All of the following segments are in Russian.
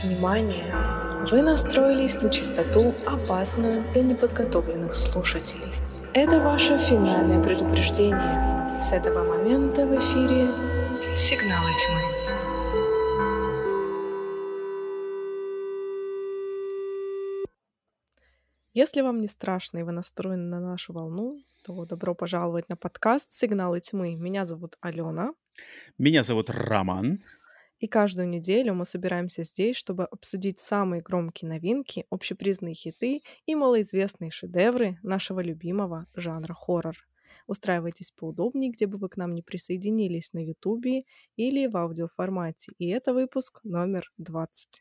Внимание! Вы настроились на частоту, опасную для неподготовленных слушателей. Это ваше финальное предупреждение. С этого момента в эфире «Сигналы тьмы». Если вам не страшно и вы настроены на нашу волну, то добро пожаловать на подкаст «Сигналы тьмы». Меня зовут Алена. Меня зовут Роман. И каждую неделю мы собираемся здесь, чтобы обсудить самые громкие новинки, общепризнанные хиты и малоизвестные шедевры нашего любимого жанра хоррор. Устраивайтесь поудобнее, где бы вы к нам не присоединились, на Ютубе или в аудиоформате. И это выпуск номер 20.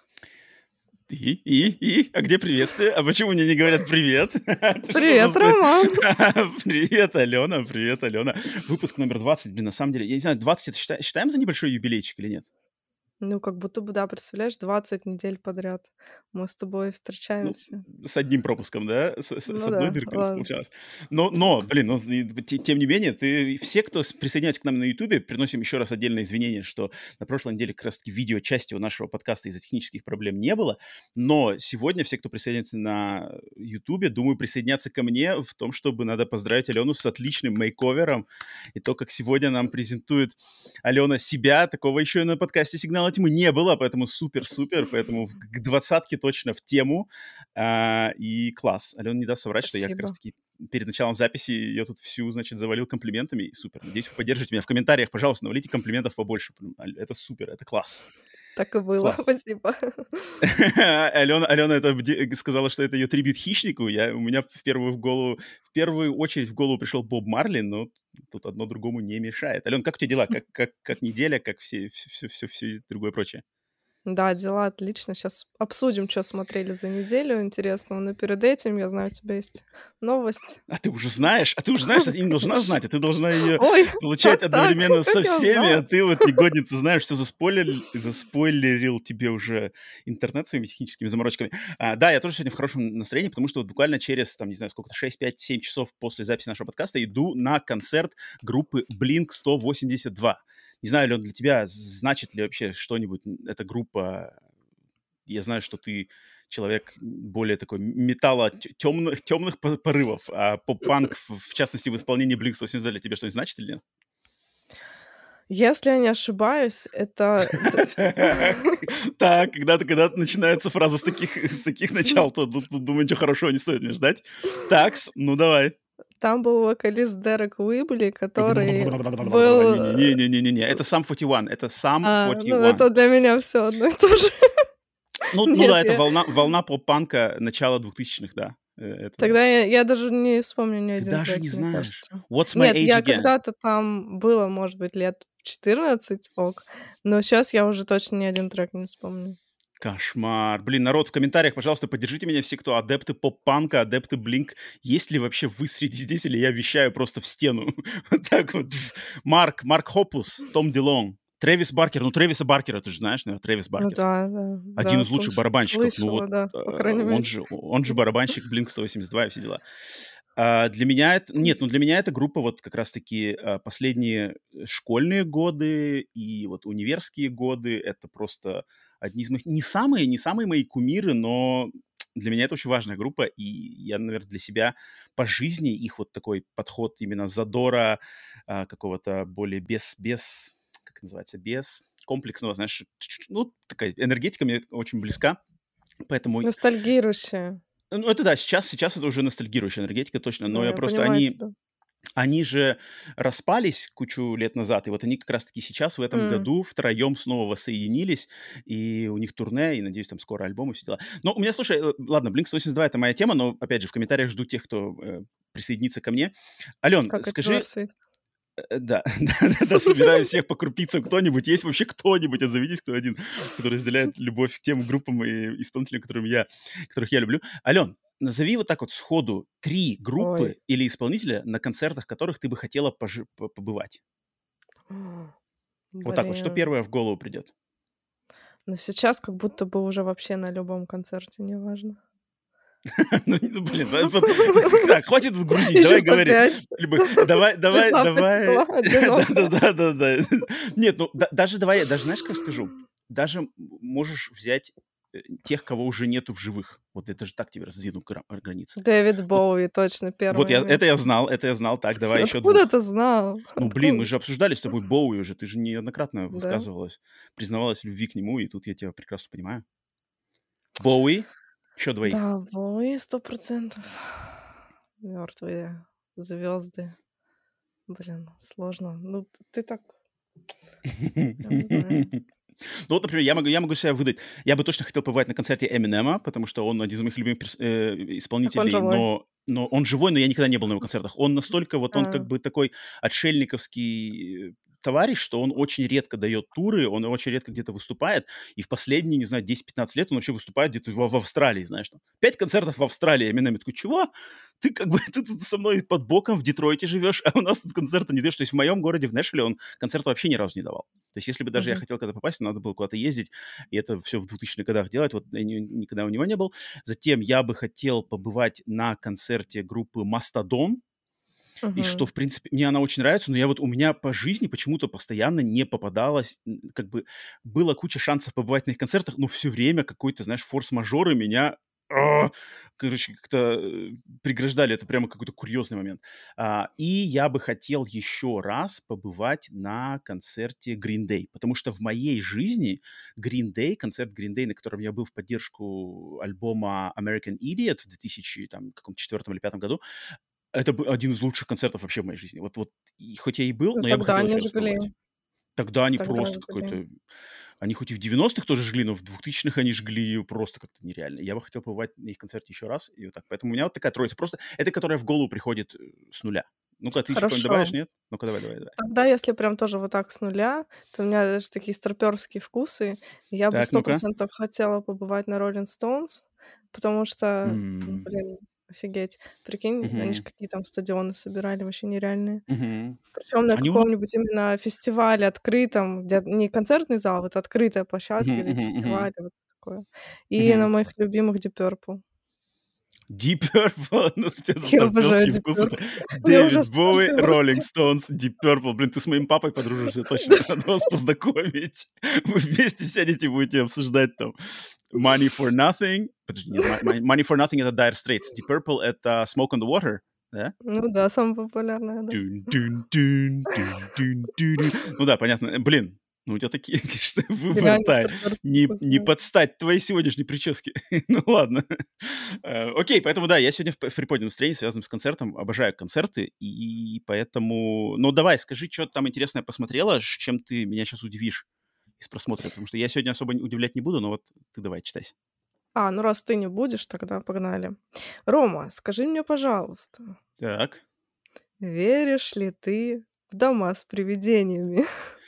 А где приветствие? А почему мне не говорят привет? Привет, Роман! Привет, Алена. Выпуск номер 20, на самом деле, я не знаю, 20 это считаем за небольшой юбилейчик или нет? Ну, как будто бы, да, представляешь, 20 недель подряд мы с тобой Ну, встречаемся. с одним пропуском, да? С Ну одной да, дыркой у нас ладно. получалось. Но, блин, тем не менее, все, кто присоединяется к нам на Ютубе, приносим еще раз отдельное извинение, что на прошлой неделе как раз-таки видеочасти у нашего подкаста из-за технических проблем не было. Но сегодня все, кто присоединяется на Ютубе, думаю, присоединятся ко мне в том, чтобы надо поздравить Алену с отличным мейковером. И то, как сегодня нам презентует Алена себя, такого еще и на подкасте «Сигналы тьмы» не было, поэтому супер-супер, поэтому к 20-ке точно в тему. И класс. Алена не даст соврать, что я как Спасибо. раз-таки перед началом записи ее тут всю, значит, завалил комплиментами. И супер. Надеюсь, вы поддержите меня в комментариях. Пожалуйста, навалите комплиментов побольше. Это супер, это класс. Так и было, Класс. спасибо. Алена это сказала, что это ее трибют хищнику. У меня в первую очередь в голову пришел Боб Марли, но тут одно другому не мешает. Алена, как у тебя дела? Как неделя, как все другое прочее? Да, дела отлично. Сейчас обсудим, что смотрели за неделю интересного. Но перед этим, я знаю, у тебя есть новость. А ты уже знаешь, что ты не должна знать, а ты должна ее Ой, получать как так? одновременно со Как я всеми, узнала? а ты вот негодница, знаешь, все заспойлерил тебе уже интернет своими техническими заморочками. Да, я тоже сегодня в хорошем настроении, потому что вот буквально через, там, не знаю, сколько-то, 6, 5, 7 часов после записи нашего подкаста иду на концерт группы Blink-182. Не знаю, Лён, для тебя значит ли вообще что-нибудь эта группа? Я знаю, что ты человек более такой металла темных порывов, а поп-панк, в частности, в исполнении Blink-182 для тебя что-нибудь значит или нет? Если я не ошибаюсь, это... Так, когда начинается фраза с таких начал, то тут, думаю, ничего хорошего не стоит мне ждать. Такс, ну давай. Там был вокалист Дерек Уибли, который был... Не-не-не, это сам 41, это сам Ну, 41. это для меня все одно и то же. Ну Нет, да, это волна поп-панка начала 2000-х, да. Это да. Тогда я даже не вспомню ни Ты один даже трек, не мне знаешь. кажется. What's my Нет, age я again? когда-то там было, может быть, лет 14, но сейчас я уже точно ни один трек не вспомню. Кошмар. Блин, народ, в комментариях, пожалуйста, поддержите меня все, кто адепты поп-панка, адепты Blink. Есть ли вообще вы среди здесь, или я вещаю просто в стену? Вот так вот. Марк Хопус, Том Дилон, Трэвис Баркер. Ну, Трэвиса Баркера ты же знаешь, наверное, Трэвис Ну Баркер. да, Один из лучших барабанщиков. Ну вот, слышала, да, по крайней он мере. же барабанщик Blink-182 и все дела. Для меня это... Нет, для меня эта группа вот как раз-таки последние школьные годы и вот универские годы. Это просто одни из моих... Не самые мои кумиры, но для меня это очень важная группа. И я, наверное, для себя по жизни их вот такой подход именно задора, какого-то более без... Как это называется? Без комплексного, знаешь... Ну, такая энергетика мне очень близка. Поэтому... Ностальгирующая. Ну, это да, сейчас это уже ностальгирующая энергетика, точно, но Да, я я просто... понимаю тебя. Они же распались кучу лет назад, и вот они как раз-таки сейчас, в этом году, втроем снова воссоединились, и у них турне, и, надеюсь, там скоро альбомы, все дела. Но у меня, слушай, ладно, Blink-182 — это моя тема, но, опять же, в комментариях жду тех, кто присоединится ко мне. Ален, Как и скажи... Taylor Swift. Да, собираю всех по крупицам. Кто-нибудь, есть вообще кто-нибудь, отзовитесь, кто один, который разделяет любовь к тем группам и исполнителям, которых я люблю. Ален, назови вот так вот сходу 3 группы Ой. или исполнителя, на концертах которых ты бы хотела побывать. Вот так вот, что Блин. первое в голову придет? Но сейчас как будто бы уже вообще на любом концерте, неважно. Ну, блин, так, хватит тут грузить, давай говори. Давай. Да. Нет, ну, даже давай, даже знаешь, как скажу? Даже можешь взять тех, кого уже нету в живых. Вот это же так тебе раздвинут границы. Дэвид Вот, Боуи, точно, вот первое место. это я знал. Так, давай еще Откуда двух. ты знал? Ну, блин, мы Откуда? же обсуждали с тобой Боуи уже. Ты же неоднократно Да? высказывалась, признавалась в любви к нему, и тут я тебя прекрасно понимаю. Боуи, еще двоих. Да, Боуи 100%. Мертвые звезды. Блин, сложно. Ну, ты так, я не знаю. Ну вот, например, я могу себя выдать. Я бы точно хотел побывать на концерте Эминема, потому что он один из моих любимых Так он исполнителей, живой. но он живой, но я никогда не был на его концертах. Он настолько вот, он как А, бы такой отшельниковский товарищ, что он очень редко дает туры, он очень редко где-то выступает, и в последние, не знаю, 10-15 лет он вообще выступает где-то в Австралии, знаешь, там. 5 концертов в Австралии, Эминем. Я такой, чего? Ты как бы ты тут со мной под боком в Детройте живешь, а у нас тут концерта не даешь. То есть в моем городе, в Нэшвилле, он концерт вообще ни разу не давал. То есть если бы даже я мгм. хотел когда попасть, надо было куда-то ездить, и это все в 2000-х годах делать, вот я никогда у него не был. Затем я бы хотел побывать на концерте группы «Мастодон», и что, Мгм. в принципе, мне она очень нравится, но я вот у меня по жизни почему-то постоянно не попадалось, как бы была куча шансов побывать на их концертах, но все время какой-то, знаешь, форс-мажоры меня, а, короче, как-то преграждали. Это прямо какой-то курьезный момент. И я бы хотел еще раз побывать на концерте Green Day, потому что в моей жизни Green Day, концерт Green Day, на котором я был в поддержку альбома American Idiot в 2004 или 2005 году, это один из лучших концертов вообще в моей жизни. Вот и хоть я и был, Ну, но я бы тогда хотел они еще раз жгли. побывать. Тогда они Тогда просто жгли. какой-то... Они хоть и в 90-х тоже жгли, но в 2000-х они жгли просто как-то нереально. Я бы хотел побывать на их концерте еще раз. И вот так. Поэтому у меня вот такая троица. Просто это, которая в голову приходит с нуля. Ну-ка, ты еще какой-нибудь добавишь, Хорошо. нет? Ну-ка, давай, давай, давай. Тогда, если прям тоже вот так с нуля, то у меня даже такие старпёрские вкусы. Я бы Так, ну-ка. 100% хотела побывать на Rolling Stones, потому что, М, блин, офигеть. Прикинь, они ж мгм, какие там стадионы собирали, вообще нереальные. мгм. Причем на Они много... каком-нибудь именно фестивале открытом, где не концертный зал, вот открытая площадка Мгм, или мгм, мгм, фестиваль, вот такое. И на мгм. моих любимых Deep Purple. Deep Purple, ну, у тебя за Я обожаю старпёрские Deep вкусы. Это Purple. Мне уже Дэвид Боуи, Rolling старпёрские. Stones, Deep Purple. Блин, ты с моим папой подружишься точно. Да. Надо вас познакомить. Вы вместе сядете, будете обсуждать там Money for Nothing. Подожди, нет, Money for Nothing — это Dire Straits. Deep Purple — это Smoke on the Water, да? Ну да, самая популярная, да. Дун, дун, дун, дун, дун, дун. Ну да, понятно. Блин, ну у тебя такие, конечно, Реально выбор-то старпёрские не вкусы. под стать твоей сегодняшней прическе. Ну ладно. Окей, поэтому да, я сегодня в приподнятом настроении, связанном с концертом. Обожаю концерты, и поэтому... Ну давай, скажи, что ты там интересное посмотрела, чем ты меня сейчас удивишь из просмотра, потому что я сегодня особо удивлять не буду, но вот ты давай, читайся. Ну раз ты не будешь, тогда погнали. Рома, скажи мне, пожалуйста, Так. веришь ли ты в дома с привидениями?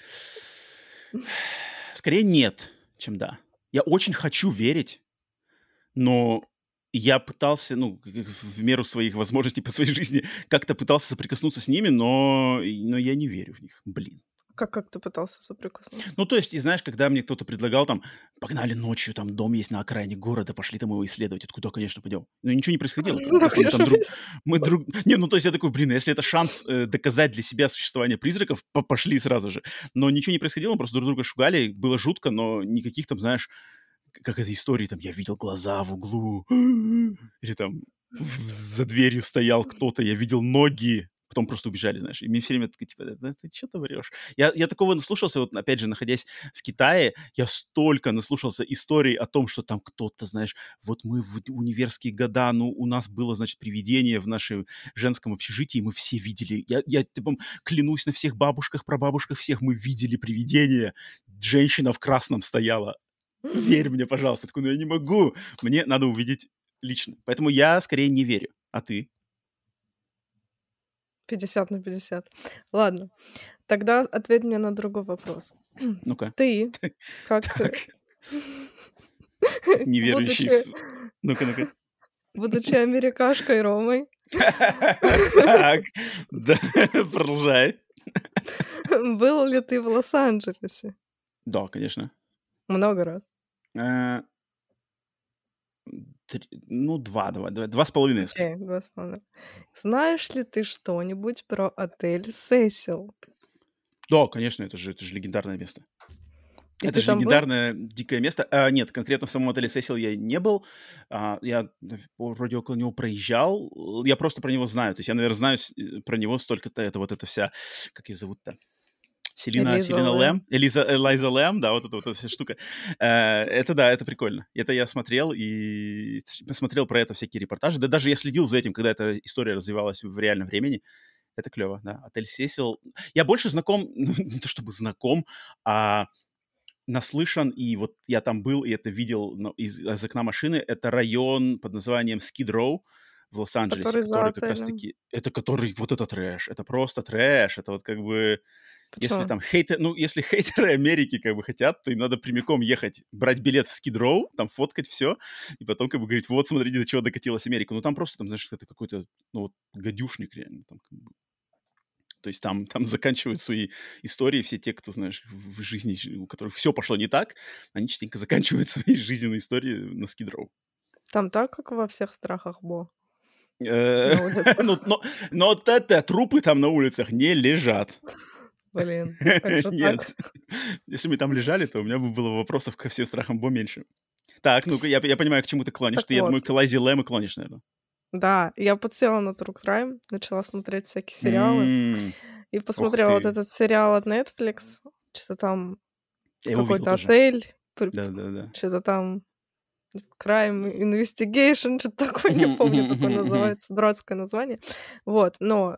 Скорее нет, чем да. Я очень хочу верить, но я пытался, ну, в меру своих возможностей по своей жизни как-то пытался соприкоснуться с ними, но я не верю в них. Блин. Как ты пытался соприкоснуться? Ну, то есть, и знаешь, когда мне кто-то предлагал там: "Погнали ночью, там дом есть на окраине города, пошли там его исследовать". Я такой: "Да, конечно, пойдем". Но ничего не происходило, Да, потому что конечно. мы друг не, ну, то есть я такой: "Блин, если это шанс, доказать для себя существование призраков, пошли сразу же". Но ничего не происходило, мы просто друг друга шугали, было жутко, но никаких там, знаешь, как этой истории, там: "Я видел глаза в углу", или там за дверью стоял кто-то, я видел ноги, потом просто убежали, знаешь. И мне все время такие, типа: "Да ты чё ты врёшь?" Я такого наслушался, вот опять же, находясь в Китае, я столько наслушался историй о том, что там кто-то, знаешь, вот мы в универские года, ну, у нас было, значит, привидение в нашем женском общежитии, мы все видели. Я типа, клянусь на всех бабушках, прабабушках всех, мы видели привидение. Женщина в красном стояла. Верь мне, пожалуйста. Я такой: "Ну, я не могу, мне надо увидеть лично". Поэтому я скорее не верю. А ты? 50/50. Ладно, тогда ответь мне на другой вопрос. Ну-ка. Ты, как, Так, неверующий будучи в Ну-ка, ну-ка. будучи америкашкой Ромой, Так, да, продолжай. был ли ты в Лос-Анджелесе? Да, конечно. Много раз. Э, 3, 2,5, я скажу. Окей, 2,5. Знаешь ли ты что-нибудь про отель "Сесил"? Да, конечно, это же легендарное место. И Это ты же там был? легендарное дикое место. Нет, конкретно в самом отеле Сесил я не был. Я вроде около него проезжал. Я просто про него знаю. То есть я, наверное, знаю про него столько-то. Это вот эта вся, как ее зовут-то? Элиза Селина Лэм. Лэм, Элайза Лэм, да, вот эта вся штука. Это да, это прикольно. Это я смотрел и посмотрел про это всякие репортажи. Да даже я следил за этим, когда эта история развивалась в реальном времени. Это клево, да. Отель Сесил. Я больше знаком, ну, не то чтобы знаком, а наслышан, и вот я там был, и это видел из окна машины. Это район под названием Скид-Роу в Лос-Анджелесе, Который за который как отелем. раз-таки... Это который... Вот это трэш. Это просто трэш. Это вот как бы... Если Почему? там если хейтеры Америки как бы хотят, то им надо прямиком ехать, брать билет в Скид-Роу, там фоткать все, и потом как бы говорить, вот, смотрите, до чего докатилась Америка. Ну, там просто, там, знаешь, это какой-то, ну, вот, гадюшник реально. Там, как бы. То есть там заканчивают свои истории все те, кто, знаешь, в жизни, у которых все пошло не так, они частенько заканчивают свои жизненные истории на Скид-Роу. Там так, как во всех страхах Бо Э, на улицах. Ну, но вот это трупы там на улицах не лежат. Блин, как же так? Нет. Если бы там лежали, то у меня бы было вопросов ко всем страхам Бо меньше. Так, ну-ка, я понимаю, к чему ты клонишь. Так Ты, я думаю, вот, к Элайзе Лэм и клонишь, наверное. да, я подсела на True Crime, начала смотреть всякие сериалы и Ух посмотрела вот ты. этот сериал от Netflix, что-то там Я его видел какой-то тоже. отель, Да-да-да. что-то там Crime Investigation, что-то такое, не Мгм, помню, мгм, как он мгм, мгм. называется, дурацкое название. Вот, но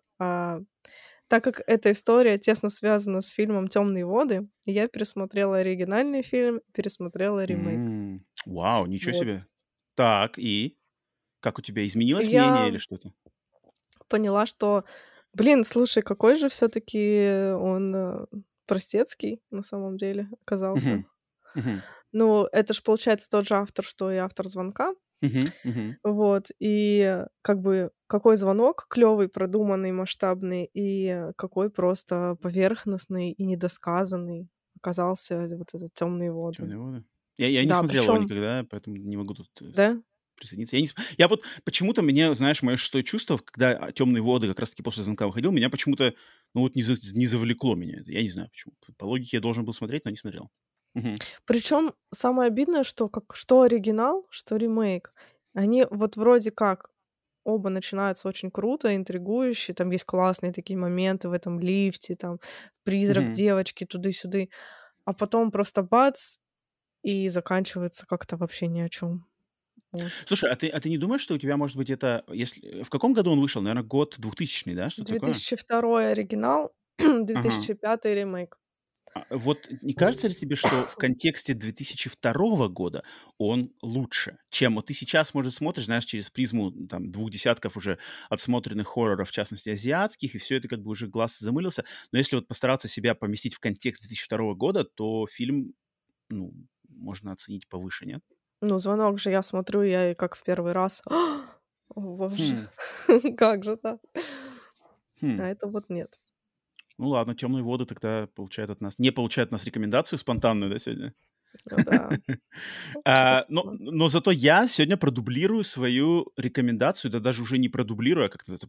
так как эта история тесно связана с фильмом «Темные воды», я пересмотрела оригинальный фильм, пересмотрела ремейк. Вау, ничего Вот. себе. Так, и? Как у тебя изменилось мнение Я или что-то? поняла, что, блин, слушай, какой же все таки он, простецкий на самом деле оказался. Мгм. Мгм. Ну, это ж, получается, тот же автор, что и автор «Звонка». Мгм. Мгм. Вот, и как бы какой звонок клёвый, продуманный, масштабный, и какой просто поверхностный и недосказанный оказался вот этот «Темные воды». «Темные воды». Я не Да, смотрел его причем, никогда, поэтому не могу тут, да? присоединиться. Я вот почему-то мне, знаешь, мое шестое чувство, когда «Темные воды» как раз таки после «Звонка» выходил, меня почему-то, ну, вот не завлекло меня это. Я не знаю почему. По логике я должен был смотреть, но не смотрел. Мгм. Причем самое обидное, что что оригинал, что ремейк, они вот вроде как оба начинаются очень круто, интригующе, там есть классные такие моменты в этом лифте, там призрак Мгм. девочки туды-сюды, а потом просто бац, и заканчивается как-то вообще ни о чем. Вот. Слушай, а ты не думаешь, что у тебя, может быть, это если в каком году он вышел? Наверное, год 2000, да, что такое? 2002 оригинал, Ага. 2005 ремейк. Вот не кажется ли тебе, что в контексте 2002 года он лучше, чем вот ты сейчас, может, смотришь, знаешь, через призму там 2 десятков уже отсмотренных хорроров, в частности, азиатских, и все это как бы уже глаз замылился. Но если вот постараться себя поместить в контекст 2002 года, то фильм, ну, можно оценить повыше, нет? Ну, «Звонок» же я смотрю, я и как в первый раз: «О боже, Хм, как же так?» хм. А это вот нет. Ну ладно, «Темные воды» тогда получают от нас рекомендацию спонтанную, да, сегодня? Ну да, получается, Но да. но зато я сегодня продублирую свою рекомендацию, да даже уже не продублирую, а как это называется,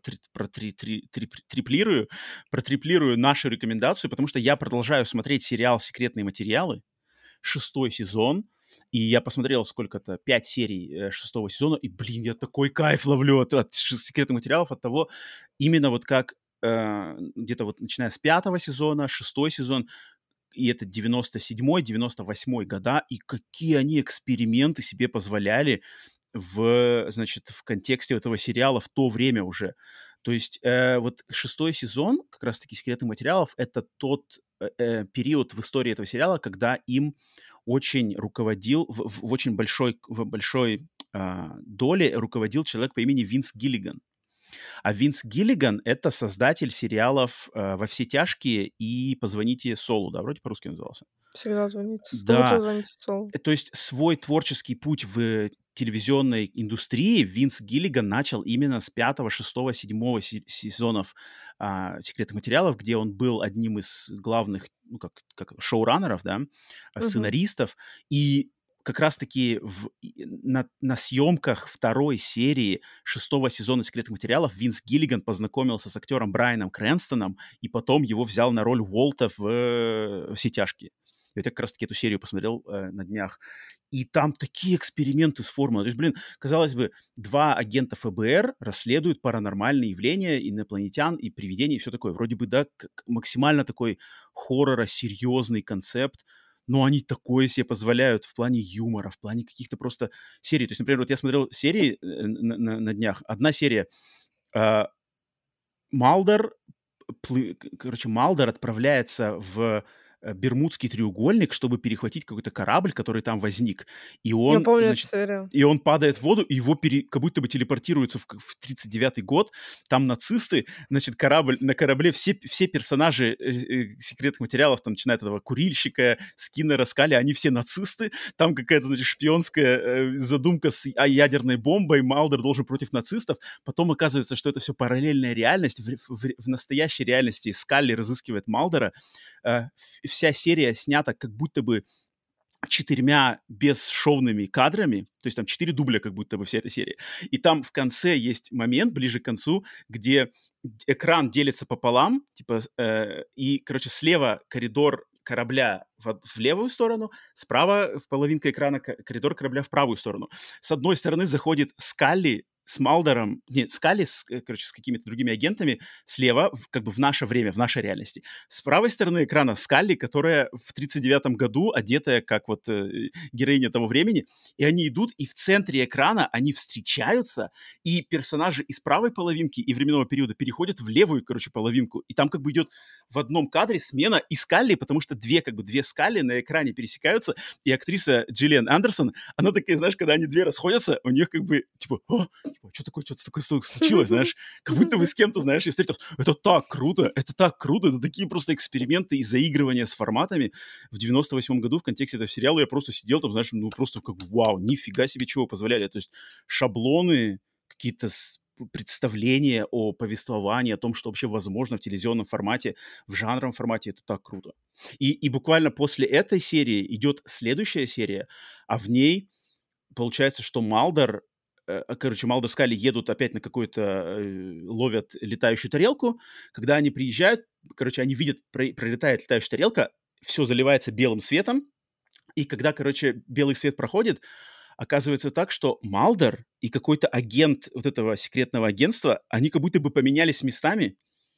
протриплирую нашу рекомендацию, потому что я продолжаю смотреть сериал «Секретные материалы», шестой сезон, и я посмотрел сколько-то, 5 серий, 6 сезона, и, блин, я такой кайф ловлю от «Секретных материалов», от того, именно вот как, где-то вот начиная с 5 сезона, шестой сезон, и это 97-й, 98-й года, и какие они эксперименты себе позволяли значит, в контексте этого сериала в то время уже. То есть вот шестой сезон, как раз-таки «Секретных материалов», это тот период в истории этого сериала, когда им очень руководил, в очень большой доле руководил человек по имени Винс Гиллиган. А Винс Гиллиган — это создатель сериалов «Во все тяжкие» и «Позвоните Солу», да, вроде по-русски назывался. Всегда звонит. Лучше Да, звоните Солу. то есть свой творческий путь в телевизионной индустрии Винс Гиллиган начал именно с пятого, шестого, седьмого сезонов «Секретных материалов», где он был одним из главных, ну, как шоураннеров, да, Мгм. сценаристов. И как раз-таки на съемках второй серии шестого сезона «Секретных материалов» Винс Гиллиган познакомился с актером Брайаном Крэнстоном и потом его взял на роль Уолта в «Все тяжкие». Я вот как раз-таки эту серию посмотрел на днях. И там такие эксперименты с формулой. То есть, блин, казалось бы, два агента ФБР расследуют паранормальные явления, инопланетян и привидений и все такое. Вроде бы, да, максимально такой хоррора, серьезный концепт, но они такое себе позволяют в плане юмора, в плане каких-то просто серий. То есть, например, вот я смотрел серии на днях. Одна серия э, Малдер, короче, Малдер отправляется в Бермудский треугольник, чтобы перехватить какой-то корабль, который там возник. И Я он, помню эту значит, серию. и он падает в воду, и его как будто бы телепортируется в 39-й год. Там нацисты, значит, на корабле все персонажи секретных материалов, там, начиная от этого курильщика, Скиннера, Скали, они все нацисты. Там какая-то, значит, шпионская задумка с ядерной бомбой. Малдер должен против нацистов. Потом оказывается, что это все параллельная реальность. В настоящей реальности Скалли разыскивает Малдера. Вся серия снята как будто бы 4 бесшовными кадрами, то есть там 4 дубля как будто бы вся эта серия. И там в конце есть момент, ближе к концу, где экран делится пополам, типа, и, короче, слева коридор корабля в левую сторону, справа половинка экрана коридор корабля в правую сторону. С одной стороны заходит Скалли с Малдером, нет, Скалли, короче, с какими-то другими агентами слева, как бы в наше время, в нашей реальности. С правой стороны экрана Скалли, которая в 1939 году одетая как вот героиня того времени, и они идут, и в центре экрана они встречаются, и персонажи из правой половинки и временного периода переходят в левую, короче, половинку, и там как бы идет в одном кадре смена и Скалли, потому что две Скалли на экране пересекаются, и актриса Джиллиан Андерсон, она такая, знаешь, когда они две расходятся, у них как бы, типа, что такое случилось, знаешь, как будто вы с кем-то, знаешь, и встретился. Это так круто, это такие просто эксперименты и заигрывания с форматами. В 98 году в контексте этого сериала я просто сидел там, знаешь, ну просто как вау, нифига себе чего позволяли. То есть шаблоны, какие-то представления о повествовании, о том, что вообще возможно в телевизионном формате, в жанровом формате, это так круто. И буквально после этой серии идет следующая серия, а в ней получается, что Малдер, Малдер Скалли едут опять на какой-то, ловят летающую тарелку. Когда они приезжают, они видят, пролетает летающая тарелка, все заливается белым светом, и когда, белый свет проходит, оказывается так, что Малдер и какой-то агент вот этого секретного агентства, они как будто бы поменялись местами,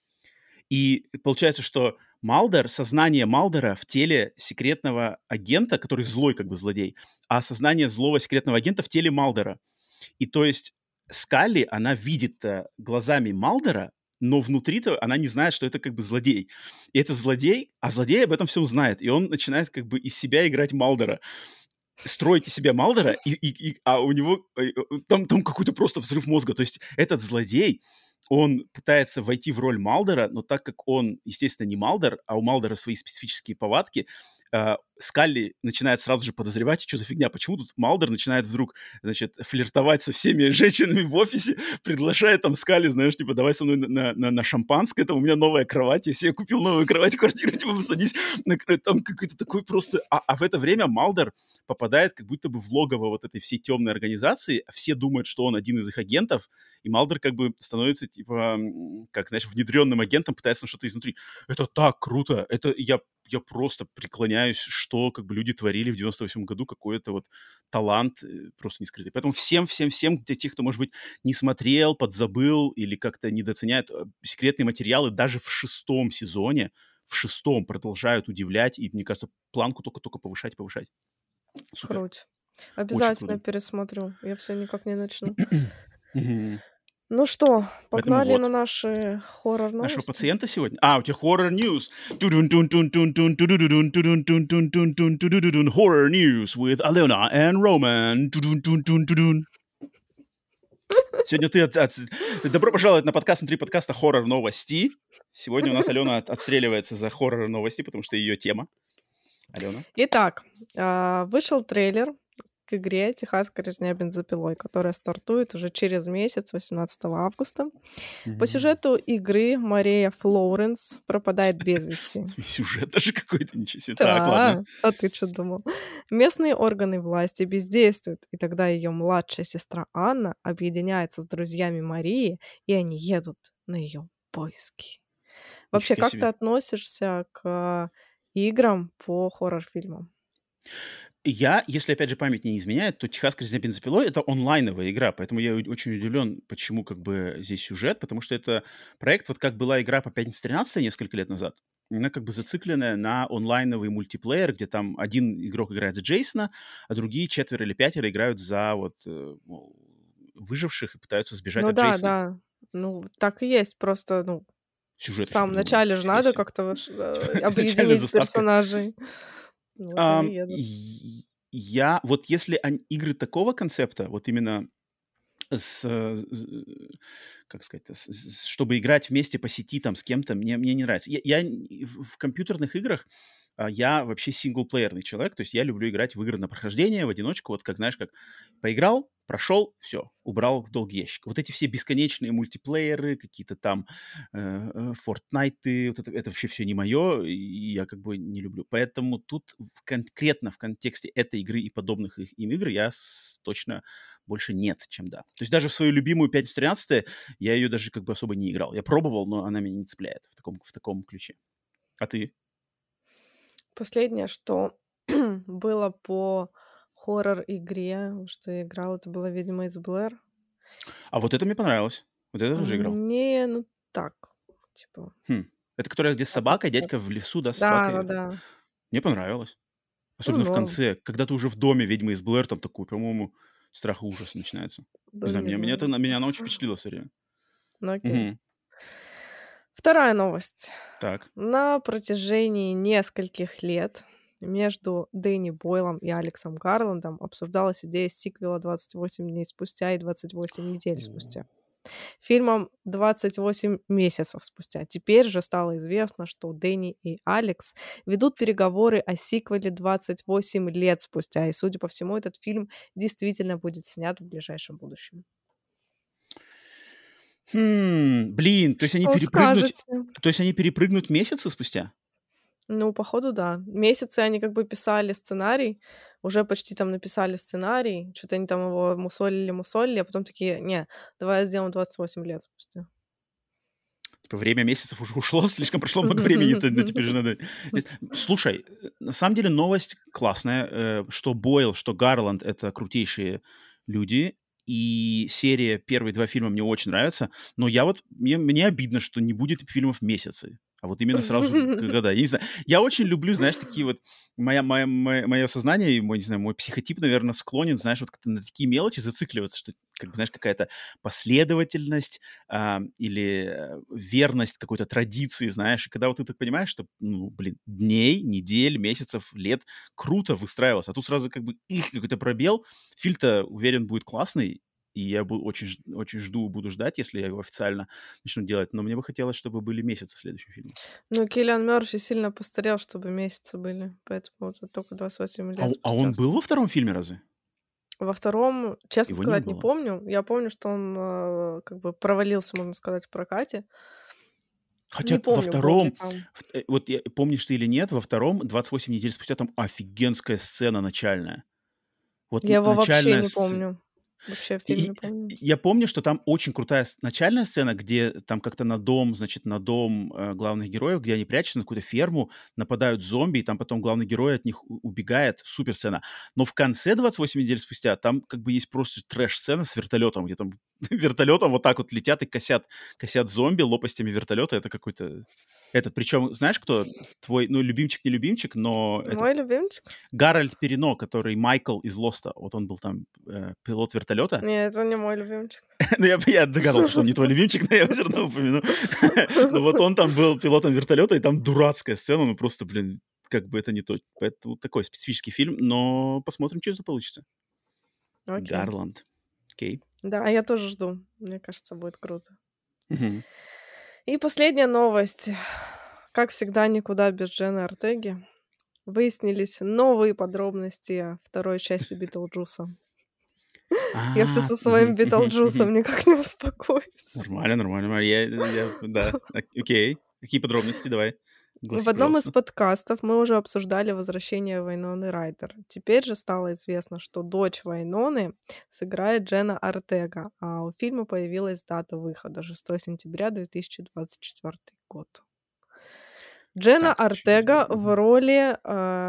и получается, что сознание Малдера в теле секретного агента, который злой как бы злодей, а сознание злого секретного агента в теле Малдера. И то есть Скалли, она видит глазами Малдера, но внутри-то она не знает, что это как бы злодей. И это злодей, а злодей об этом всем знает. И он начинает как бы из себя играть Малдера. Строить из себя Малдера, а у него там какой-то просто взрыв мозга. То есть этот злодей, он пытается войти в роль Малдера, но так как он, естественно, не Малдер, а у Малдера свои специфические повадки, Скалли начинает сразу же подозревать, что за фигня, почему тут Малдер начинает вдруг, значит, флиртовать со всеми женщинами в офисе, приглашает там Скалли, знаешь, типа, давай со мной на шампанское, там у меня новая кровать, я себе купил новую кровать в квартиру, типа, посадись, там какой-то такой просто... А в это время Малдер попадает как будто бы в логово вот этой всей темной организации, все думают, что он один из их агентов, и Малдер как бы становится, типа, как, знаешь, внедренным агентом, пытается там что-то изнутри. Это так круто, это я просто преклоняюсь, что как бы люди творили в 98 году, какой-то вот талант просто не скрытый. Поэтому всем, для тех, кто, может быть, не смотрел, подзабыл или как-то недооценяет секретные материалы, даже в 6-м сезоне, в 6-м продолжают удивлять, и, мне кажется, планку только повышать. Супер. Круть. Очень Обязательно круто. пересмотрю. Я все никак не начну. Мгм. Ну что, Поэтому погнали на вот. наши Нашего хоррор-новости? пациента сегодня? У тебя хоррор news. Horror news with Alena and Roman. Сегодня Добро пожаловать на подкаст внутри подкаста «Хоррор новости». Сегодня у нас Алена отстреливается за хоррор новости, потому что ее тема. Алена? Итак, вышел трейлер к игре «Техасская резня бензопилой», которая стартует уже через месяц, 18 августа. По сюжету игры Мария Флоренс пропадает без вести. Сюжет даже какой-то, ничего себе. Так, ладно. Да, а ты что думал? Местные органы власти бездействуют, и тогда ее младшая сестра Анна объединяется с друзьями Марии, и они едут на ее поиски. Вообще, Нифига как ты себе. относишься к играм по хоррор-фильмам. Я, если, опять же, память не изменяет, то «Техасская резня бензопилой» — это онлайновая игра, поэтому я очень удивлен, почему как бы здесь сюжет, потому что это проект, вот как была игра по «Пятница 13» несколько лет назад, она как бы зацикленная на онлайновый мультиплеер, где там один игрок играет за Джейсона, а другие 4 или 5 играют за вот мол, выживших и пытаются сбежать Ну от да, Джейсона. да. Ну, так и есть. Просто, в Сюжет еще самом придумали. начале же Нифига надо себе. как-то Начальная объединить заставка. персонажей. Вот они едут. Я вот если игры такого концепта, вот именно с, как сказать, чтобы играть вместе по сети там с кем-то, мне не нравится. В компьютерных играх я вообще синглплеерный человек, то есть я люблю играть в игры на прохождение, в одиночку, вот как, знаешь, как поиграл, прошел, все, убрал в долгий ящик. Вот эти все бесконечные мультиплееры, какие-то там Fortnite, вот это вообще все не мое, и я как бы не люблю. Поэтому тут конкретно в контексте этой игры и подобных им игр я точно больше нет, чем да. То есть даже в свою любимую «Пятницу 13» я ее даже как бы особо не играл. Я пробовал, но она меня не цепляет в таком ключе. А ты? Последнее, что было по хоррор-игре, что я играла, это была «Ведьма из Блэр». А вот это мне понравилось. Вот это тоже играл. Не, так, типа, Хм. Это которая где с так вот собакой, всё. дядька в лесу, да, с собакой. Да-да-да. Мне понравилось. Ну, Особенно в норм. конце, когда ты уже в доме ведьмы из Блэр, там такой, по-моему, страх и ужас начинается. Не знаю, Блин, меня она очень впечатлила все время. ну окей. Мгм. Вторая новость. Так. На протяжении нескольких лет между Дэнни Бойлом и Алексом Гарландом обсуждалась идея сиквела «28 дней спустя» и «28 недель спустя». Фильмом «28 месяцев спустя». Теперь же стало известно, что Дэнни и Алекс ведут переговоры о сиквеле «28 лет спустя». И, судя по всему, этот фильм действительно будет снят в ближайшем будущем. Блин, Что скажете? то есть они перепрыгнут месяцы спустя? Ну, походу, да. Месяцы они как бы писали сценарий, уже почти там написали сценарий, что то они там его мусолили, а потом такие: «Не, давай сделаем 28 лет спустя». Типа время месяцев уже ушло, слишком прошло много времени, теперь же надо. Слушай, на самом деле новость классная, что Бойл, что Гарланд — это крутейшие люди, и серия, первые 2 фильма мне очень нравятся, но мне обидно, что не будет фильмов месяцы, а вот именно сразу года. Я не знаю, я очень люблю, знаешь, такие вот моё сознание и мой, не знаю, мой психотип, наверное, склонен, знаешь, вот как-то на такие мелочи зацикливаться, что, как бы, знаешь, какая-то последовательность, или верность какой-то традиции, знаешь. И когда вот ты так понимаешь, что, ну, блин, дней, недель, месяцев, лет круто выстраивалось, а тут сразу как бы их какой-то пробел. Фильм-то, уверен, будет классный, и я очень жду, буду ждать, если я его официально начну делать. Но мне бы хотелось, чтобы были месяцы в следующем фильме. Ну, Киллиан Мёрфи сильно постарел, чтобы месяцы были, поэтому вот только 28 лет А спустя. он был во втором фильме разве? Во втором, честно Его не сказать, не было. помню. Я помню, что он, как бы провалился, можно сказать, в прокате. Не Хотя во помню, был ли втором, там. вот помнишь ты или нет, во втором 28 недель спустя там офигенская сцена начальная. Вот Я его вообще начальная не сцена. помню. Вообще фильм не И помню. я помню, что там очень крутая начальная сцена, где там как-то на дом главных героев, где они прячутся на какую-то ферму, нападают зомби, и там потом главный герой от них убегает. Супер сцена. Но в конце 28 недель спустя там как бы есть просто трэш-сцена с вертолетом, где там вертолетом вот так вот летят и косят зомби лопастями вертолета. Это какой-то... причем, знаешь, кто твой, ну, любимчик, не любимчик, но этот Мой любимчик? Гарольд Перрино, который Майкл из Лоста. Вот он был там пилот вертолета. Не, это не мой любимчик. Ну, я догадывался, что он не твой любимчик, но я его всё равно упомяну. Но вот он там был пилотом вертолета, и там дурацкая сцена, ну просто, блин, как бы это не то. Поэтому такой специфический фильм, но посмотрим, что из этого получится. Окей. Гарланд. Окей. Да, я тоже жду. Мне кажется, будет круто. Мгм. И последняя новость. Как всегда, никуда без Дженны Ортеги. Выяснились новые подробности о второй части «Битлджуса». Я все со своим Мгм, мгм, мгм. «Битлджусом» никак не успокоюсь. Нормально. Да, окей. Какие подробности? Давай. В Гласи, одном из пожалуйста. подкастов мы уже обсуждали возвращение Вайноны Райдер. Теперь же стало известно, что дочь Вайноны сыграет Дженна Ортега, а у фильма появилась дата выхода — 6 сентября 2024 год. Дженна Так, Ортега в роли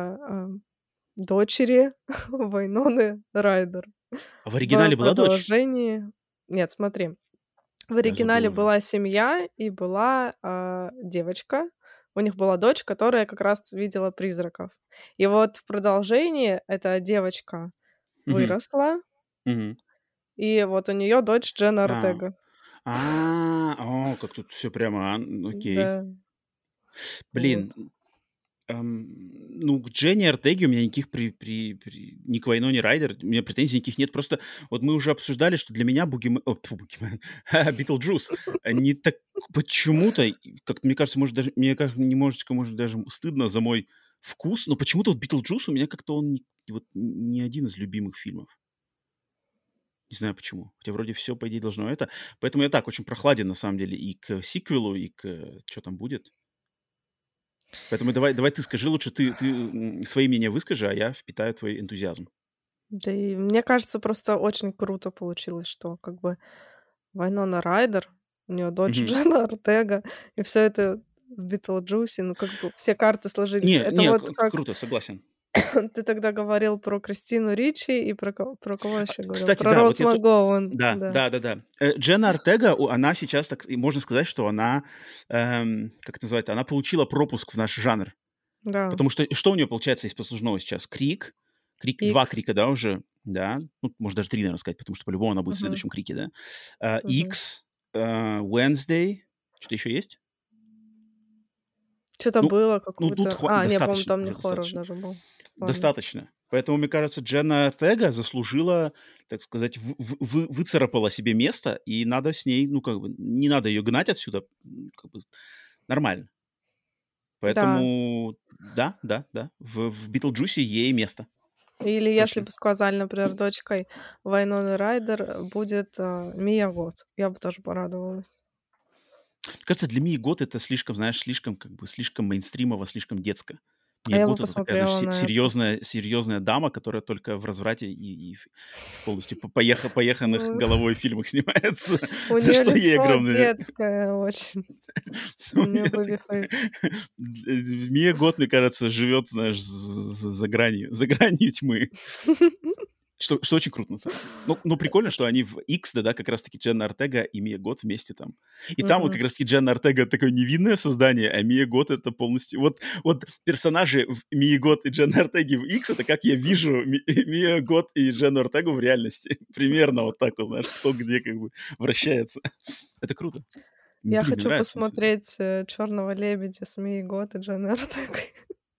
дочери Вайноны Райдер. В В оригинале была дочь? продолжении... Нет, смотри. В Я забыл оригинале уже. была семья и была девочка. У них была дочь, которая как раз видела призраков. И вот в продолжении эта девочка Мгм. выросла, Мгм. и вот у нее дочь Дженна А. Ортега. Как тут все прямо, окей. Да, вот. Блин, ну, к Дженни Ортеге у меня никаких ни к Вайноне Райдер, у меня претензий никаких нет. Просто вот мы уже обсуждали, что для меня Бугимен, Битлджус, не так почему-то, как мне кажется, может даже, мне как немножечко, может, даже стыдно за мой вкус, но почему-то вот Битлджус у меня как-то он вот не один из любимых фильмов. Не знаю почему. Хотя вроде все, по идее, должно это. Поэтому я так очень прохладен, на самом деле, и к сиквелу, и к что там будет. Поэтому давай ты скажи лучше, ты свои мнения выскажи, а я впитаю твой энтузиазм. Да и мне кажется, просто очень круто получилось, что как бы Вайнона Райдер, у нее дочь Мгм. Дженна Ортега, и все это в Битлджусе, ну как бы все карты сложились. Не, Это не, вот как круто, согласен. ты тогда говорил про Кристину Ричи и про кого еще говорил? Кстати, Про да, вот Роуз я тут МакГоуан, да, да. да-да-да. Дженна Ортега, она сейчас, так и можно сказать, что она, как это называется, она получила пропуск в наш жанр. Да. Потому что у нее получается из послужного сейчас? Два Икс. Крика, да, уже, да? Ну, может, даже 3, наверно, сказать, потому что по-любому она будет в Мгм, следующем Крике, да? мгм. Икс, Wednesday. Что-то еще есть? Чё-то Ну было тут какое-то. Не, по-моему, достаточно, там не уже хоррор достаточно. даже был. Ладно. Достаточно. Поэтому, мне кажется, Дженна Ортега заслужила, так сказать, выцарапала себе место, и надо с ней, ну, как бы, не надо ее гнать отсюда, как бы нормально. Да. Поэтому да, да, да, в Битлджусе ей место, Или если точно. бы сказали, например, дочкой Вайноны Райдер будет, Мия Гот, я бы тоже порадовалась. Кажется, для Мии Гот это слишком, знаешь, слишком, как бы, слишком мейнстримово, слишком детско. А Мия я бы Гот — это такая, знаешь, посмотрела на это. серьезная дама, которая только в разврате и в полностью поеханных Ну, головой фильмах снимается, у за нее что ей лицо огромное. детское очень. У Ну, нее я так бэби-фейс. Мия Гот, мне кажется, живет, знаешь, за гранью тьмы. Что очень круто, на самом деле. Ну, прикольно, что они в X, да, как раз-таки Дженна Ортега и Мия Гот вместе там. И там вот Мгм. как раз-таки Дженна Ортега — такое невинное создание, а Мия Гот — это полностью... Вот персонажи в Мии Гот и Дженна Ортеги в X — это как я вижу Мия Гот и Дженну Ортегу в реальности. Примерно вот так вот, знаешь, кто где как бы вращается. Это круто. Я Блин, мне хочу нравится, на самом деле. посмотреть, «Черного лебедя» с Мией Гот и Дженной Ортегой.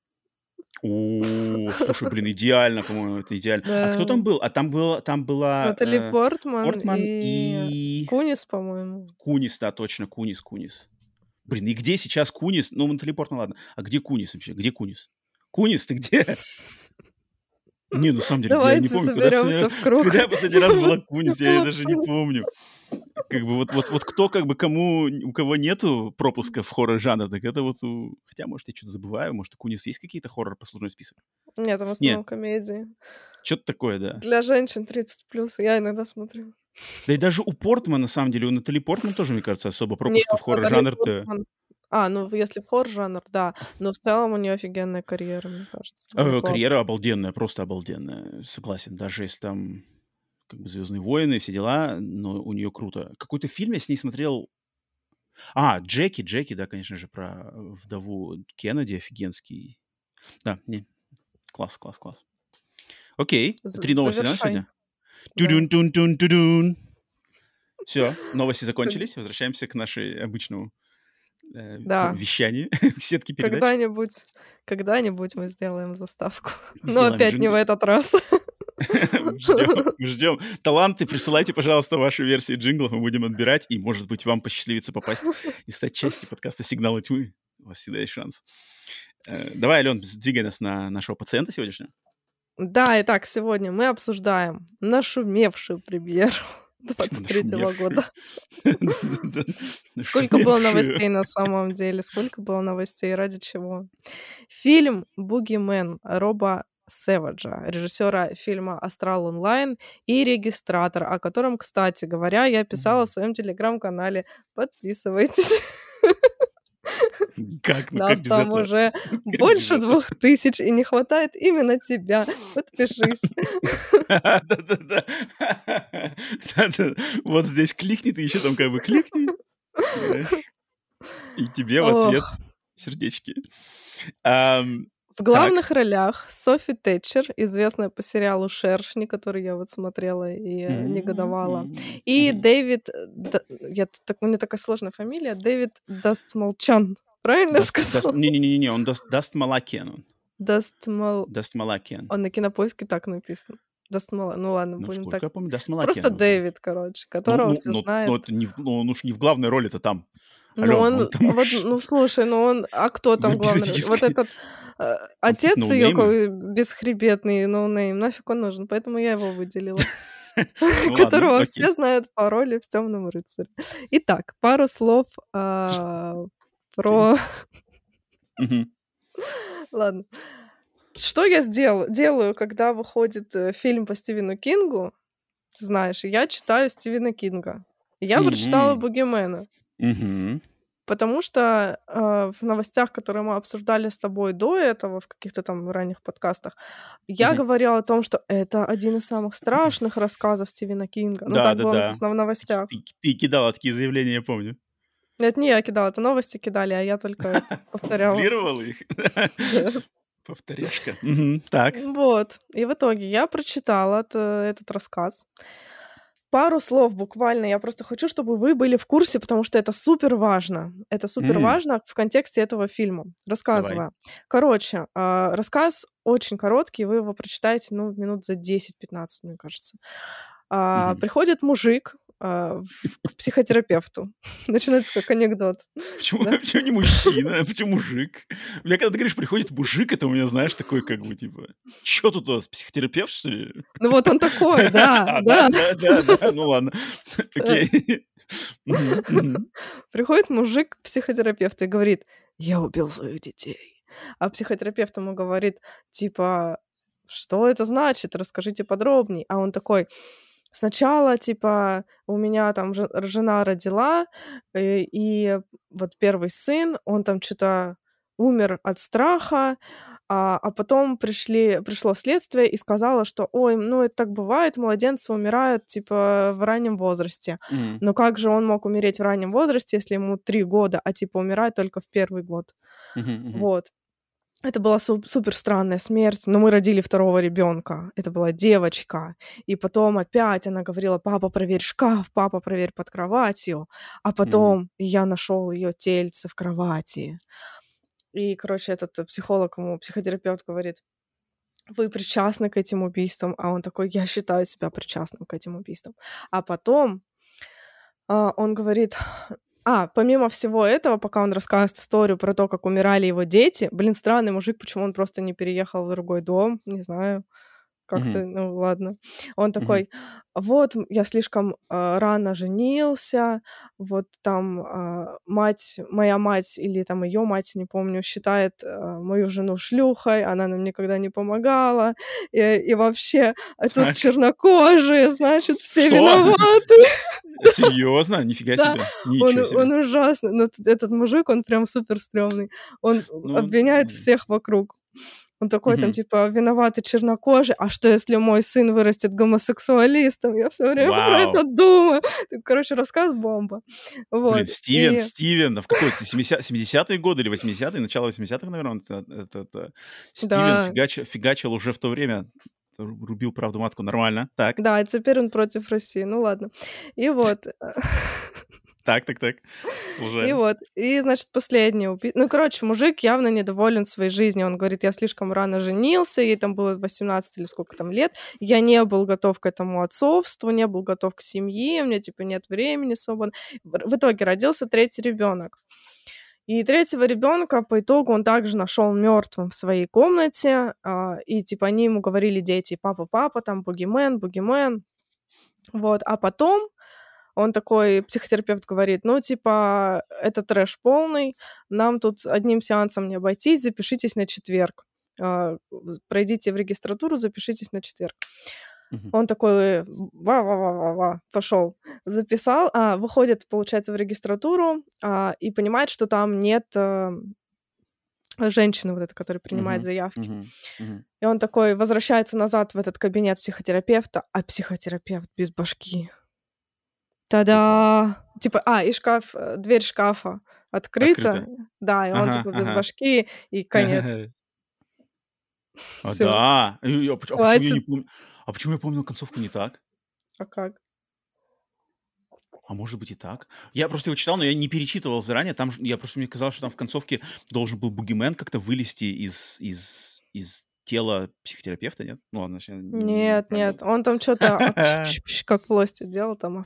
Слушай, блин, идеально, по-моему, это идеально. А кто Да. там был? Там была, Натали Портман Портман и и Кунис, по-моему. Кунис, да, точно, Кунис. Блин, и где сейчас Кунис? Ну, Натали Портман, ладно. А где Кунис вообще? Где Кунис? Кунис, ты где? Не, на самом деле, я не Давайте помню, соберемся в круг. когда я последний раз была Не Кунис, я было даже не Куни. помню. Как бы вот кто, как бы, у кого нету пропуска в хоррор-жанр, так это хотя, может, я что-то забываю, может, у Кунис есть какие-то хоррор-послужной список? Нет, там в Не, основном комедии. что-то такое, да. Для женщин 30+. Я иногда смотрю. Да и даже у Портмана, на самом деле, у Натали Портман тоже, мне кажется, особо Не, пропуска в Натали хоррор-жанр-то. Портман. Ну, если в хоррор-жанр, да. Но в целом у нее офигенная карьера, мне кажется. Она классная. Карьера обалденная, просто обалденная, согласен. Даже если там как бы «Звездные войны», все дела, но у нее круто. Какой-то фильм я с ней смотрел. Джеки, да, конечно же, про вдову Кеннеди, офигенский. Да, не, класс, класс, класс. Окей, 3 новости, да, Завершай. сегодня? Да. Тюдюн-тюн-тюн-тюдюн. Все, новости закончились. Возвращаемся к нашей обычному Да. вещанию, сетке передач. Когда-нибудь мы сделаем заставку. Но Сделаем опять не в джингл. этот раз. Мы ждем. Таланты, присылайте, пожалуйста, ваши версии джинглов, мы будем отбирать, и, может быть, вам посчастливится попасть и стать частью подкаста «Сигналы тьмы». У вас всегда есть шанс. Давай, Ален, двигай нас на нашего пациента сегодняшнего. Да, итак, сегодня мы обсуждаем нашумевшую премьеру 23-го Нашумевшую. года. Да-да-да. Сколько было Нашумевшую. новостей на самом деле, сколько было новостей, ради чего. Фильм «Бугимен» Роба Сэвиджа, режиссера фильма «Астрал онлайн» и «Регистратор», о котором, кстати говоря, я писала в своем телеграм-канале. Подписывайтесь. Как? Ну Нас как без там этого? уже Как без больше этого? 2000, и не хватает именно тебя. Подпишись. Да-да-да. Да-да. Вот здесь кликни, ты еще там как бы кликни, знаешь, и тебе в ответ Ох. сердечки. Ам, В так. главных ролях Софи Тэтчер, известная по сериалу «Шершни», который я вот смотрела и негодовала, и Мгм. Дэвид, у меня такая сложная фамилия, Дэвид Дастмолчан. Правильно я Даст сказала? не-не-не, он Даст Малакиан он. Дастмол... Даст Малакиан. Он на Кинопоиске так написан. Дастмала... Ну ладно, будем так. Насколько я помню, Даст Просто Малакиан он же. Дэвид, короче, Ну которого ну все ну ну, знают. это не в ну, он уж не в главной роли-то там. Ну, Алло, он он, там вот, уж ну, слушай, ну он, а кто в там главный? Вот эпизодической. этот Там какие-то отец ее ноунеймы. бесхребетный ноунейм, нафиг он нужен, поэтому я его выделила, Ну ладно, которого окей. все знают по роли в «Темном рыцаре». Итак, пару слов Окей. про... Мгм. Ладно. Что я делаю, когда выходит фильм по Стивену Кингу? Ты знаешь, я читаю Стивена Кинга. Я прочитала Мгм. «Бугимена». Мгм. Потому что, в новостях, которые мы обсуждали с тобой до этого, в каких-то там ранних подкастах, я Мгм. говорила о том, что это один из самых страшных рассказов Стивена Кинга. Ну, так было Да-да-да. написано в новостях. Ты кидала такие заявления, я помню. Это не я кидала, это новости кидали, а я только это повторяла. Дублировала их? Да. Повторяшка. Мгм. Так. Вот. И в итоге я прочитала этот рассказ. Пару слов буквально. Я просто хочу, чтобы вы были в курсе, потому что это супер важно. Это супер М, важно в контексте этого фильма. давай. Рассказываю. Короче, рассказ очень короткий, вы его прочитаете, ну, минут за 10-15, мне кажется. Мгм. Приходит мужик к психотерапевту. Начинается как анекдот. Почему Да? почему не мужчина? Почему мужик? У меня, когда ты говоришь: "Приходит мужик", это у меня, знаешь, такой как бы типа: "Чё тут у вас, психотерапевт, что ли?" Ну вот он такой, да, А, да? да. Да, ну ладно. Э, Окей. Мгм, мгм. Приходит мужик к психотерапевту и говорит: «Я убил своих детей». А психотерапевт ему говорит, типа: «Что это значит? Расскажите подробней». А он такой: «Сначала, типа, у меня там жена родила, и вот первый сын, он там что то умер от страха, а потом пришло следствие и сказало, что: "Ой, ну это так бывает, младенцы умирают, типа, в раннем возрасте". М, Но как же он мог умереть в раннем возрасте, если ему 3 года, а, типа, умирает только в первый год? мгм, мгм. Вот. Это была супер странная смерть, но мы родили второго ребенка. Это была девочка. И потом опять она говорила: «Папа, проверь шкаф, папа, проверь под кроватью». А Мгм. потом я нашел ее тельце в кровати. И, короче, этот психолог ему, психотерапевт говорит: «Вы причастны к этим убийствам?» А он такой: «Я считаю себя причастным к этим убийствам». А потом он говорит, помимо всего этого, пока он рассказывает историю про то, как умирали его дети, блин, странный мужик, почему он просто не переехал в другой дом, не знаю. Мгм. Как-то, ну ладно. Он Мгм. такой: «Вот, я слишком, рано женился, вот там, моя мать или там ее мать, не помню, считает, мою жену шлюхой, она нам никогда не помогала, и вообще, тут Так. чернокожие, значит, все Что? виноваты». Серьезно? Нифига Да, себе. он Ничего себе. он ужасный. Но этот мужик, он прям супер стрёмный. Он Ну, обвиняет всех вокруг. Он такой там мгм. типа: «Виноваты чернокожие. А что, если мой сын вырастет гомосексуалистом?» Я всё время про Вау! это думаю. Короче, рассказ бомба. Блин, Вот. И Стивен, а в какой это, 70-е годы или 80-е, начало 80-х, наверное, он Стивен да, фигачил уже в то время, рубил правду матку. Нормально. Так, да, и теперь он против России. Ну ладно. И вот. так. И Продолжаем. вот, и, значит, последнее Ну, короче, мужик явно недоволен своей жизнью. Он говорит: «Я слишком рано женился, ей там было 18 или сколько там лет. Я не был готов к этому отцовству, не был готов к семье, у меня, типа, нет времени свободно». В итоге родился третий ребенок. И третьего ребенка по итогу он также нашел мертвым в своей комнате. И, типа, они ему говорили, дети: «Папа, папа, там, бугимен, бугимен». Вот, а потом он такой, психотерапевт говорит: «Ну, типа, это трэш полный, нам тут одним сеансом не обойтись, запишитесь на четверг. Пройдите в регистратуру, запишитесь на четверг». Мгм. Он такой: «Ва-ва-ва-ва-ва», пошел, записал, выходит, получается, в регистратуру, и понимает, что там нет, женщины вот этой, которая принимает Мгм. заявки. Мгм. Мгм. И он такой возвращается назад в этот кабинет психотерапевта, а психотерапевт без башки. Опа. Та-да! Типа, и шкаф, дверь шкафа открыта, Открыто. да, и он Ага, типа без ага. башки, и конец. А, Всё, да. Почему я не хватит. помню? А почему я помнил концовку не так? А как? А может быть и так. Я просто его читал, но я не перечитывал заранее. Там ж я просто мне казалось, что там в концовке должен был бугимен как-то вылезти из тела психотерапевта, нет? Ну ладно, ща Нет, неправильно. нет, он там чё-то как Власти делал, там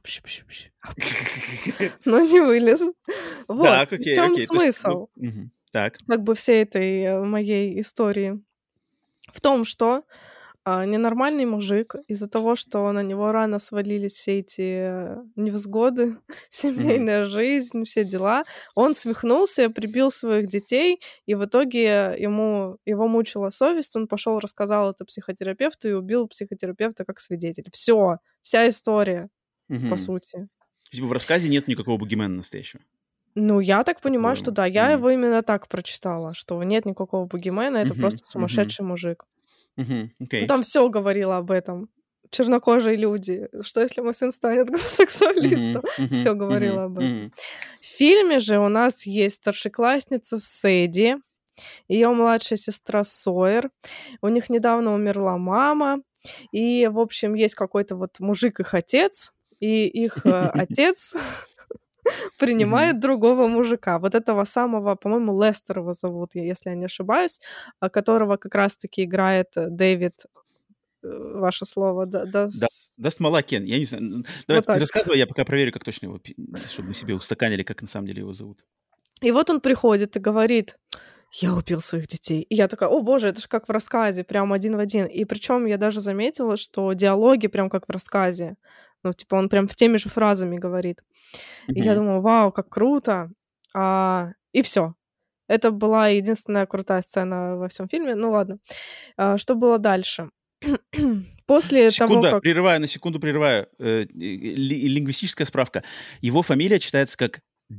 но не вылез. Вот, Так, в окей, чём окей. То есть, ну, смысл так. как бы всей этой, моей истории? В том, что ненормальный мужик из-за того, что на него рано свалились все эти, невзгоды, Мгм. семейная жизнь, все дела. Он свихнулся, прибил своих детей, и в итоге его мучила совесть. Он пошел, рассказал это психотерапевту и убил психотерапевта как свидетель. Все, вся история, по Мгм. сути. Типа в рассказе нет никакого бугимена настоящего, Ну, я так понимаю, что по-твоему? да. Я его именно так прочитала, что нет никакого бугимена, это Мгм. просто Мгм. сумасшедший мужик. Мгм. Ну, Окей. там все говорило об этом. Чернокожие люди. Что, если мой сын станет Мгм. гомосексуалистом? Мгм. Все Мгм. говорило об этом. Мгм. В фильме же у нас есть старшеклассница Сэдди, ее младшая сестра Сойер. У них недавно умерла мама. И, в общем, есть какой-то вот мужик, их отец, и их, отец Мгм. принимает другого мужика. Вот этого самого, по-моему, Лестер его зовут, если я не ошибаюсь, которого как раз таки играет, Дэвид, ваше слово, Да, даст Малакен. Я не знаю. Давай вот ты так. рассказывай, я пока проверю, как точно его чтобы мы себе устаканили, как на самом деле его зовут. И вот он приходит и говорит: "Я убил своих детей". И я такая: "О боже, это ж как в рассказе, прям один в один". И причем я даже заметила, что диалоги прям как в рассказе. Ну, типа, он прям теми же фразами говорит. И я Мгм. думаю: "Вау, как круто!" И все. Это была единственная крутая сцена во всем фильме. Ну ладно. Что было дальше? После того, Секунда, как прерываю, на секунду прерываю. Лингвистическая справка. Его фамилия читается как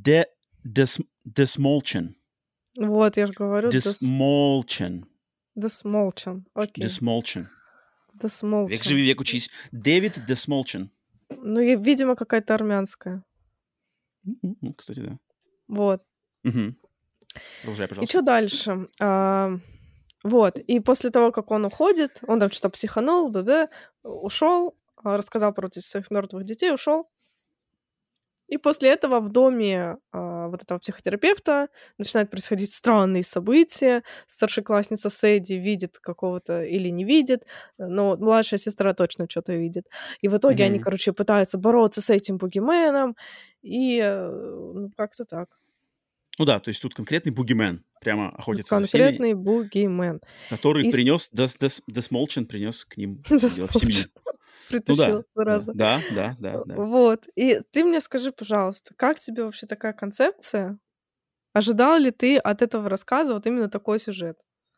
Десмолчен. вот я же говорю, Десмолчен. Десмолчан. Окей, Десмолчен. Век Десмолчан. живи, век учись. Дэвид Десмолчен. Ну, видимо, какая-то армянская. Кстати, да. Вот. Мгм. Продолжай, И пожалуйста. что дальше? Вот. И после того, как он уходит, он там что то психанул, ушел, рассказал про этих своих мертвых детей, ушел. И после этого в доме, вот этого психотерапевта начинают происходить странные события. Старшеклассница Сэдди видит какого-то или не видит, но младшая сестра точно что то видит. И в итоге они, Мгм. короче, пытаются бороться с этим бугименом, и, ну, как-то так. Ну да, то есть тут конкретный бугимен прямо охотится за всеми, Конкретный бугимен. который И с принес Десмолчен принес к ним, видимо, в семью. Десмолчан Ну да, притащил, да, зараза. да, да, да, да. Вот. И ты мне скажи, пожалуйста, как тебе вообще такая концепция? Ожидал ли ты от этого рассказа вот именно такой сюжет?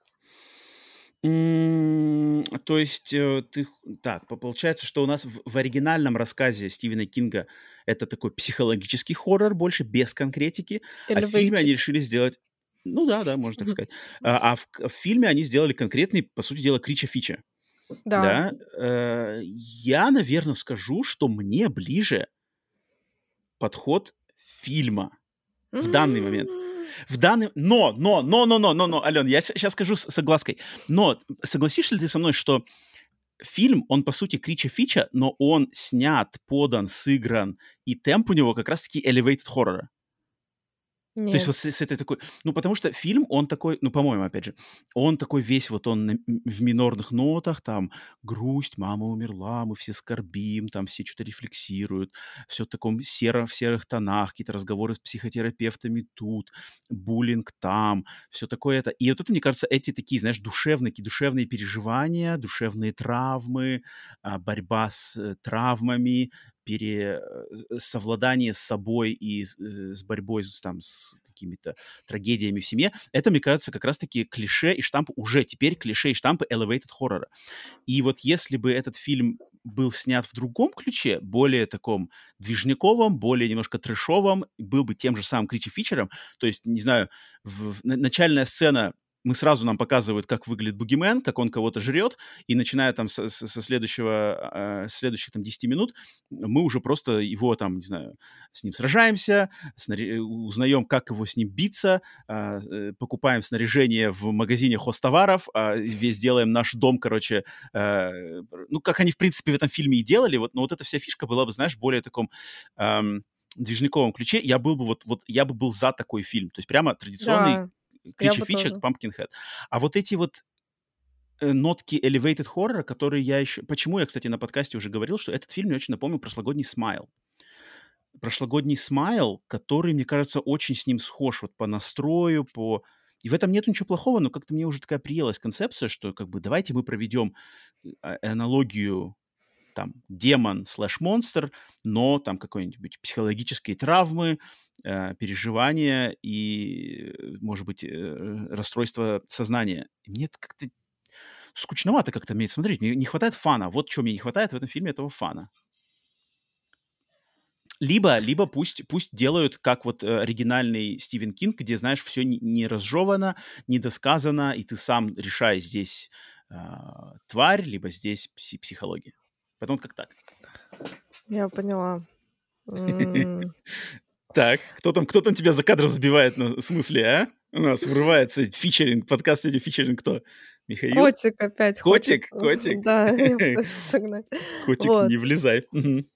То есть, так, получается, что у нас в оригинальном рассказе Стивена Кинга это такой психологический хоррор, больше без конкретики, а в фильме Elevated. они решили сделать ну да, да, можно так Мгм. сказать. В фильме они сделали конкретный, по сути дела, крича-фича, Да. да. Я, наверно, скажу, что мне ближе подход фильма в данный момент. В данный но, Алён, я сейчас скажу с оглаской. Но согласишься ли ты со мной, что фильм, он, по сути, крича-фича, но он снят, подан, сыгран, и темп у него как раз-таки elevated хоррора. То есть Нет. вот с этой такой ну, потому что фильм, он такой, ну, по-моему, опять же, он такой весь вот он в минорных нотах, там грусть, мама умерла, мы все скорбим, там все что то рефлексируют, все в таком в серых тонах, какие-то разговоры с психотерапевтами тут, буллинг там, все такое это. И вот это, мне кажется, эти такие, знаешь, душевные переживания, душевные травмы, борьба с, травмами, совладание с собой и с борьбой с какими-то трагедиями в семье, это, мне кажется, как раз-таки клише и штамп, уже теперь клише и штампы elevated хоррора. И вот если бы этот фильм был снят в другом ключе, более таком движниковом, более немножко трэшовом, был бы тем же самым кричи-фичером, то есть, не знаю, начальная сцена нам показывают, как выглядит Бугимен, как он кого-то жрет, и начиная там со следующих там 10 минут мы уже просто его там, не знаю, с ним сражаемся, узнаем, как его с ним биться, покупаем снаряжение в магазине хозтоваров, весь делаем наш дом, короче, ну, как они, в принципе, в этом фильме и делали, вот, но вот эта вся фишка была бы, знаешь, более таком движниковом ключе. Я бы был за такой фильм, то есть прямо традиционный Да, я бы кличе-фича тоже. Pumpkinhead. А вот эти вот нотки elevated horror, которые я еще... Почему я, кстати, на подкасте уже говорил, что этот фильм мне очень напомнил прошлогодний «Смайл». Прошлогодний «Смайл», который, мне кажется, очень с ним схож вот по настрою, по... И в этом нет ничего плохого, но как-то мне уже такая приелась концепция, что как бы давайте мы проведем аналогию там демон слэш монстр, но там какие-нибудь психологические травмы, переживания и, может быть, расстройство сознания. И мне это как-то скучновато как-то мне смотреть. Мне не хватает фана. Вот чего мне не хватает в этом фильме, этого фана. Либо пусть делают, как вот оригинальный Стивен Кинг, где, знаешь, все не разжевано, не досказано, и ты сам решаешь здесь тварь, либо здесь психология. Потом как так. Я поняла. М, Так, кто там тебя за кадр сбивает на смысле, а? У нас врывается фичеринг, подкаст сегодня фичеринг кто? Михаил? Котик опять хочет, Котик? Котик? да, я пытаюсь отогнать. Котик, Вот. не влезай. Мгм.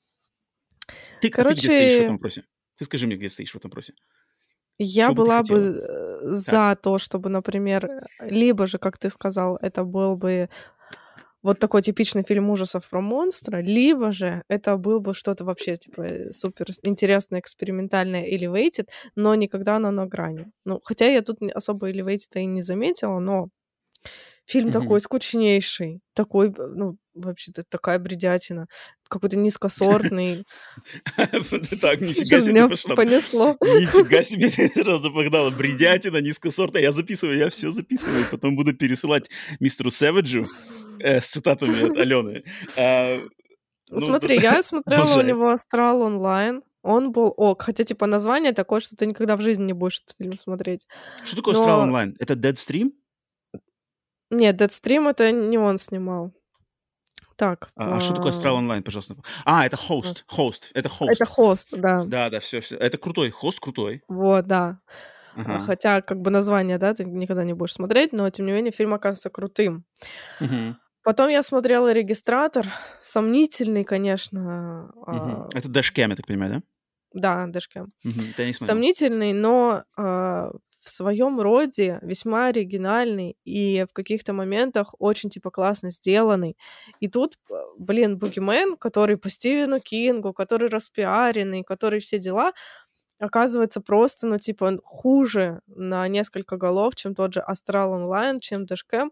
Ты где стоишь в этом Короче, вопросе? Ты скажи мне, где стоишь в этом вопросе. я Чего бы ты была бы хотела? Так. за то, чтобы, например, либо же, как ты сказал, это был бы вот такой типичный фильм ужасов про монстра, либо же это был бы что-то вообще типа супер интересное, экспериментальное, elevated, но никогда оно на грани. Ну, хотя я тут особо elevated и не заметила, но фильм такой Мгм. скучнейший, такой, ну, вообще-то такая бредятина, какой-то низкосортный. Так, нифига Сейчас себе ты меня пошла. понесло. Нифига себе ты сразу погнала. Бредятина, низкосортная. Я все записываю. Потом буду пересылать мистеру Сэвиджу с цитатами от Алены. Ну, Смотри, я смотрела у продолжай. него «Астрал онлайн». Он был ок, хотя, типа, название такое, что ты никогда в жизни не будешь этот фильм смотреть. Что такое Астрал Но онлайн? Это Deadstream? нет, «Дэдстрим» — это не он снимал. Так, А что такое Астрал онлайн, пожалуйста? А, это щас. хост. Это Это хост. «Хост», да. Да, все. Это крутой. Хост крутой. Вот, да. Ага. Хотя, как бы, название, да, ты никогда не будешь смотреть, но, тем не менее, фильм оказывается крутым. Мгм. Потом я смотрела «Регистратор». Сомнительный, конечно, Мгм. Это Dashcam, я так понимаю, да? да, Дэшкэм. Мгм. Это я не смотрел. Сомнительный, но в своем роде весьма оригинальный и в каких-то моментах очень, типа, классно сделанный. И тут, блин, Бугимен, который по Стивену Кингу, который распиаренный, который все дела, оказывается просто, ну, типа, хуже на несколько голов, чем тот же «Астрал онлайн», чем «Дэшкэм».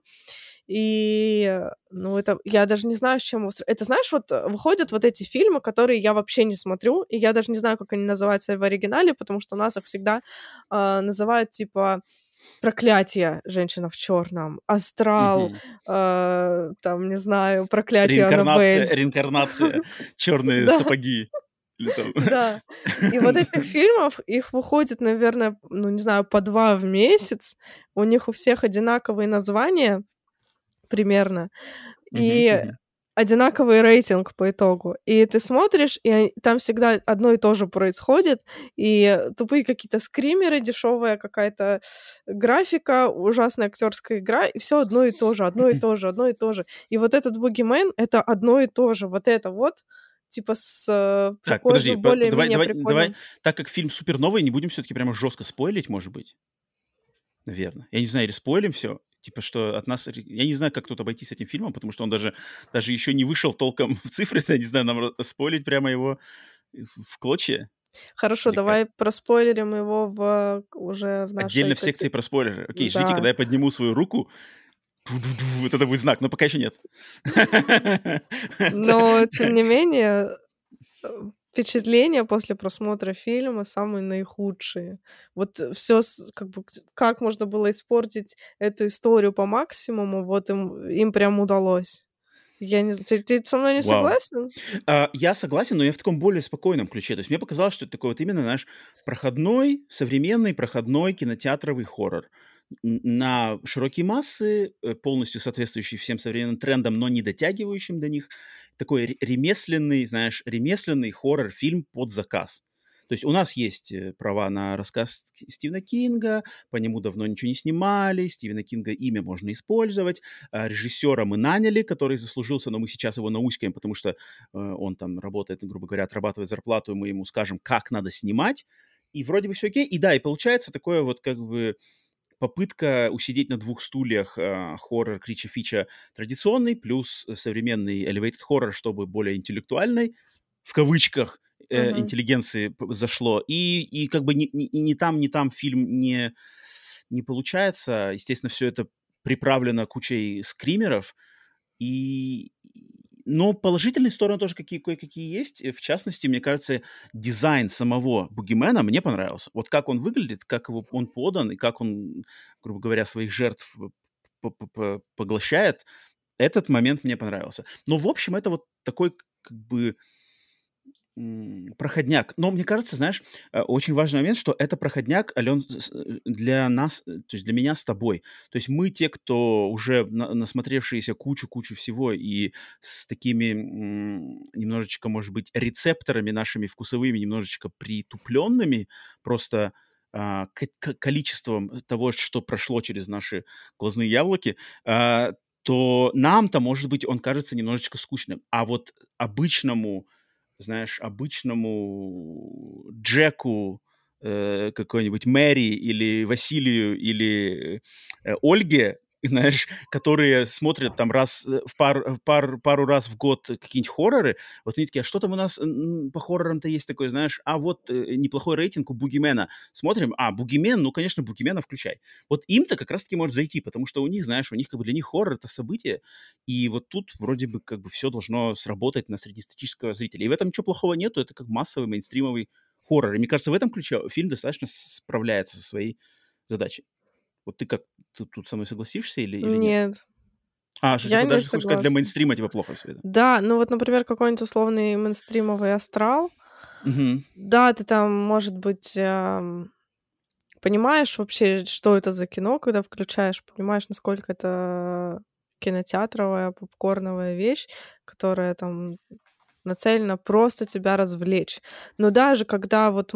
И, ну, это я даже не знаю, с чем его Это, знаешь, вот выходят вот эти фильмы, которые я вообще не смотрю, и я даже не знаю, как они называются в оригинале, потому что у нас их всегда называют, типа, «Проклятие. Женщина в черном», «Астрал», Мгм. там, не знаю, «Проклятие Аннабель». Реинкарнация, черные Да, сапоги. Или там... да. И вот этих фильмов, их выходит, наверное, ну, не знаю, по 2 в месяц. У них у всех одинаковые названия примерно. Мгм, И мгм. одинаковый рейтинг по итогу. И ты смотришь, и там всегда одно и то же происходит, и тупые какие-то скримеры, дешевая какая-то графика, ужасная актерская игра, и все одно и то же, одно и то же, одно и то же. И вот этот Бугимен — это одно и то же. Вот это вот, типа с Так, подожди, давай, более-менее давай, прикольным. так как фильм супер новый, не будем все-таки прямо жестко спойлить, может быть, наверное. Я не знаю, или спойлим все, типа, что от нас... Я не знаю, как тут обойтись с этим фильмом, потому что он даже еще не вышел толком в цифры, я не знаю, нам спойлить прямо его в клочья, Хорошо, или как? давай проспойлерим его уже в нашей Отдельно в статье. секции про спойлеры. Окей, ждите, Да. когда я подниму свою руку. Вот это будет знак, но пока еще нет. Но, тем Так. не менее, э, впечатления после просмотра фильма самые наихудшие. Вот все, как бы, как можно было испортить эту историю по максимуму, вот им прям удалось. Я не з ты со мной не Вау. согласен? Я согласен, но я в таком более спокойном ключе. То есть мне показалось, что это такой вот именно, знаешь, проходной, современный проходной кинотеатровый хоррор. на широкие массы, полностью соответствующий всем современным трендам, но не дотягивающим до них. Такой ремесленный, знаешь, ремесленный хоррор-фильм под заказ. То есть у нас есть права на рассказ Стивена Кинга, по нему давно ничего не снимали, Стивена Кинга имя можно использовать, режиссера мы наняли, который заслужился, но мы сейчас его науськаем, потому что он там работает, грубо говоря, отрабатывает зарплату, и мы ему скажем, как надо снимать, и вроде бы все окей, и да, и получается такое вот как бы попытка усидеть на двух стульях, хоррор Крича Фича традиционный, плюс современный elevated horror, чтобы более интеллектуальный, в кавычках, Мгм. интеллигенции зашло. И как бы ни там фильм не получается. Естественно, все это приправлено кучей скримеров. И, но положительные стороны тоже кое-какие есть. В частности, мне кажется, дизайн самого Бугимена мне понравился. Вот как он выглядит, как его он подан, и как он, грубо говоря, своих жертв поглощает, этот момент мне понравился. Но, в общем, это вот такой как бы проходняк. Но мне кажется, знаешь, очень важный момент, что это проходняк, Ален, для нас, то есть для меня с тобой. То есть мы те, кто уже насмотревшиеся кучу всего и с такими немножечко, может быть, рецепторами нашими вкусовыми, немножечко притупленными, просто количеством того, что прошло через наши глазные яблоки, то нам-то, может быть, он кажется немножечко скучным. А вот обычному, знаешь, обычному Джеку, какой-нибудь Мэри или Василию или Ольге, знаешь, которые смотрят там раз пару раз в год какие-нибудь хорроры, вот они такие, а что там у нас по хоррорам-то есть такое, знаешь, а вот неплохой рейтинг у Бугимена. Смотрим, Бугимен, ну, конечно, Бугимена включай. Вот им-то как раз-таки может зайти, потому что у них, знаешь, у них как бы для них хоррор — это событие, и вот тут вроде бы как бы все должно сработать на среднестатистического зрителя. И в этом ничего плохого нету, это как массовый мейнстримовый хоррор. И мне кажется, в этом ключе фильм достаточно справляется со своей задачей. Вот ты как, ты тут со мной согласишься или нет? Нет, Что я типа не даже хочешь сказать, для согласна. мейнстрима типа плохо все это? Да, ну вот, например, какой-нибудь условный мейнстримовый "Астрал". Мгм. Да, ты там, может быть, понимаешь вообще, что это за кино, когда включаешь, понимаешь, насколько это кинотеатровая, попкорновая вещь, которая там нацелена просто тебя развлечь. Но даже когда вот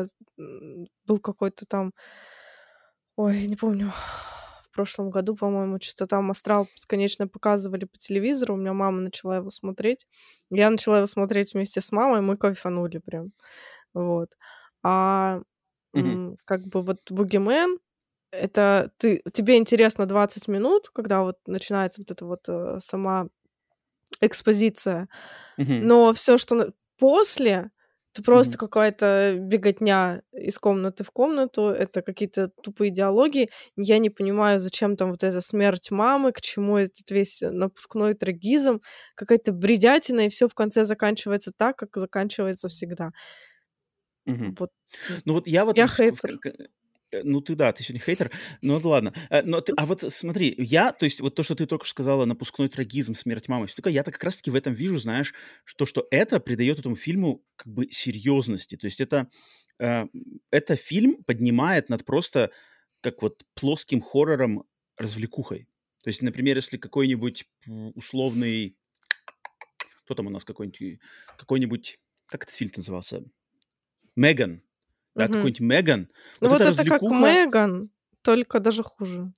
был какой-то там, ой, не помню, в прошлом году, по-моему, что то там "Астрал" бесконечно показывали по телевизору, у меня мама начала его смотреть. Я начала его смотреть вместе с мамой, мы кайфанули прям. Вот. А, Мгм. как бы вот "Бугимен" — это тебе интересно 20 минут, когда вот начинается вот эта вот, сама экспозиция, Мгм. но все, что после — это просто Мгм. какая-то беготня из комнаты в комнату, это какие-то тупые диалоги. Я не понимаю, зачем там вот эта смерть мамы, к чему этот весь напускной трагизм, какая-то бредятина, и все в конце заканчивается так, как заканчивается всегда. Мгм. Вот, Ну вот я вот я хейтер. ну ты да, ты сегодня хейтер. Ну вот ладно. Но ты, а вот смотри, то есть вот то, что ты только что сказала, напускной трагизм, смерть мамы, всё такое, я-то как раз-таки в этом вижу, знаешь, что это придает этому фильму как бы серьезности. То есть э, это фильм поднимает над просто как вот плоским хоррором развлекухой. То есть, например, если какой-нибудь условный, кто там у нас какой-нибудь, как этот фильм назывался? Меган. Да, Мгм. какой-нибудь Меган. Ну Вот вот эта это как развлекуха. "Меган", только даже хуже.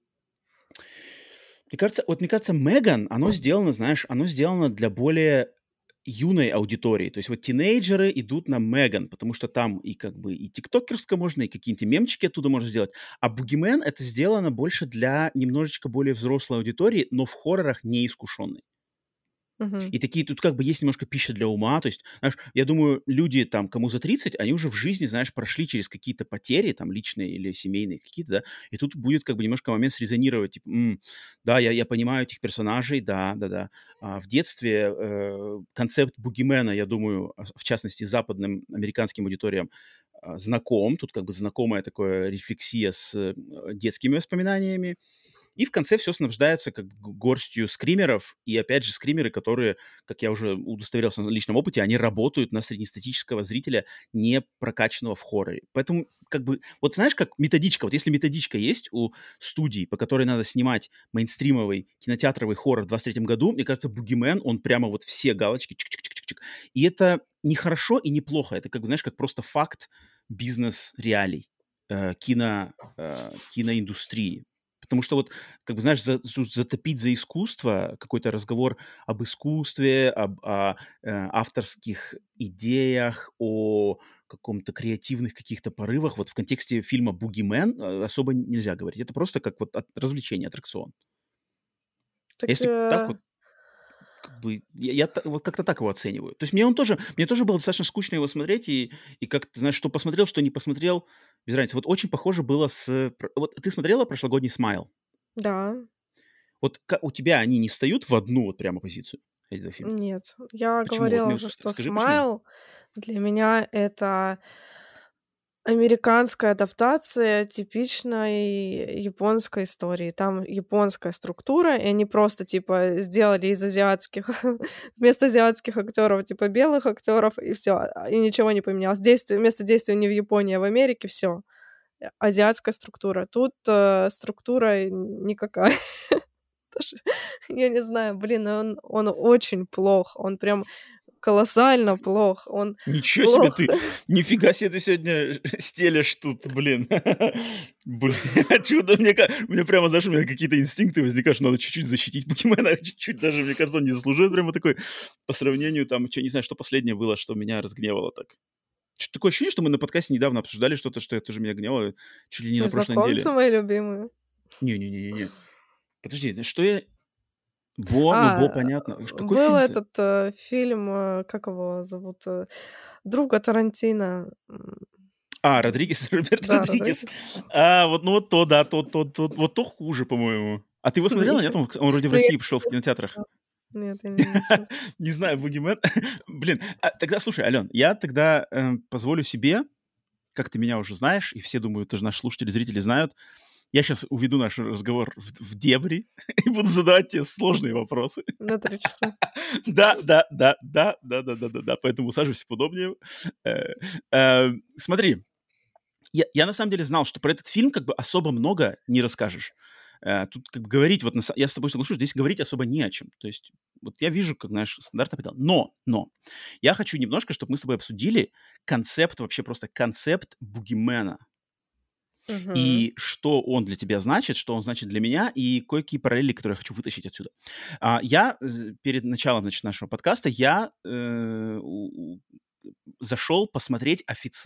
Мне кажется, "Меган", оно сделано, знаешь, оно сделано для более юной аудитории. То есть вот тинейджеры идут на "Меган", потому что там и как бы и тиктокерско можно, и какие-нибудь мемчики оттуда можно сделать. А "Бугимен" — это сделано больше для немножечко более взрослой аудитории, но в хоррорах неискушенной. Мгм. И такие тут как бы есть немножко пища для ума. То есть, знаешь, я думаю, люди там, кому за 30, они уже в жизни, знаешь, прошли через какие-то потери, там, личные или семейные какие-то, да, и тут будет как бы немножко момент срезонировать, типа, да, я понимаю этих персонажей, да. В детстве концепт бугимена, я думаю, в частности, западным американским аудиториям знаком. Тут как бы знакомая такая рефлексия с детскими воспоминаниями. И в конце все снабждается как бы горстью скримеров, и опять же скримеры, которые, как я уже удостоверился на личном опыте, они работают на среднестатического зрителя, не прокачанного в хорроре. Поэтому как бы, вот знаешь, как методичка, вот если методичка есть у студии, по которой надо снимать мейнстримовый кинотеатровый хоррор в 23 году, мне кажется, «Бугимен», он прямо вот все галочки чик-чик-чик-чик. И это не хорошо и не плохо, это как бы, знаешь, как просто факт бизнес-реалий киноиндустрии. Потому что вот, как бы, знаешь, затопить за искусство, какой-то разговор об искусстве, авторских идеях, о каком-то креативных каких-то порывах, вот в контексте фильма «Бугимен» особо нельзя говорить. Это просто как вот развлечение, аттракцион. Так, Если так вот, как бы, вот как-то так его оцениваю. То есть мне тоже было достаточно скучно его смотреть, и как ты знаешь, что посмотрел, что не посмотрел, без разницы. Вот очень похоже было Вот ты смотрела прошлогодний «Смайл»? да, Вот у тебя они не встают в одну вот прямо позицию, эти 2 фильма? нет. Я Почему? Вот говорила мне уже, что скажи, почему. «Смайл» для меня — это американская адаптация типичной японской истории. Там японская структура, и они просто, типа, сделали из азиатских вместо азиатских актеров типа, белых актеров и все, и ничего не поменялось. Место действия не в Японии, а в Америке, все азиатская структура. Тут, структура никакая. Даже я не знаю, блин, он очень плох, он прям колоссально плох, он Ничего себе плох. ты! Нифига себе ты сегодня стелешь тут, блин. Блин, чудо, мне прямо, знаешь, у меня какие-то инстинкты возникают, что надо чуть-чуть защитить покемона, чуть-чуть даже, мне кажется, он не заслужил прямо такой по сравнению, там, не знаю, что последнее было, что меня разгневало так. Чё-то такое ощущение, что мы на подкасте недавно обсуждали что-то, что это же меня гневало чуть ли не на прошлой неделе. Незнакомцы мои любимые. Не-не-не-не-не. Подожди, что я... А, понятно. Какой был фильм-то? этот, фильм, как его зовут, друга Тарантино, Родригес, Роберт да, Родригес. Родригес. Вот, ну вот то, да, вот то хуже, по-моему. А ты его смотрела, нет? Нет, Он вроде в ну я России пришел в не кинотеатрах. смотрела. Нет, я не смотрела. Не знаю, «Бугимен». Блин, тогда слушай, Ален, я тогда позволю себе, как ты меня уже знаешь, и все, думаю, тоже наши слушатели, зрители знают, я сейчас уведу наш разговор в дебри и буду задавать тебе сложные вопросы. На 3 часа. Да, поэтому усаживайся поудобнее. Э, Смотри, я на самом деле знал, что про этот фильм как бы особо много не расскажешь. Тут как бы говорить, вот я с тобой соглашусь, здесь говорить особо не о чем. То есть вот я вижу, как, знаешь, стандартный предел. Но я хочу немножко, чтобы мы с тобой обсудили концепт, вообще просто концепт бугимена. Мгм. И что он для тебя значит, что он значит для меня, и кое-какие параллели, которые я хочу вытащить отсюда. Перед началом, значит, нашего подкаста я зашел посмотреть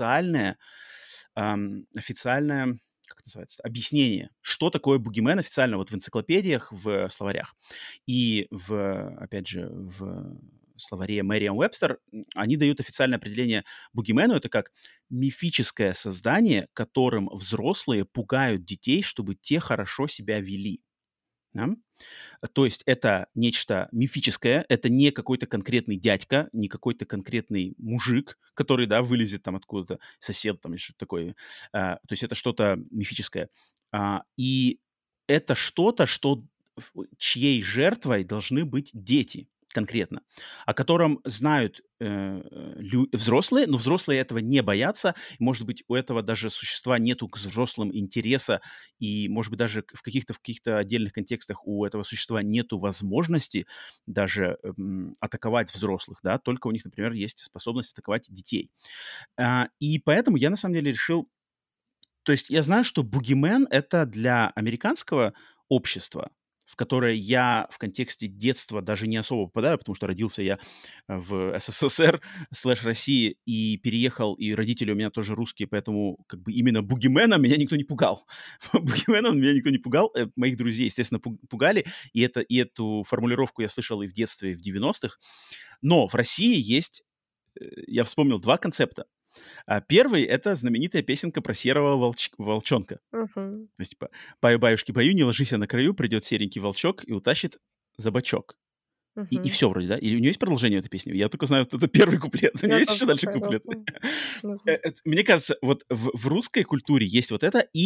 официальное, как это называется, объяснение, что такое бугимен официально вот в энциклопедиях, в словарях. И опять же, в словаре Merriam-Webster они дают официальное определение бугимену. Это как мифическое создание, которым взрослые пугают детей, чтобы те хорошо себя вели. Да? То есть это нечто мифическое, это не какой-то конкретный дядька, не какой-то конкретный мужик, который, да, вылезет там откуда-то, сосед там или что-то такое. То есть это что-то мифическое. И это что-то, чьей жертвой должны быть дети конкретно, о котором знают взрослые, но взрослые этого не боятся. Может быть, у этого даже существа нету к взрослым интереса, и, может быть, даже в каких-то отдельных контекстах у этого существа нету возможности даже атаковать взрослых, да, только у них, например, есть способность атаковать детей. И поэтому я, на самом деле, решил... То есть я знаю, что бугимен — это для американского общества, в которое я в контексте детства даже не особо попадаю, потому что родился я в СССР /России и переехал, и родители у меня тоже русские, поэтому как бы именно бугименом меня никто не пугал. Бугименом меня никто не пугал. Моих друзей, естественно, пугали, и эту формулировку я слышал и в детстве, и в 90-х. Но в России есть, я вспомнил, два концепта. Первый — это знаменитая песенка про серого волчонка. Мгм. То есть, типа, «Баю-баюшки, баю, не ложись на краю, придет серенький волчок и утащит за бочок». И Мгм. все вроде, да? Или у нее есть продолжение этой песни? Я только знаю, вот это первый куплет. У нее Я есть тоже еще дальше только это куплет? знаю. Мне кажется, вот в русской культуре есть вот это, и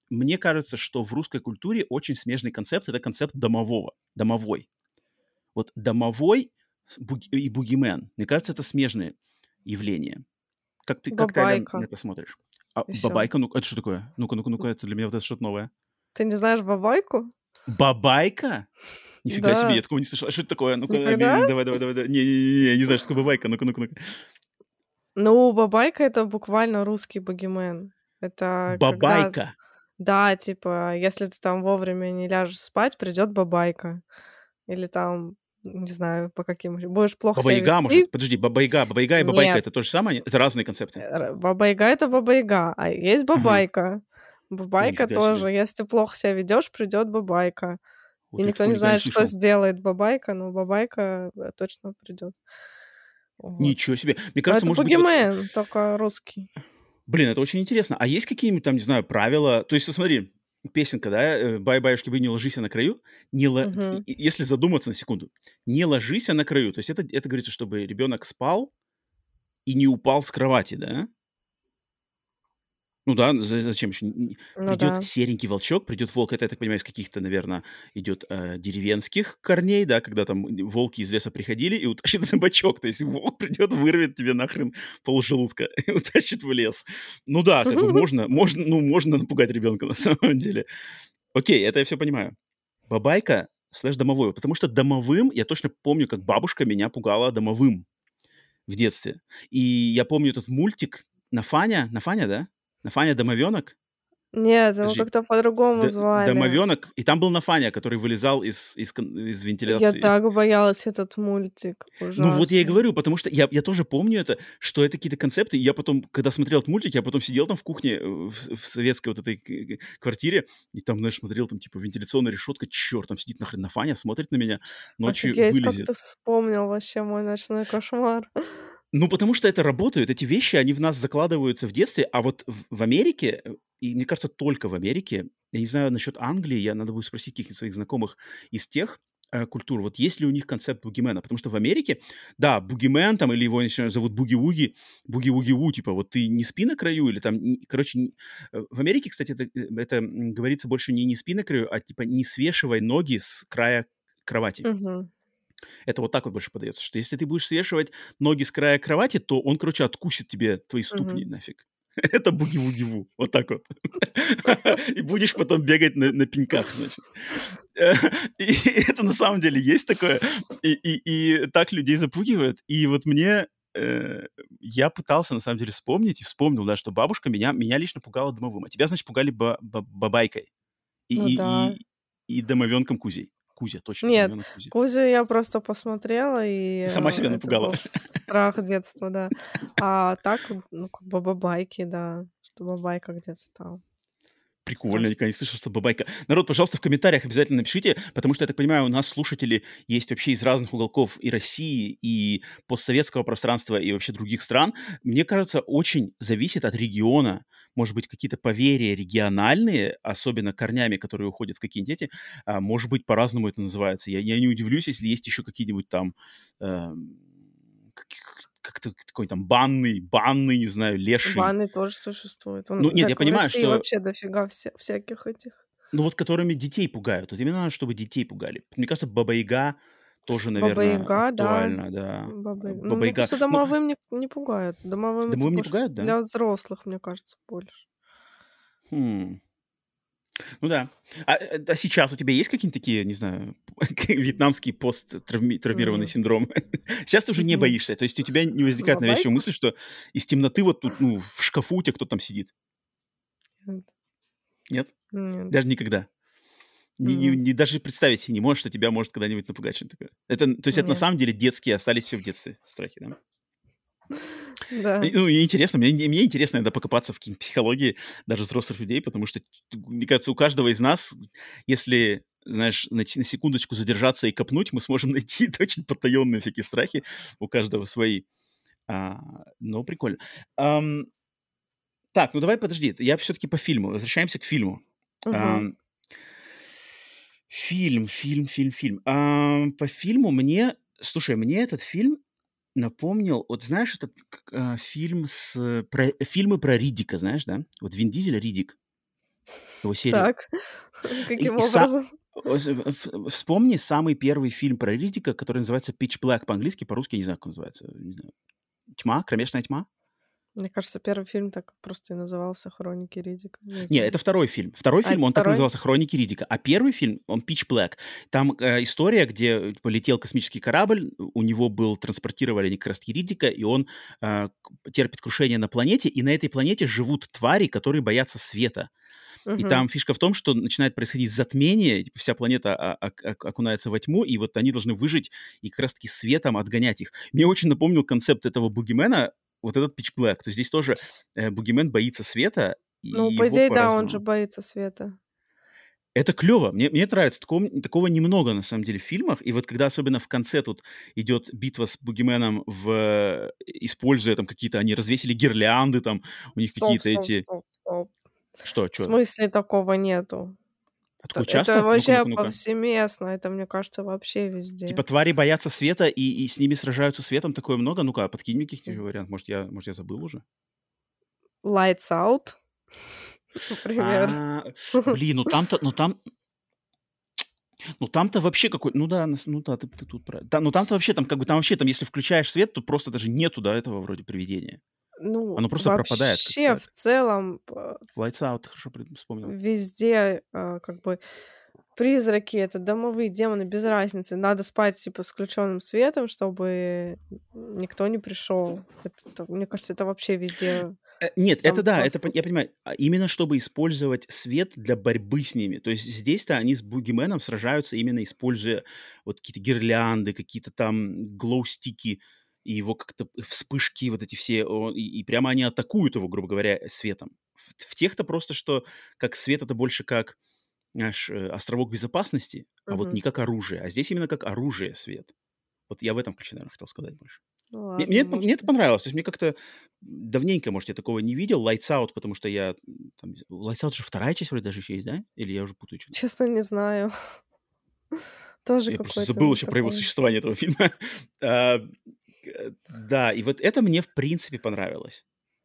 мне кажется, что в русской культуре очень смежный концепт — это концепт домового, домовой. Вот домовой и бугимен, мне кажется, это смежные явления. Как ты, Алян, на Бабайка это смотришь? А еще. бабайка, ну это что такое? Ну-ка, ну-ка, ну-ка, это для меня вот это что-то новое. Ты не знаешь бабайку? Бабайка? Нифига себе, Да. я такого не слышал. А что это такое? Ну-ка, Никогда? давай, давай, давай, давай. Не, не знаю, что такое бабайка. Ну-ка, ну-ка, ну-ка. Ну, бабайка — это буквально русский бугимен. Это когда, Бабайка. да, типа, если ты там вовремя не ляжешь спать, придет бабайка. Или там, не знаю, по каким будешь плохо себя Баба-яга, вести. может? Подожди, баба-яга и бабайка — Нет, это то же самое? Это разные концепты? баба-яга — это баба-яга, а есть Ага. бабайка. Бабайка Нифига себе. тоже. Если плохо себя ведешь, придет бабайка. И Вот я никто такого не никогда не знает, что слышал. сделает бабайка, но бабайка, точно придет. Вот. Ничего себе. Мне Но кажется, это может быть, вот бугимен, только русский. блин, это очень интересно. А есть какие-нибудь там, не знаю, правила? То есть, вот смотри, песенка, да, «Бай-баюшки, вы не ложись на краю». Мгм. Если задуматься на секунду, не ложись на краю. То есть это говорится, чтобы ребенок спал и не упал с кровати, да? Ну да, зачем еще? Ну да. Придет серенький волчок, придет волк. Это, я так понимаю, из каких-то, наверное, идет деревенских корней, да, когда там волки из леса приходили и утащит за бочок. То есть волк придет, вырвет тебе нахрен полжелудка и утащит в лес. Ну да, как бы можно напугать ребенка на самом деле. Окей, это я все понимаю. Бабайка слэш домовой. Потому что домовым, я точно помню, как бабушка меня пугала домовым в детстве. И я помню этот мультик Нафаня, да? Нафаня Домовенок? Нет, его Подожди. как-то по-другому звали. Домовенок. И там был Нафаня, который вылезал из Я вентиляции. так боялась этот мультик. Ну вот я и Ужасно. говорю, потому что я тоже помню это, что это какие-то концепты. И я потом, когда смотрел этот мультик, я потом сидел там в кухне, в советской вот этой квартире, и там, знаешь, смотрел, там, типа, вентиляционная решетка, черт, там сидит нахрен Нафаня, смотрит на меня, ночью Офигеть, как вылезет. ты вспомнил вообще мой ночной кошмар. Ну, потому что это работает. Эти вещи, они в нас закладываются в детстве, а вот в Америке, и мне кажется, только в Америке, я не знаю насчет Англии, надо будет спросить каких-нибудь своих знакомых из тех культур, вот есть ли у них концепт бугимена, потому что в Америке, да, бугимен там, или его еще зовут буги-вуги, буги-вуги-ву, типа, вот ты не спи на краю, или там, короче, в Америке, кстати, это говорится больше не спи на краю, а типа не свешивай ноги с края кровати. Мгм. Это вот так вот больше подается, что если ты будешь свешивать ноги с края кровати, то он, короче, откусит тебе твои ступни Мгм. нафиг. Это буги-вуги-ву. Вот так вот. И будешь потом бегать на пеньках, значит. Э, И это на самом деле есть такое. И так людей запугивают. И вот я пытался на самом деле вспомнить, и вспомнил, да, что бабушка меня лично пугала домовым. А тебя, значит, пугали бабайкой и, Ну и, да. и, и домовенком Кузей. Кузя, точно, Нет, домовенок Кузя. Кузю я просто посмотрела, и, Ты сама себя это напугала. был страх детства, да. А так, ну, как бы бабайки, да, что бабайка где-то там. Прикольно, я Страшно. никогда не слышал, что бабайка. Народ, пожалуйста, в комментариях обязательно напишите, потому что, я так понимаю, у нас слушатели есть вообще из разных уголков и России, и постсоветского пространства, и вообще других стран. Мне кажется, очень зависит от региона. Может быть, какие-то поверья региональные, особенно корнями, которые уходят в какие-нибудь эти, может быть, по-разному это называется. Я не удивлюсь, если есть еще какие-нибудь там эм, как-то такой там банный, не знаю, леший. Баны тоже существуют. Ну, нет, я Так в понимаю, России что вообще дофига всяких этих. ну, вот которыми детей пугают. Вот именно надо, чтобы детей пугали. Мне кажется, Баба-Яга тоже, наверное, Баба-Яга, да. актуальна, да. Ну, мне Баба-Яга. кажется, Ну, домовым не пугают. Домовым это домовым не больше пугают, да? для взрослых, мне кажется, больше. Хм. Ну да. А сейчас у тебя есть какие-нибудь такие, не знаю, вьетнамский посттравмированный Мгм. синдром? Сейчас ты уже не Мгм. боишься. То есть у тебя не возникает навязчивая Бабайку? мысль, что из темноты вот тут, ну, в шкафу у тебя кто там сидит? Нет. Нет? Нет. Даже никогда? Мгм. Даже представить себе не можешь, что тебя может когда-нибудь напугать что-то такое. То есть это на Нет. самом деле детские, остались все в детстве страхи, да? Да. Ну, мне интересно, мне интересно иногда покопаться в какие-нибудь психологии даже взрослых людей, потому что, мне кажется, у каждого из нас, если, знаешь, на секундочку задержаться и копнуть, мы сможем найти очень потаенные всякие страхи, у каждого свои. А, но прикольно. Ам, так, ну давай подожди, я все-таки по фильму, возвращаемся к фильму. Мгм. Ам, фильм. По фильму слушай, мне этот фильм напомнил, вот знаешь, этот фильмы про Риддика, знаешь, да? Вот Вин Дизель, Риддик. его серии. Так. И, Каким и са- образом? Вспомни самый первый фильм про Риддика, который называется Pitch Black по-английски, по-русски я не знаю, как он называется. Не знаю. Тьма, кромешная тьма. Мне кажется, первый фильм так просто и назывался «Хроники Риддика». Не Не, знаю. это второй фильм. Второй А, это фильм, он так и второй? назывался «Хроники Риддика». А первый фильм, он Pitch Black. Там история, где полетел космический корабль, у него был, транспортировали они как раз-таки Риддика, и он терпит крушение на планете, и на этой планете живут твари, которые боятся света. И Мгм. там фишка в том, что начинает происходить затмение, типа вся планета окунается во тьму, и вот они должны выжить и как раз-таки светом отгонять их. Мне очень напомнил концепт этого бугимена, вот этот Pitch Black. То есть здесь тоже бугимен боится света, и Ну, по его идее, да, он же по-разному. боится света. Это клево. Мне это нравится. Такого немного, на самом деле, в фильмах. И вот когда особенно в конце тут идет битва с бугименом, используя там какие-то... Они развесили гирлянды, там у них Стоп, какие-то стоп, эти... стоп, стоп. В Что? смысле такого нету? Такое Это часто? Ну-ка, вообще ну-ка, ну-ка. повсеместно. Это, мне кажется, вообще везде. Типа твари боятся света, и с ними сражаются светом, такое много? Ну-ка, подкинь мне каких-нибудь М. вариантов. Может, я забыл уже? Lights Out, например. А, блин, ну там-то вообще какой... Ну да, ну да, ты тут прав. Да, ну там-то вообще, там как бы, там вообще, там если включаешь свет, то просто даже нету, до этого вроде привидения. Ну, Оно просто пропадает как вообще, в какая-то. целом, Lights Out, ты хорошо вспомнил. везде, как бы призраки — это домовые демоны, без разницы. Надо спать, типа, с включенным светом, чтобы никто не пришел. Мне кажется, это вообще везде Нет, это самый да, классный. я понимаю. Именно чтобы использовать свет для борьбы с ними. То есть здесь-то они с бугименом сражаются, именно используя вот какие-то гирлянды, какие-то там глоу-стики, и его как-то вспышки вот эти все, и прямо они атакуют его, грубо говоря, светом. В тех-то просто, что как свет — это больше как, знаешь, островок безопасности, а вот Мгм. не как оружие. А здесь именно как оружие свет. Вот я в этом ключе, наверное, хотел сказать больше. Ну Мне мне ладно, это мне может это быть. понравилось. То есть мне как-то давненько, может, я такого не видел. Lights Out, потому что там Lights Out же вторая часть вроде даже еще есть, да? Или я уже путаю что то. Честно, не знаю. Тоже Я просто забыл какой-то вообще про его такой. существование, этого фильма. А, да, и вот это мне в принципе понравилось.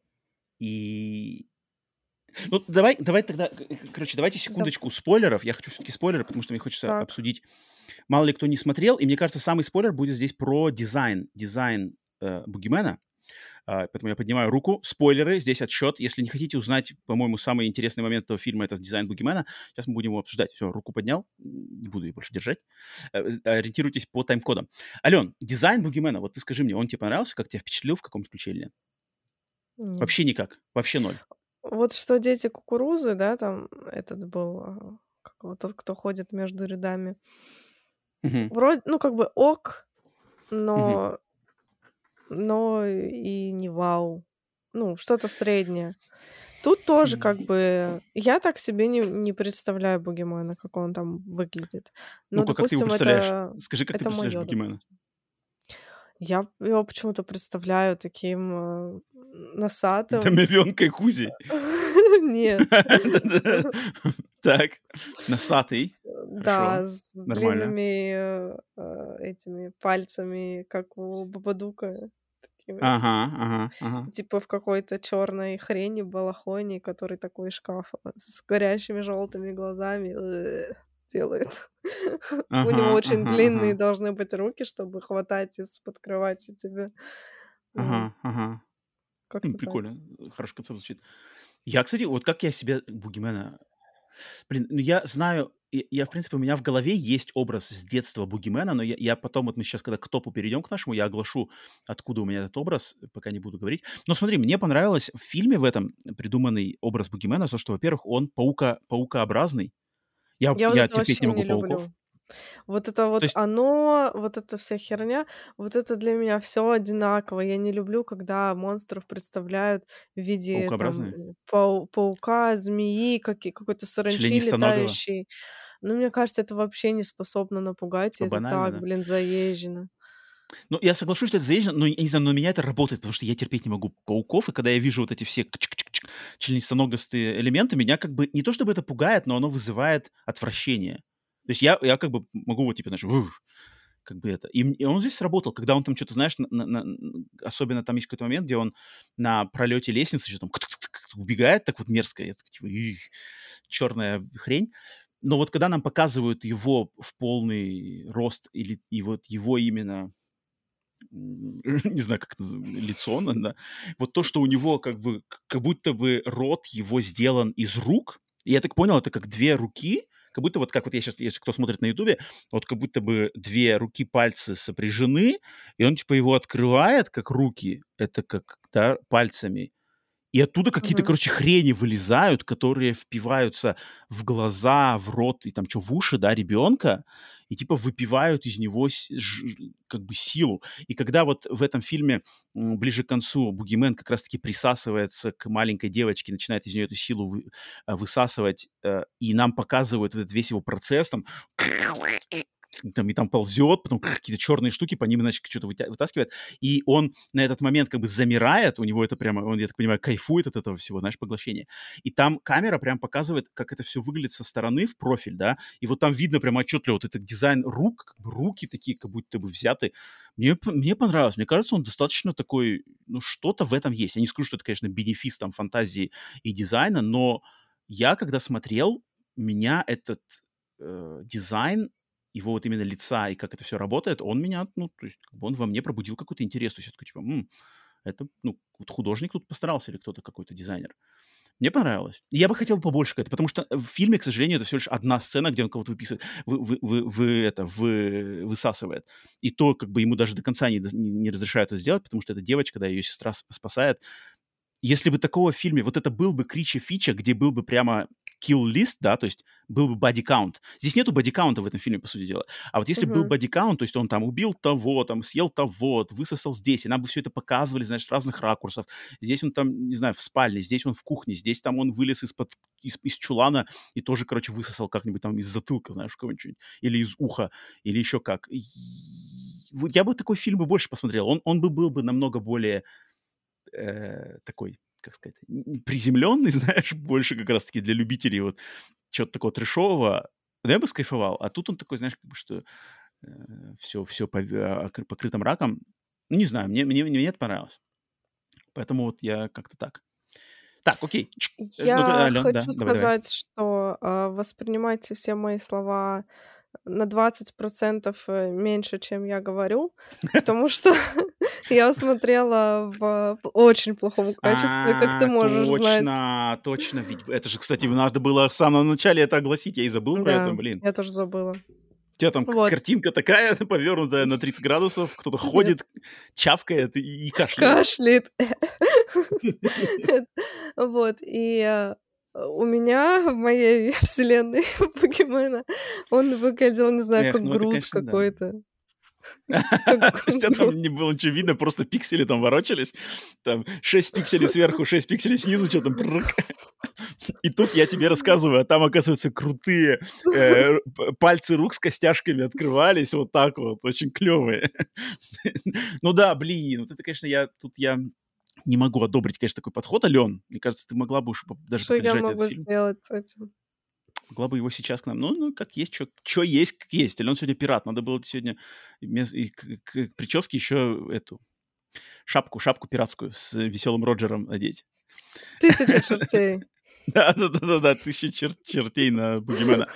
И ну, давай тогда, короче, давайте Да, секундочку спойлеров. Я хочу все-таки спойлеры, потому что мне хочется так. обсудить. Мало ли кто не смотрел, и мне кажется, самый спойлер будет здесь про дизайн Бугимена. Поэтому я поднимаю руку. Спойлеры, здесь отсчет. Если не хотите узнать, по-моему, самый интересный момент этого фильма — это дизайн Бугимена. Сейчас мы будем его обсуждать. Все, руку поднял. Не буду ее больше держать. Ориентируйтесь по тайм-кодам. Ален, дизайн Бугимена, вот ты скажи мне, он тебе понравился? Как тебя впечатлил в каком-то ключе или нет? Нет. Вообще никак. Вообще ноль. Вот что «Дети кукурузы», да, там этот был, как его, тот, кто ходит между рядами. Мгм. Вроде, ну, как бы ок, Мгм. но и не вау. Ну, что-то среднее. Тут тоже как М. бы я так себе не представляю Бугимена, как он там выглядит. Но, Ну-ка, как ты его допустим, представляешь? Скажи, как ты это представляешь моё, Бугимена? допустим. Я его почему-то представляю таким, носатым. Домовенка Кузи. Нет. Да-да. Так, носатый. Да, Хорошо, с нормально. длинными, этими пальцами, как у Бабадука, такими. Ага, ага, ага. Типа в какой-то черной хрени, балахоне, который такой шкаф, с горящими желтыми глазами, делает. У Ага, него очень ага, ага. длинные должны быть руки, чтобы хватать из-под кровати тебя. Вот, Ага, ага. как-то так. Прикольно. Хороший концепт звучит. Я, кстати, вот как я себе Бугимена... Блин, ну я знаю, в принципе, у меня в голове есть образ с детства Бугимена, но я потом, вот мы сейчас, когда к топу перейдем к нашему, я оглашу, откуда у меня этот образ, пока не буду говорить. Но смотри, мне понравилось в фильме в этом придуманный образ Бугимена, то, что, во-первых, он паукообразный. Я вот Я это терпеть не вообще могу не пауков. люблю. Вот это То вот есть оно, вот эта вся херня, вот это для меня все одинаково. Я не люблю, когда монстров представляют в виде там, паукообразные, паука, змеи, какой-то саранчи членистоногого, летающей. Но мне кажется, это вообще не способно напугать, и типа это банально, так, да? блин, заезжено. Ну, я соглашусь, что это заезжено, но, я не знаю, но у меня это работает, потому что я терпеть не могу пауков, и когда я вижу вот эти все членистоногостые элементы, меня как бы не то чтобы это пугает, но оно вызывает отвращение. То есть я как бы могу вот типа, знаешь, как бы это. И он здесь сработал, когда он там что-то, знаешь, особенно там есть какой-то момент, где он на пролете лестницы что там убегает так вот мерзко, я такой, типа, черная хрень. Но вот когда нам показывают его в полный рост и вот его именно не знаю, как это, лицо, да, вот то, что у него как будто бы рот его сделан из рук, и я так понял, это как две руки, как будто вот как вот я сейчас, если кто смотрит на Ютубе, вот как будто бы две руки, пальцы сопряжены, и он типа его открывает, как руки, это как, да, пальцами, и оттуда какие-то, Мгм. короче, хрени вылезают, которые впиваются в глаза, в рот и там что, в уши, да, ребенка, и типа выпивают из него как бы силу. И когда вот в этом фильме ближе к концу Бугимен как раз-таки присасывается к маленькой девочке, начинает из нее эту силу высасывать, и нам показывают этот весь его процесс, там, и там ползет, потом какие-то черные штуки, по ним, значит, что-то вытаскивает, и он на этот момент как бы замирает, у него это прямо, он, я так понимаю, кайфует от этого всего, знаешь, поглощения. И там камера прям показывает, как это все выглядит со стороны в профиль, да, и вот там видно прямо отчетливо вот этот дизайн рук, как бы руки такие, как будто бы взяты. Мне понравилось, мне кажется, он достаточно такой, ну, что-то в этом есть. Я не скажу, что это, конечно, бенефис там фантазии и дизайна, но я, когда смотрел, меня этот дизайн его вот именно лица и как это все работает, он меня, ну, то есть как бы он во мне пробудил какой-то интерес. То есть я такой, типа, это, ну, вот художник тут постарался или кто-то, какой-то дизайнер. Мне понравилось. И я бы хотел побольше это, потому что в фильме, к сожалению, это всего лишь одна сцена, где он кого-то выписывает, высасывает. И то, как бы ему даже до конца не разрешают это сделать, потому что эта девочка, да, ее сестра спасает. Если бы такого в фильме, вот это был бы Кричи Фича, где был бы прямо kill-лист, да, то есть был бы боди-каунт. Здесь нету боди-каунта в этом фильме, по сути дела. А вот если бы был Мгм. боди-каунт, то есть он там убил того, там съел того, высосал здесь, и нам бы все это показывали, знаешь, с разных ракурсов. Здесь он там, не знаю, в спальне, здесь он в кухне, здесь там он вылез из чулана и тоже, короче, высосал как-нибудь там из затылка, знаешь, у кого-нибудь, или из уха, или еще как. Вот я бы такой фильм бы больше посмотрел. Он бы был бы намного более такой, как сказать, приземленный, знаешь, больше как раз-таки для любителей вот чего-то такого трешового. Да, я бы скайфовал. А тут он такой, знаешь, как бы, что все покрытым раком. Ну, не знаю, мне это понравилось. Поэтому вот я как-то так. Так, окей. Ну-ка, Я Ален, да, хочу давай. сказать, что, воспринимайте все мои слова на 20% меньше, чем я говорю, потому что я смотрела в очень плохом качестве, как ты можешь знать. Точно, точно. Ведь это же, кстати, надо было в самом начале это огласить. Я и забыл про это, Да, блин. я тоже забыла. У тебя там Вот. картинка такая, повернутая на 30 градусов, кто-то Нет, ходит, чавкает и кашляет. кашляет. Вот, и, у меня в моей вселенной Покемона он выглядел, не знаю, Эх, как ну это, Грут конечно, да. какой-то. Как То есть у тебя там Грут. не было ничего видно, просто пиксели там ворочались. Там 6 пикселей сверху, 6 пикселей снизу, что там. И тут я тебе рассказываю, а там, оказывается, крутые пальцы рук с костяшками открывались вот так вот, очень клевые. Ну да, блин, вот это, конечно, я не могу одобрить, конечно, такой подход, Ален. Мне кажется, ты могла бы уж даже Что я попридержать этот могу фильм. сделать с этим? Могла бы его сейчас к нам. Ну как есть, что есть, как есть. Ален сегодня пират. Надо было сегодня и к прическе еще эту шапку пиратскую с веселым Роджером надеть. 1000 чертей. Да-да-да-да, 1000 чертей на Бугимена.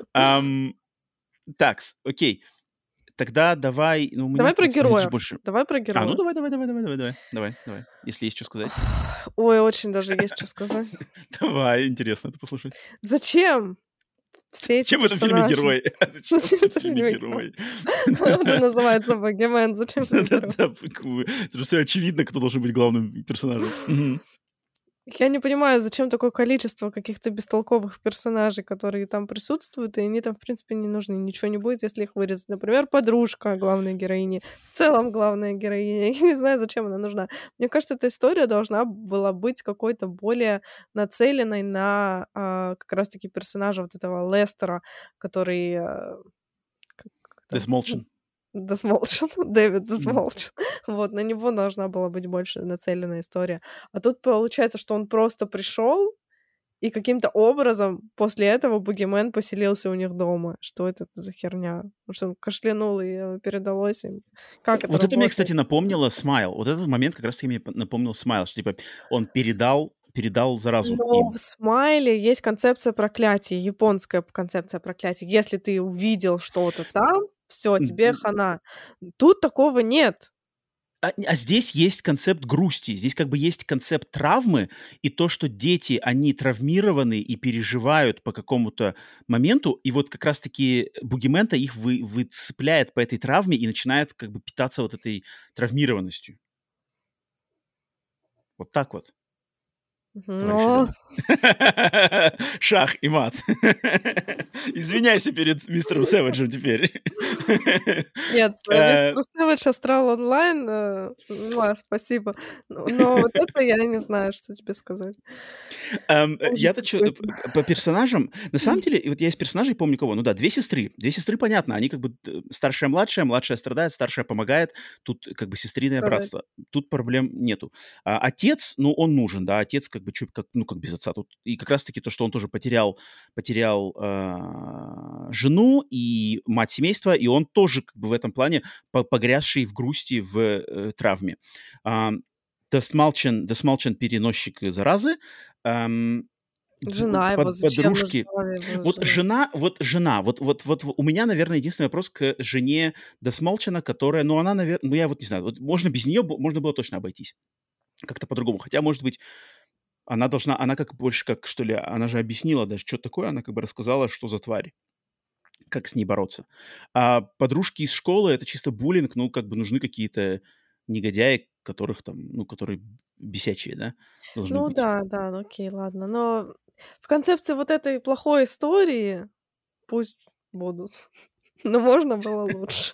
Такс, окей. Тогда давай, ну, у меня, Давай в про принципе, видишь, героев. больше. Давай про Ну героев. давай, если есть что сказать. Ой, очень даже есть что сказать. Давай, интересно это послушать. Зачем все эти Зачем в этом фильме персонажи? герой? Зачем в Зачем этом это фильме фильм героев? герой? Он же называется Богемен. Зачем там герой? Да-да-да, все очевидно, кто должен быть главным персонажем. Мгм. Я не понимаю, зачем такое количество каких-то бестолковых персонажей, которые там присутствуют, и они там, в принципе, не нужны. Ничего не будет, если их вырезать. Например, подружка главной героини. В целом главная героиня. Я не знаю, зачем она нужна. Мне кажется, эта история должна была быть какой-то более нацеленной на как раз-таки персонажа вот этого Лестера, который... как там? Desmoltion. Десмолчен, Дэвид Мгм. Десмолчен. Вот, на него должна была быть больше нацелена история. А тут получается, что он просто пришел, и каким-то образом после этого Бугимен поселился у них дома. Что это за херня? Потому что он кашлянул, и передалось им. Как это Вот это мне, кстати, работает? напомнило Смайл. Вот этот момент как раз-таки мне напомнил Смайл, что, типа, он передал передал заразу Но им. в "Смайле" есть концепция проклятия, японская концепция проклятия. Если ты увидел что-то там, всё, тебе хана. Тут такого нет. А здесь есть концепт грусти, здесь как бы есть концепт травмы, и то, что дети, они травмированы и переживают по какому-то моменту, и вот как раз-таки Бугимен-то их выцепляет по этой травме и начинает как бы питаться вот этой травмированностью. Вот так вот, Мгм. товарищ О, Алена. Шах и мат. Извиняйся перед мистером Сэвиджем теперь. нет, Э, "Мистер Сэвидж", "Астрал онлайн", спасибо. Но вот это я не знаю, что тебе сказать. Ужас Я-то чё, какой-то. по персонажам на самом деле, и вот я из персонажей помню кого. Ну да, 2 сестры. 2 сестры, понятно, они как бы старшая, младшая страдает, старшая помогает. Тут как бы сестриное Страдать. братство. Тут проблем нету. Отец, ну, он нужен, да, отец как бы чё, как, ну, как без отца тут. И как раз таки то, что он тоже потерял, жену и мать семейства, и он тоже как бы в этом плане погрязший в грусти, в, травме. Ам, Десмалчен переносчик заразы. Ам, Жена его зачем Подружки. нужна его жена? Жена, у меня, наверное, единственный вопрос к жене Десмолчена, которая, ну, она, наверное, ну, я вот не знаю, вот можно без нее, можно было точно обойтись как-то по-другому. Хотя, может быть, она как больше, как, что ли, она же объяснила даже, что такое, она как бы рассказала, что за тварь, как с ней бороться. А подружки из школы — это чисто буллинг, ну, как бы нужны какие-то негодяи, которых там, ну, которые бесячие, да, должны Ну быть. да, да, ну окей, ладно. Но в концепции вот этой плохой истории пусть будут, но можно было лучше.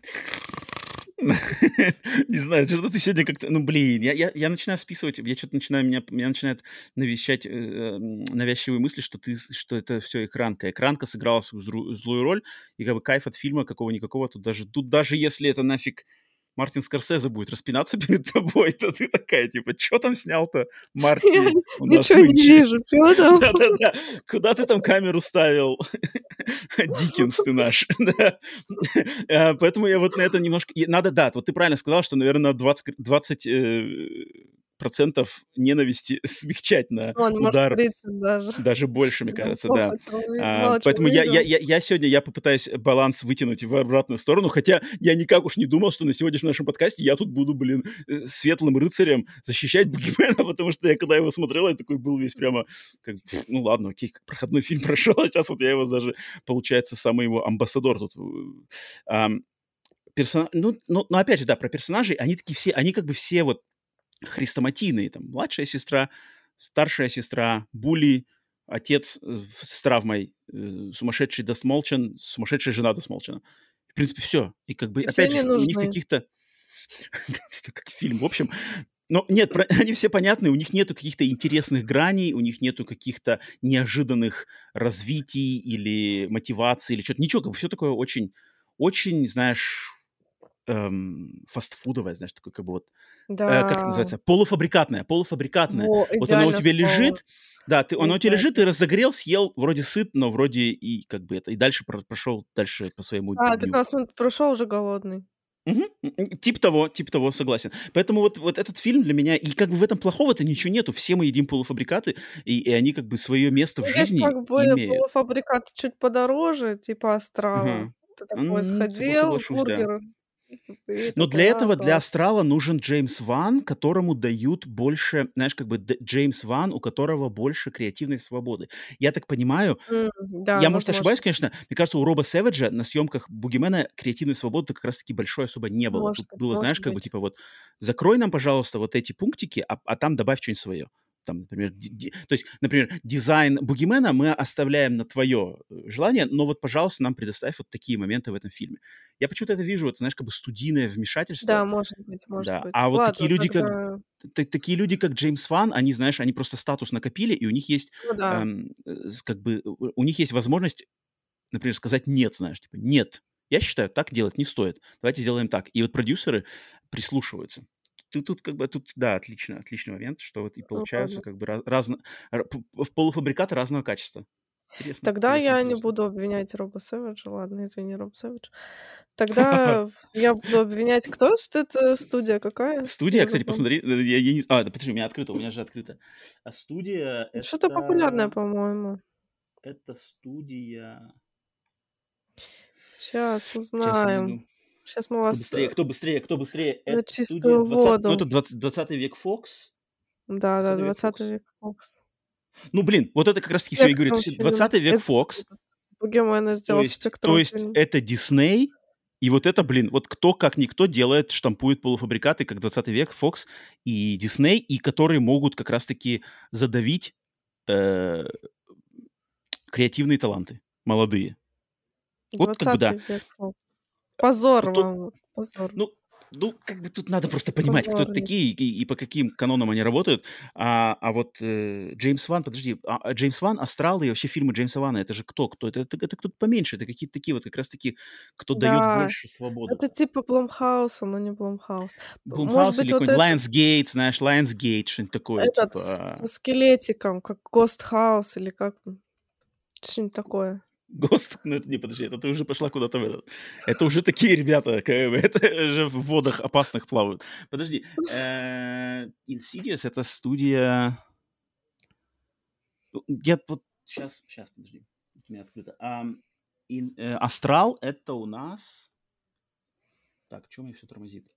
Не знаю, что-то ты сегодня как-то, ну, блин, я начинаю списывать, я что то начинаю, меня начинает навещать, навязчивые мысли, что это все экранка. Экранка сыграла свою злую роль, и как бы кайф от фильма какого-никакого тут даже если это нафиг Мартин Скорсезе будет распинаться перед тобой, то ты такая типа: "Чё там снял-то Я Марти у нас ничего не нынче?" вижу, чё там? Да-да-да. "Куда ты там камеру ставил? Диккенс ты наш". Да. Поэтому я вот на это немножко и надо, да, вот ты правильно сказал, что, наверно, 20 процентов ненависти смягчать на Ладно, может, удар, 30 даже. даже больше, мне Я кажется, да. плохо чё мало чё Поэтому видела. я сегодня попытаюсь баланс вытянуть в обратную сторону, хотя я никак уж не думал, что на сегодняшнем нашем подкасте я тут буду, блин, светлым рыцарем защищать Бугимена, потому что я когда его смотрел, я такой был весь прямо как, ну ладно, окей, как проходной фильм прошел, а сейчас вот я его даже, получается, самый его амбассадор тут. Ам, ну, опять же, да, про персонажей, они такие все, они как бы все вот хрестоматийные, там, младшая сестра, старшая сестра, Булли, отец с травмой, сумасшедший Десмолчен, сумасшедшая жена Десмолчена. В принципе, все. И как бы, И все опять не же, у них нужны. каких-то, как фильм, в общем, но нет, они все понятны, у них нету каких-то интересных граней, у них нету каких-то неожиданных развитий или мотиваций, или что-то. Ничего, как бы все такое очень, очень, знаешь, фастфудовое, знаешь, такое как бы вот, как это Да, называется, полуфабрикатное. Вот оно у идеальное тебя слово, лежит, да, оно у тебя лежит, идеально. ты разогрел, съел, вроде сыт, но вроде и как бы это, и дальше прошел дальше по своему Да, дню. 15 минут прошёл, уже голодный. Мгм. Типа того, согласен. Поэтому вот этот фильм для меня, и как бы в этом плохого-то ничего нету. Все мы едим полуфабрикаты, и они как бы свое место в Ну, есть жизни как бы имеют. полуфабрикат чуть подороже, типа "Астрала". Ага. Ты такой сходил, Соглашусь, да. бургер, и Но для такой: "А, этого, для класс". "Астрала" нужен Джеймс Ван, которому дают больше, знаешь, как бы Джеймс Ван, у которого больше креативной свободы. Я так понимаю, Да, я, может, возможно, ошибаюсь, конечно, мне кажется, у Роба Сэвиджа на съемках "Бугимена" креативной свободы как раз таки большой особо не было. Тут было, знаешь, может как бы быть. типа вот: "Закрой нам, пожалуйста, вот эти пунктики, а там добавь чё-нибудь свое". Там, например, то есть, например, дизайн Бугимена мы оставляем на твое, желание, но вот, пожалуйста, нам предоставь вот такие моменты в этом фильме. Я почему-то это вижу, это, знаешь, как бы студийное вмешательство, Да, может быть, может да. быть. А вот Ладно, тогда такие люди, как Джеймс Ван, они, знаешь, они просто статус накопили, и у них есть, ну да. как бы, у них есть возможность, например, сказать "нет", знаешь, типа: "Нет, я считаю, так делать не стоит. Давайте сделаем так". И вот продюсеры прислушиваются. Тут как бы, тут, да, отличный момент, что вот и Ну получаются ладно. как бы полуфабрикаты разного качества. Тогда я не буду обвинять Роба Сэвиджа. Ладно, извини, Роб Сэвидж. Тогда я буду обвинять... Кто? Что это студия какая? Студия, Я кстати, забыла. посмотри. Подожди, у меня же открыто. А студия Что-то популярное, это... по-моему. Это студия... Сейчас Сейчас узнаем. Сейчас мы вас Кто быстрее? на Это студия чистую 20... воду. Ну, это 20 век Fox. Да, 20 век 20 Fox. век Фокс. Ну, блин, вот это как раз-таки все и говорит. Спектрум 20 фильм. век Fox. Бугемена сделал То Спектрум есть фильм. это Disney, и вот это, блин, вот кто как никто делает, штампует полуфабрикаты, как 20 век, Fox и Disney, и которые могут как раз-таки задавить креативные таланты молодые. Вот как бы 20 да. век Фокс. Позор Тут, вам. Позор. ну, как бы тут надо просто понимать, кто это Позорник. такие и по каким канонам они работают. А вот Джеймс Ван, подожди, Джеймс Ван, Астрал и вообще фильмы Джеймса Вана, это же кто? Это кто-то поменьше, это какие-то такие вот как раз-таки, кто дает Да, больше свободу. это типа Блумхауса, но не Блумхаус. Может Блумхаус быть, или вот какой-нибудь этот, Lionsgate, знаешь, Lionsgate, что-нибудь такое, этот типа... со скелетиком, как Ghost House или как что-нибудь такое. Гост, ну это не, подожди, это ты уже пошла куда-то в этот. Это уже такие ребята, это же в водах опасных плавают. Подожди, Insidious это студия... Я вот сейчас, подожди, у меня открыто. Астрал это у нас... Так, что мне все тормозит?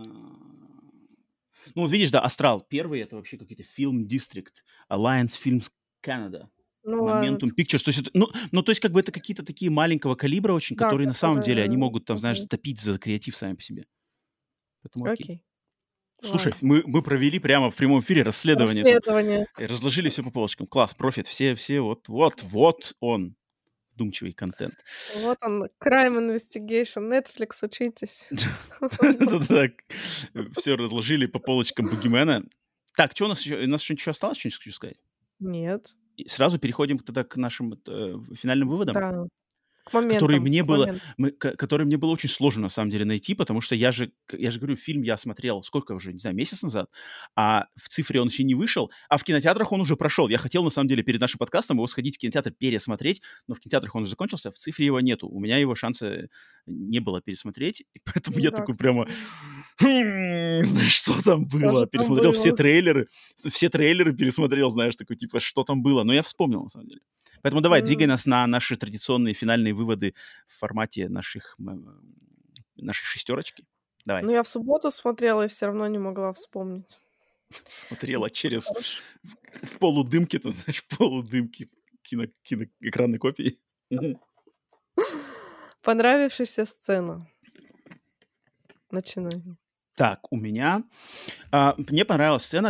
Ну, вот видишь, да, Астрал. Первый это вообще какие-то Film District, Alliance Films Canada, Ну ладно. Momentum Pictures. То есть, это, то есть, как бы это какие-то такие маленького калибра очень, Да, которые на самом деле, они которые... могут там, знаешь, затопить за креатив сами по себе. Поэтому окей. Окей. Слушай, Ладно. мы провели прямо в прямом эфире расследование тут. И разложили все по полочкам. Класс, профит, все, вот он, вдумчивый контент. Вот он, Crime Investigation, Netflix, учитесь. Так, все разложили по полочкам Бугимена. Так, что у нас еще? У нас что-нибудь еще осталось, что-нибудь хочу сказать? Нет. И сразу переходим тогда к нашим финальным выводам. Да. К моментам. Которые мне было очень сложно, на самом деле, найти, потому что я же говорю, фильм я смотрел, сколько уже, не знаю, месяц назад, а в цифре он еще не вышел, а в кинотеатрах он уже прошел. Я хотел, на самом деле, перед нашим подкастом его сходить в кинотеатр пересмотреть, но в кинотеатрах он уже закончился, в цифре его нету. У меня его шанса не было пересмотреть, и поэтому я такой прямо... Знаешь, что там было? Пересмотрел все трейлеры пересмотрел, знаешь, такой, типа, что там было. Но я вспомнил, на самом деле. Поэтому давай, двигай нас на наши традиционные финальные выводы в формате нашей шестерочки. Давай. Ну, я в субботу смотрела и все равно не могла вспомнить. Смотрела через... В полудымке, там, знаешь, полудымки киноэкранной копии. Понравившаяся сцена. Начинай. Так, у меня... мне понравилась сцена,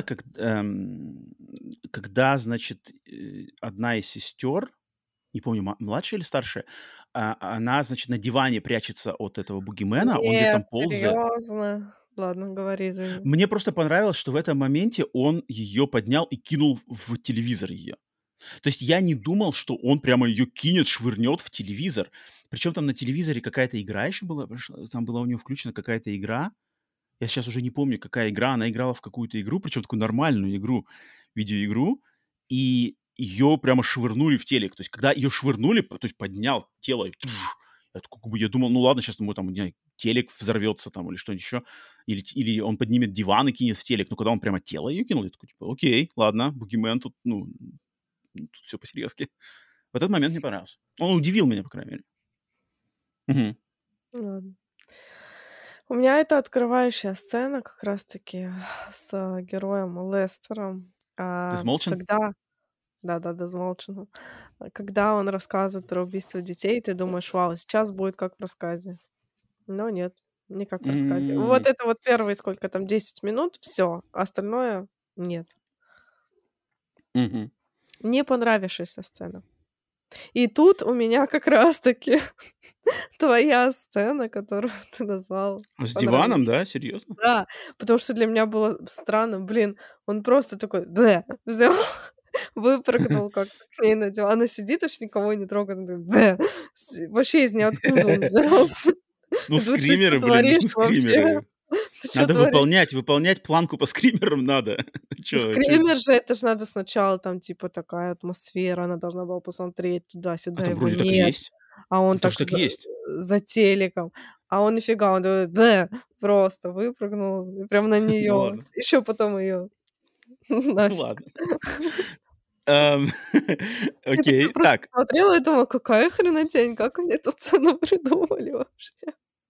когда, значит, одна из сестер, не помню, младшая или старшая, она, значит, на диване прячется от этого бугимена, он где-то там ползает. Серьезно? Ладно, говори, извини. Мне просто понравилось, что в этом моменте он ее поднял и кинул в телевизор ее. То есть я не думал, что он прямо ее кинет, швырнет в телевизор. Причем там на телевизоре какая-то игра еще была, там была у нее включена какая-то игра. Я сейчас уже не помню, какая игра. Она играла в какую-то игру, причем такую нормальную игру, видеоигру, и ее прямо швырнули в телек. То есть когда ее швырнули, то есть поднял тело, и я такой, как бы, я думал, ну ладно, сейчас там, не знаю, телек взорвется там или что-нибудь еще, или он поднимет диван и кинет в телек. Но когда он прямо тело ее кинул, я такой, типа, окей, ладно, бугимен тут, тут все по-серьезки. В этот момент мне понравился. Он удивил меня, по крайней мере. Угу. Ладно. У меня это открывающая сцена как раз-таки с героем Лестером. Дезмолчен? Да, Дезмолченом. Когда он рассказывает про убийство детей, ты думаешь, вау, сейчас будет как в рассказе. Но нет, не как в рассказе. Вот это вот первые, сколько там, 10 минут, все. Остальное нет. Не понравившаяся сцена. И тут у меня как раз-таки твоя сцена, которую ты назвал. С диваном, да? Серьезно? Да, потому что для меня было странно. Блин, он просто такой, взял, выпрыгнул как-то к ней на диван. Она сидит, уж никого не трогает. Вообще из ниоткуда он взялся. Ну, скримеры, блин, ну скримеры. Надо выполнять планку по скримерам надо. Чё это? Скример же, это ж надо сначала там, типа, такая атмосфера, она должна была посмотреть А туда-сюда, там его вроде так и нет, есть. а он Там тоже так так и есть. за телеком, а он нифига, он такой бэ, просто выпрыгнул и прям на Ну неё. ладно, Еще потом её ну нафиг. ладно. Ам, Я такая окей, просто так. смотрела и думала: "Какая хренотень, как они эту сцену придумали вообще?"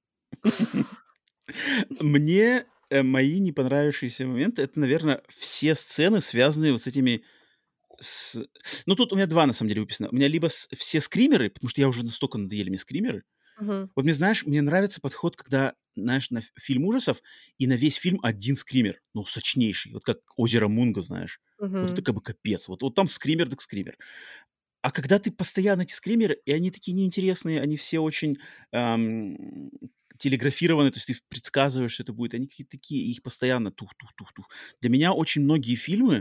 Мне, мои не понравившиеся моменты — это, наверно, все сцены, связанные вот с этими с ну, тут у меня 2 на самом деле выписано. У меня либо все скримеры, потому что я уже настолько надоели мне скримеры. Мгм, Вот мне, знаешь, мне нравится подход, когда, знаешь, на фильм ужасов и на весь фильм один скример, ну, сочнейший, вот как "Озеро Мунго", знаешь. Вот это мгм. как бы капец. Вот там скример так скример. А когда ты постоянно эти скримеры, и они такие неинтересные, они все очень, ам, телеграфированы, то есть ты предсказываешь, что это будет. Они какие-то такие, их постоянно тух-тух-тух-тух. Для меня очень многие фильмы,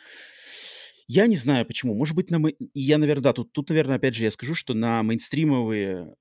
я не знаю почему, может быть, и я, наверно, да, тут, наверно, опять же я скажу, что на мейнстримовые,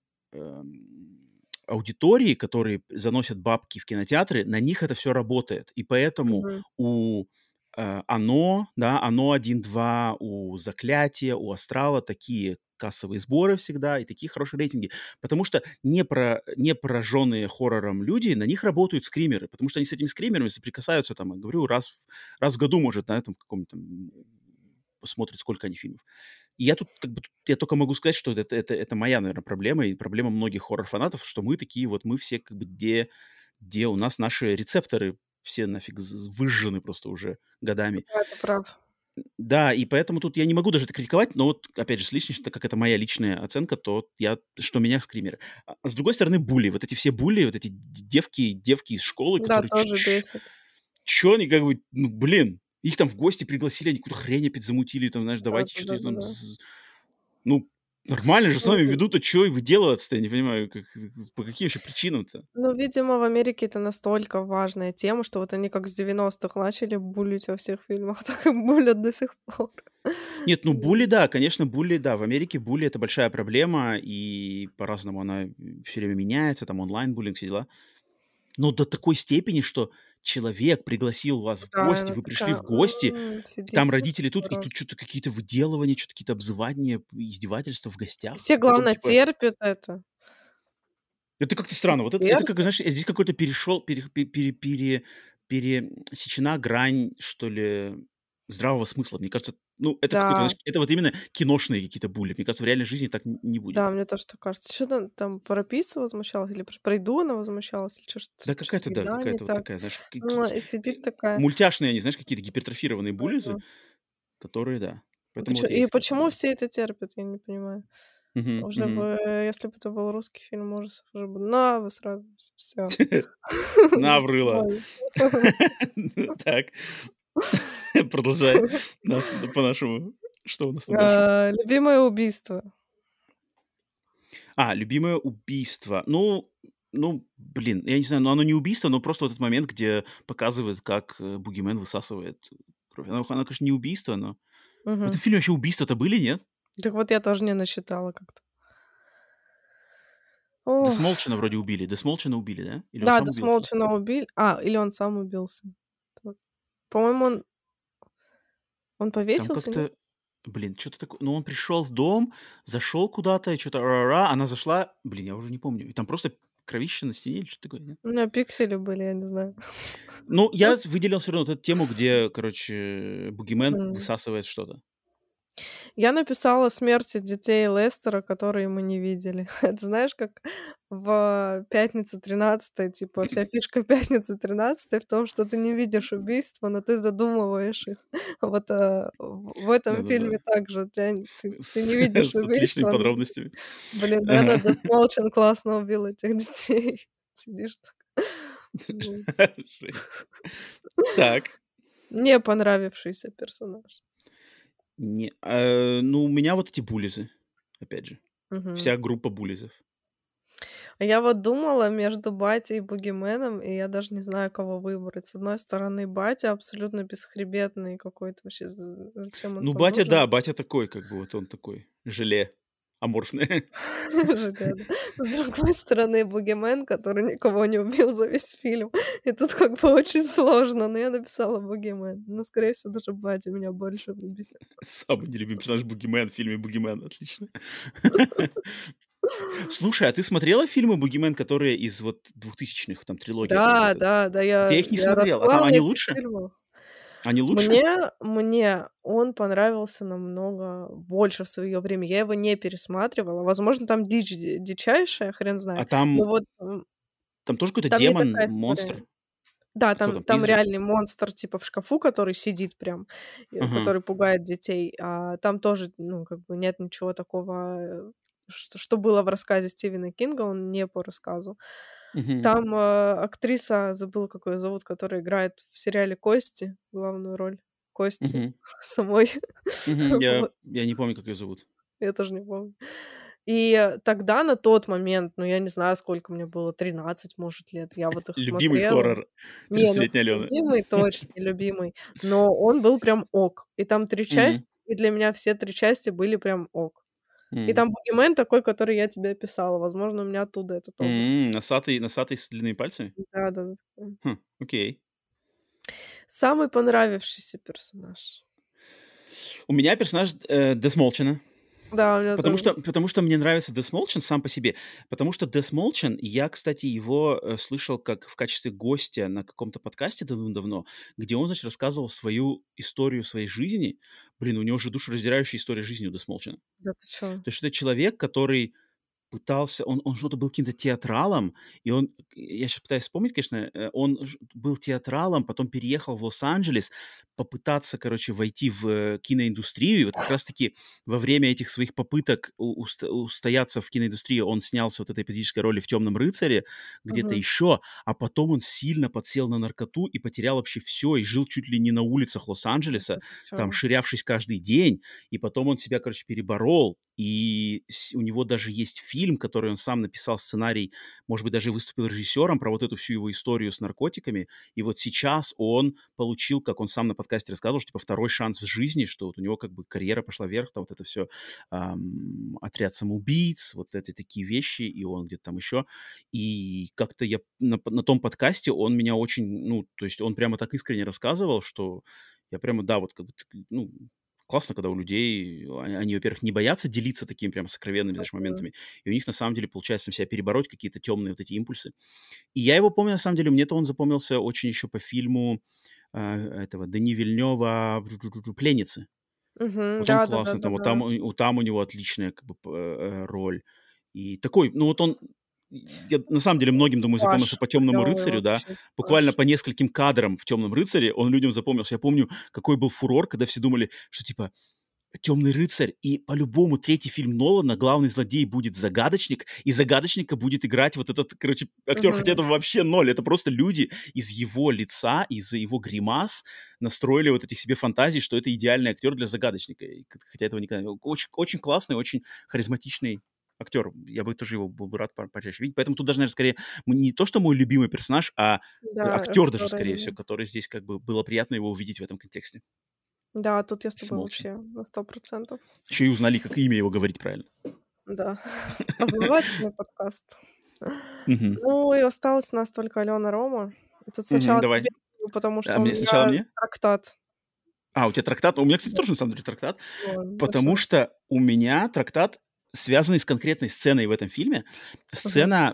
аудитории, которые заносят бабки в кинотеатры, на них это все работает. И поэтому Мгм. у, "Оно", да, "Оно 1-2", у "Заклятия", у "Астрала" такие кассовые сборы всегда и такие хорошие рейтинги. Потому что не пораженные хоррором люди, на них работают скримеры, потому что они с этими скримерами соприкасаются, там, я говорю, раз в году, может, на этом каком-то, посмотрят, сколько они фильмов. И я тут как бы я только могу сказать, что это моя, наверное, проблема и проблема многих хоррор-фанатов, что мы такие вот, мы все как бы где у нас наши рецепторы все нафиг выжжены просто уже годами. Да, ты прав. Да, и поэтому тут я не могу даже это критиковать, но вот опять же, так как это моя личная оценка, то что меня скримеры. А с другой стороны, булли. Вот эти все булли, вот эти девки из школы, Да, которые тоже бесит. чё они как бы, ну, блин, их там в гости пригласили, они какую-то хрень опять замутили, там, знаешь, Да, давайте что-то там да-да-да-да. ну, нормально же с вами Ну ведут, а чё и выделываться-то? Я не понимаю, по каким вообще причинам-то? ну, видимо, в Америке это настолько важная тема, что вот они как с 90-х начали булить во всех фильмах, так и булят до сих пор. Нет, ну, булли, М. да, конечно, булли, да. В Америке булли — это большая проблема, и по-разному она все время меняется, там онлайн-буллинг, все дела. Но до такой степени, что человек пригласил вас в Да, гости, она вы пришли такая, в гости, и там сидит родители тут, и дура. тут что то какие-то выделывания, что то какие-то обзывания, издевательства в И гостях. все, Потом главное, типа терпят это. это как-то Все странно. Вот это как, терпят. знаешь, здесь какой-то перешел пересечена грань, что ли, здравого смысла. Мне кажется, ну, это какой-то, Да, знаешь, это вот именно киношные какие-то були. Мне кажется, в реальной жизни так не будет. да, мне тоже так кажется. Что там про пиццу возмущалась или про еду она возмущалась, или Да, что-то какая-то, да, еда не какая-то вот так. такая, знаешь, Ну, и сидит такая. мультяшные они, знаешь, какие-то гипертрофированные буллизы, которые, да. Поэтому вот я их терпеть не Почему могу. все это терпят, я не понимаю. Мгм, Уже мгм. бы, если бы это был русский фильм ужасов, уже бы на бы сразу все Наврыло. затянули. Так, продолжай нас по-нашему. Что у нас там дальше? Любимое убийство. Любимое убийство. Блин, я не знаю, но оно не убийство, но просто вот этот момент, где показывают, как, бугимен высасывает кровь. Оно, конечно, не убийство, но в этом Мгм. фильме вообще убийства-то были, нет? Так вот я тоже не насчитала как-то. Ох, Десмолчина вроде убили. Десмолчина убили, да? Или он да, сам убился? Десмолчина убили. Или он сам убился. Вот. По-моему, он Там повесился, нет? как-то, блин, что то такое. Ну, он пришел в дом, зашел куда-то, и что то она зашла, блин, я уже не помню. И там просто кровище на стене или что такое, нет? У меня пиксели были, я не знаю. Ну, я выделил все равно вот эту тему, где, короче, бугимен М. высасывает что-то. Я написала "Смерти детей Лестера, которые мы не видели". Это знаешь, как в "Пятница 13", типа вся фишка "Пятницы 13" в том, что ты не видишь убийства, но ты додумываешь их. Вот, в этом Да-да-да. фильме также у тя н ты С не видишь с отличными убийства, но подробностями. блин, наверно, Ага. Дэс Молчин классно убил этих детей. Сидишь так. Ну, Жесть. Так. не понравившийся персонаж. Ну, у меня вот эти буллизы, опять же. Мгм. Вся группа буллизов. А я вот думала между Батей и Бугименом, и я даже не знаю, кого выбрать. С одной стороны, Батя абсолютно бесхребетный какой-то вообще. Зачем он Ну, там нужен? батя такой, как бы вот он такой, желе. аморфные. Жигада. С другой стороны, бугимен, который никого не убил за весь фильм. И тут как бы очень сложно, но я написала бугимен. Но, скорее всего, даже батя меня больше выбесит. Самый нелюбимый персонаж Бугимен в фильме «Бугимен». Отлично. Слушай, а ты смотрела фильмы «Бугимен», которые из вот 2000-х, там, трилогия там вот Да, эта? да, да, Вот я я их не я смотрел. А росла там на они этих лучше? фильмах. Они лучше? Мне он понравился намного больше в своё время. Я его не пересматривала. Возможно, там дичь дичайшая, хрен А знает. там Но вот, там тоже какой-то там не демон, такая история. монстр? Да, Кто там там, там призрак? реальный монстр, типа, в шкафу, который сидит прям, Ага. который пугает детей. А там тоже, ну, как бы нет ничего такого, что было в рассказе Стивена Кинга, он не по рассказу. Мгм. Там, актриса, забыла, как её зовут, которая играет в сериале «Кости» главную роль. Кости Мгм. самой. Мгм. Я Вот. я не помню, как её зовут. Я тоже не помню. И, тогда, на тот момент, ну, я не знаю, сколько мне было, 13, может, лет, я вот их Любимый смотрела. хоррор Не, ну, 30-летней Алены. любимый точно не любимый, но он был прям ок. И там 3 Мгм. части, и для меня все 3 части были прям ок. И М. там бугимен такой, который я тебе описала. Возможно, у меня оттуда этот образ. Носатый с длинными пальцами? Да-да-да, такой. Хм, окей. Самый понравившийся персонаж. У меня персонаж, Дес Молчана. Да, у меня Потому тоже. что потому что мне нравится Дес Молчан сам по себе. Потому что Дес Молчан, я, кстати, его, слышал как в качестве гостя на каком-то подкасте давным-давно, где он, значит, рассказывал свою историю своей жизни. Блин, у него же душераздирающая история жизни у Дес Молчана. Да ты чё? То есть это человек, который пытался, он что-то был каким-то театралом, и он, я сейчас пытаюсь вспомнить, конечно, он был театралом, потом переехал в Лос-Анджелес, попытаться, короче, войти в киноиндустрию, и вот как раз-таки во время этих своих попыток устояться в киноиндустрии он снялся вот этой эпизодической роли в «Темном рыцаре», где-то Мгм. еще, а потом он сильно подсел на наркоту и потерял вообще все, и жил чуть ли не на улицах Да Лос-Анджелеса, ты там, чё? ширявшись каждый день, и потом он себя, короче, переборол, и у него даже есть фильм, который он сам написал сценарий, может быть, даже выступил режиссером про вот эту всю его историю с наркотиками. И вот сейчас он получил, как он сам на подкасте рассказывал, что, типа, второй шанс в жизни, что вот у него как бы карьера пошла вверх, там вот это все отряд самоубийц, вот эти такие вещи, и он где-то там еще. И как-то я на том подкасте он меня очень, ну, то есть он прямо так искренне рассказывал, что я прямо, да, вот как бы, ну, классно, когда у людей, они, во-первых, не боятся делиться такими прям сокровенными, знаешь, Мгм. моментами, и у них на самом деле получается себя перебороть какие-то темные вот эти импульсы. И я его помню, на самом деле, мне-то он запомнился очень еще по фильму этого Дени Вильнева «Пленницы». Мгм. Вот он классно, там, вот Да-да-да-да-да. там, там у него отличная как бы роль. И такой, ну вот он, я на самом деле многим, думаю, Типаж. запомнился по «Темному Клёвый рыцарю», да, вообще буквально типаж. по нескольким кадрам в «Темном рыцаре» он людям запомнился. Я помню, какой был фурор, когда все думали, что типа «Темный рыцарь», и по-любому третий фильм Нолана, главный злодей будет Загадочник, и Загадочника будет играть вот этот, короче, актер, хотя Мгм. это вообще ноль, это просто люди из его лица, из-за его гримас настроили вот этих себе фантазий, что это идеальный актер для Загадочника, и хотя этого никогда не было. Очень, очень классный, очень харизматичный актер. Я бы тоже его был бы рад почаще видеть. Поэтому тут даже, наверное, скорее не то, что мой любимый персонаж, а Да, актер даже, актёра скорее всего, именно. который здесь как бы было приятно его увидеть в этом контексте. Да, тут я с тобой Смолчен. вообще на 100%. Еще и узнали, как имя его говорить правильно. Да, познавательный подкаст. Мгм. Ну и осталась у нас только Алена Рома. И тут Мгм. сначала Давай. тебе, потому А что у мне сначала меня мне? трактат. У тебя трактат? У меня, кстати, Да, тоже на самом деле трактат, ладно, потому хорошо. что у меня трактат, связанный с конкретной сценой в этом фильме. Мгм, Сцена,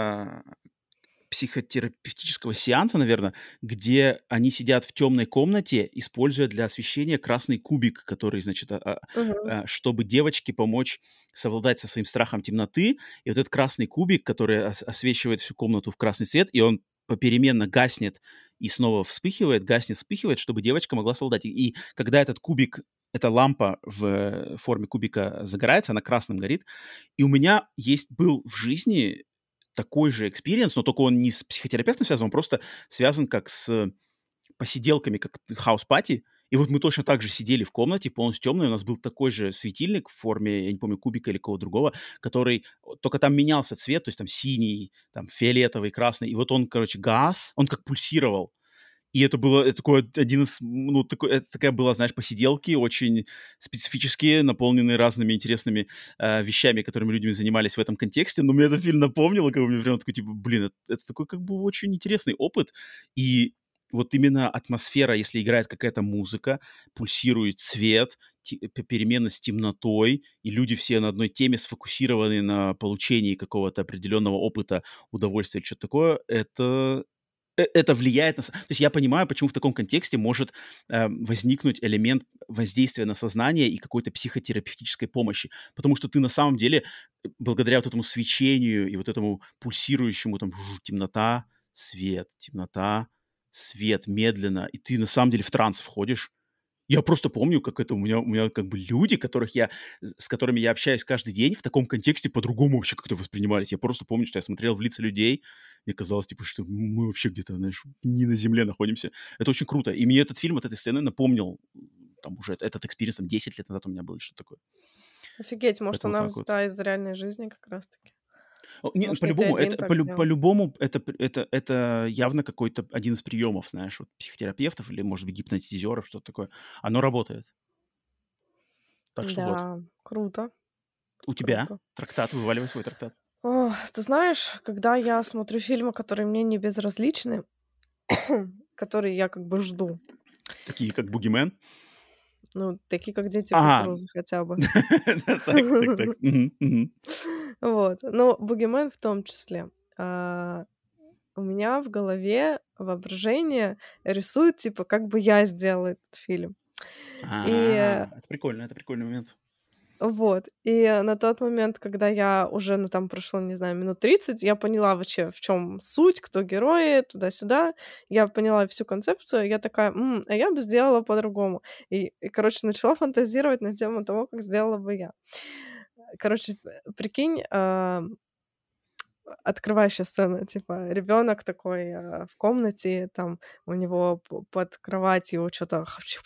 психотерапевтического сеанса, наверно, где они сидят в темной комнате, используя для освещения красный кубик, который, значит, мгм, чтобы девочке помочь совладать со своим страхом темноты. И вот этот красный кубик, который освещает всю комнату в красный свет, и он попеременно гаснет и снова вспыхивает, гаснет, вспыхивает, чтобы девочка могла совладать. И когда этот кубик, эта лампа в форме кубика загорается, она красным горит. И у меня был в жизни такой же экспириенс, но только он не с психотерапевтом связан, он просто связан как с посиделками, как хаус-пати. И вот мы точно так же сидели в комнате, полностью темной, у нас был такой же светильник в форме, я не помню, кубика или кого-то другого, который только там менялся цвет, то есть там синий, там фиолетовый, красный, и вот он, короче, газ, он как пульсировал. И это было такой один из, ну, это такая была, знаешь, посиделки очень специфические, наполненные разными интересными вещами, которыми люди занимались в этом контексте. Но мне этот фильм напомнил, как бы мне прям такой, типа, блин, это такой как бы очень интересный опыт. И вот именно атмосфера, если играет какая-то музыка, пульсирует цвет, перемена с темнотой, и люди все на одной теме сфокусированы на получении какого-то определенного опыта, удовольствия, что-то такое, это влияет на... То есть я понимаю, почему в таком контексте может возникнуть элемент воздействия на сознание и какой-то психотерапевтической помощи. Потому что ты на самом деле, благодаря вот этому свечению и вот этому пульсирующему там темнота, темнота, свет, медленно, и ты на самом деле в транс входишь. Я просто помню, как это у меня как бы люди, с которыми я общаюсь каждый день, в таком контексте по-другому вообще как-то воспринимались. Я просто помню, что я смотрел в лица людей, мне казалось, типа, что мы вообще где-то, знаешь, не на земле находимся. Это очень круто. И мне этот фильм от этой сцены напомнил, там уже этот экспириенс, там 10 лет назад у меня был, что такое. Офигеть, может, Это вот она так вот. взята из реальной жизни как раз-таки. Не, Может, не ты по-любому, один это, так делал. по-любому, это явно какой-то один из приемов, знаешь, вот психотерапевтов или, может быть, гипнотизеров, что-то такое. Оно работает. Так что вот. Да, круто. У тебя Круто. трактат, вываливай свой трактат. О, ты знаешь, когда я смотрю фильмы, которые мне не безразличны, которые я как бы жду, Такие, как «Бугимен». ну, такие, как «Дети Ага. кукурузы» хотя бы. Так. Вот. Но «Бугимен» в том числе. У меня в голове воображение рисует, типа, как бы я сделала этот фильм. И Это прикольный момент. вот. И на тот момент, когда я уже, ну, там прошло, не знаю, минут 30, я поняла вообще, в чем суть, кто герои, туда-сюда. Я поняла всю концепцию. Я такая, а я бы сделала по-другому. И, короче, начала фантазировать на тему того, как сделала бы я. Короче, прикинь, открывающая сцена, типа, ребенок такой в комнате, там у него под кроватью что-то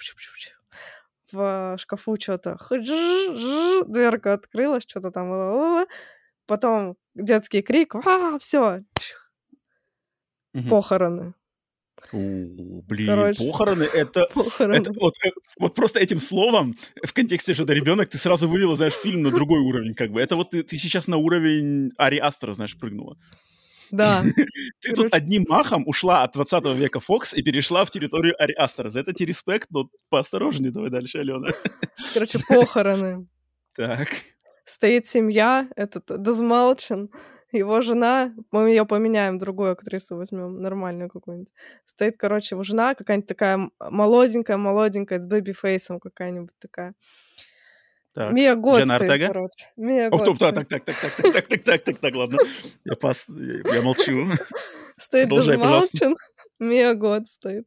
в шкафу что-то дверка открылась, что-то там, потом детский крик, все, похороны. Блин, Короче, похороны это похороны. вот просто этим словом в контексте, что это ребенок, ты сразу вывела, знаешь, фильм на другой уровень, как бы. Это вот ты сейчас на уровень Ари Астера, знаешь, прыгнула. Да. Ты тут одним махом ушла от 20 века Фокс и перешла в территорию Ари Астера. За это тебе респект, но поосторожнее давай дальше, Алена. Короче, похороны. Так. Стоит семья, этот Дезмалчен, его жена, мы ее поменяем, другую актрису возьмем, нормальную какую-нибудь. Стоит, короче, его жена, какая-нибудь такая молоденькая, с бэби-фейсом какая-нибудь такая. Так. Мия Год Дженна стоит, Ортега? короче. Мия Год стоит. Так, ладно. Я молчу. Стоит Продолжай, пожалуйста. Дезмалчен, Мия Год стоит.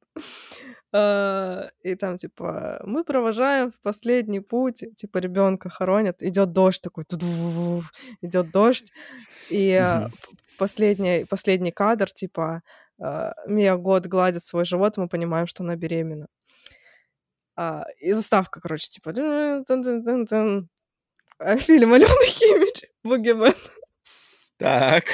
И там, типа, мы провожаем в последний путь, типа, ребенка хоронят, идет дождь такой, идет дождь, и последний кадр, типа, Мия Год гладит свой живот, мы понимаем, что она беременна. И заставка, короче, типа, фильм Алены Химич, «Бугимен». Так.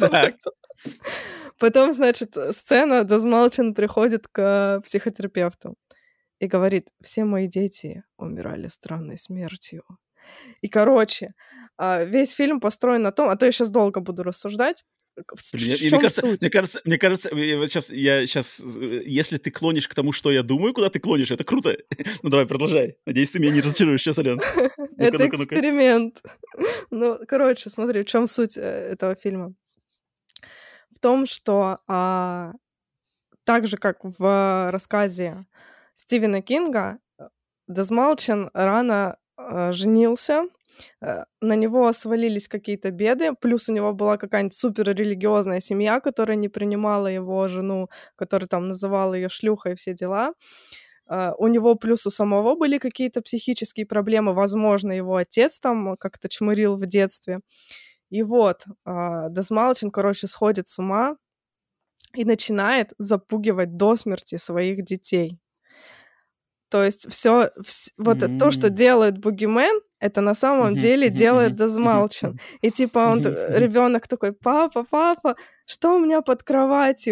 Потом, значит, сцена, Дезмалчен приходит к психотерапевту и говорит, все мои дети умирали странной смертью. И, короче, весь фильм построен на том, а то я сейчас долго буду рассуждать, в чем суть. Мне кажется, я сейчас, если ты клонишь к тому, что я думаю, куда ты клонишь, это круто. Ну давай, продолжай. Надеюсь, ты меня не разочаруешь сейчас, Ален. Это эксперимент. Ну, короче, смотри, в чем суть этого фильма. В том, что так же, как в рассказе Стивена Кинга, Дезмалчен рано женился, на него свалились какие-то беды, плюс у него была какая-нибудь суперрелигиозная семья, которая не принимала его жену, которая там называла ее шлюхой и все дела. У него плюс у самого были какие-то психические проблемы, возможно, его отец там как-то чмырил в детстве. И вот, Дезмалчен, короче, сходит с ума и начинает запугивать до смерти своих детей. То есть вот то, что делает Бугимен, это на самом деле делает Дезмалчен. И типа ребенок такой, папа, что у меня под кроватью?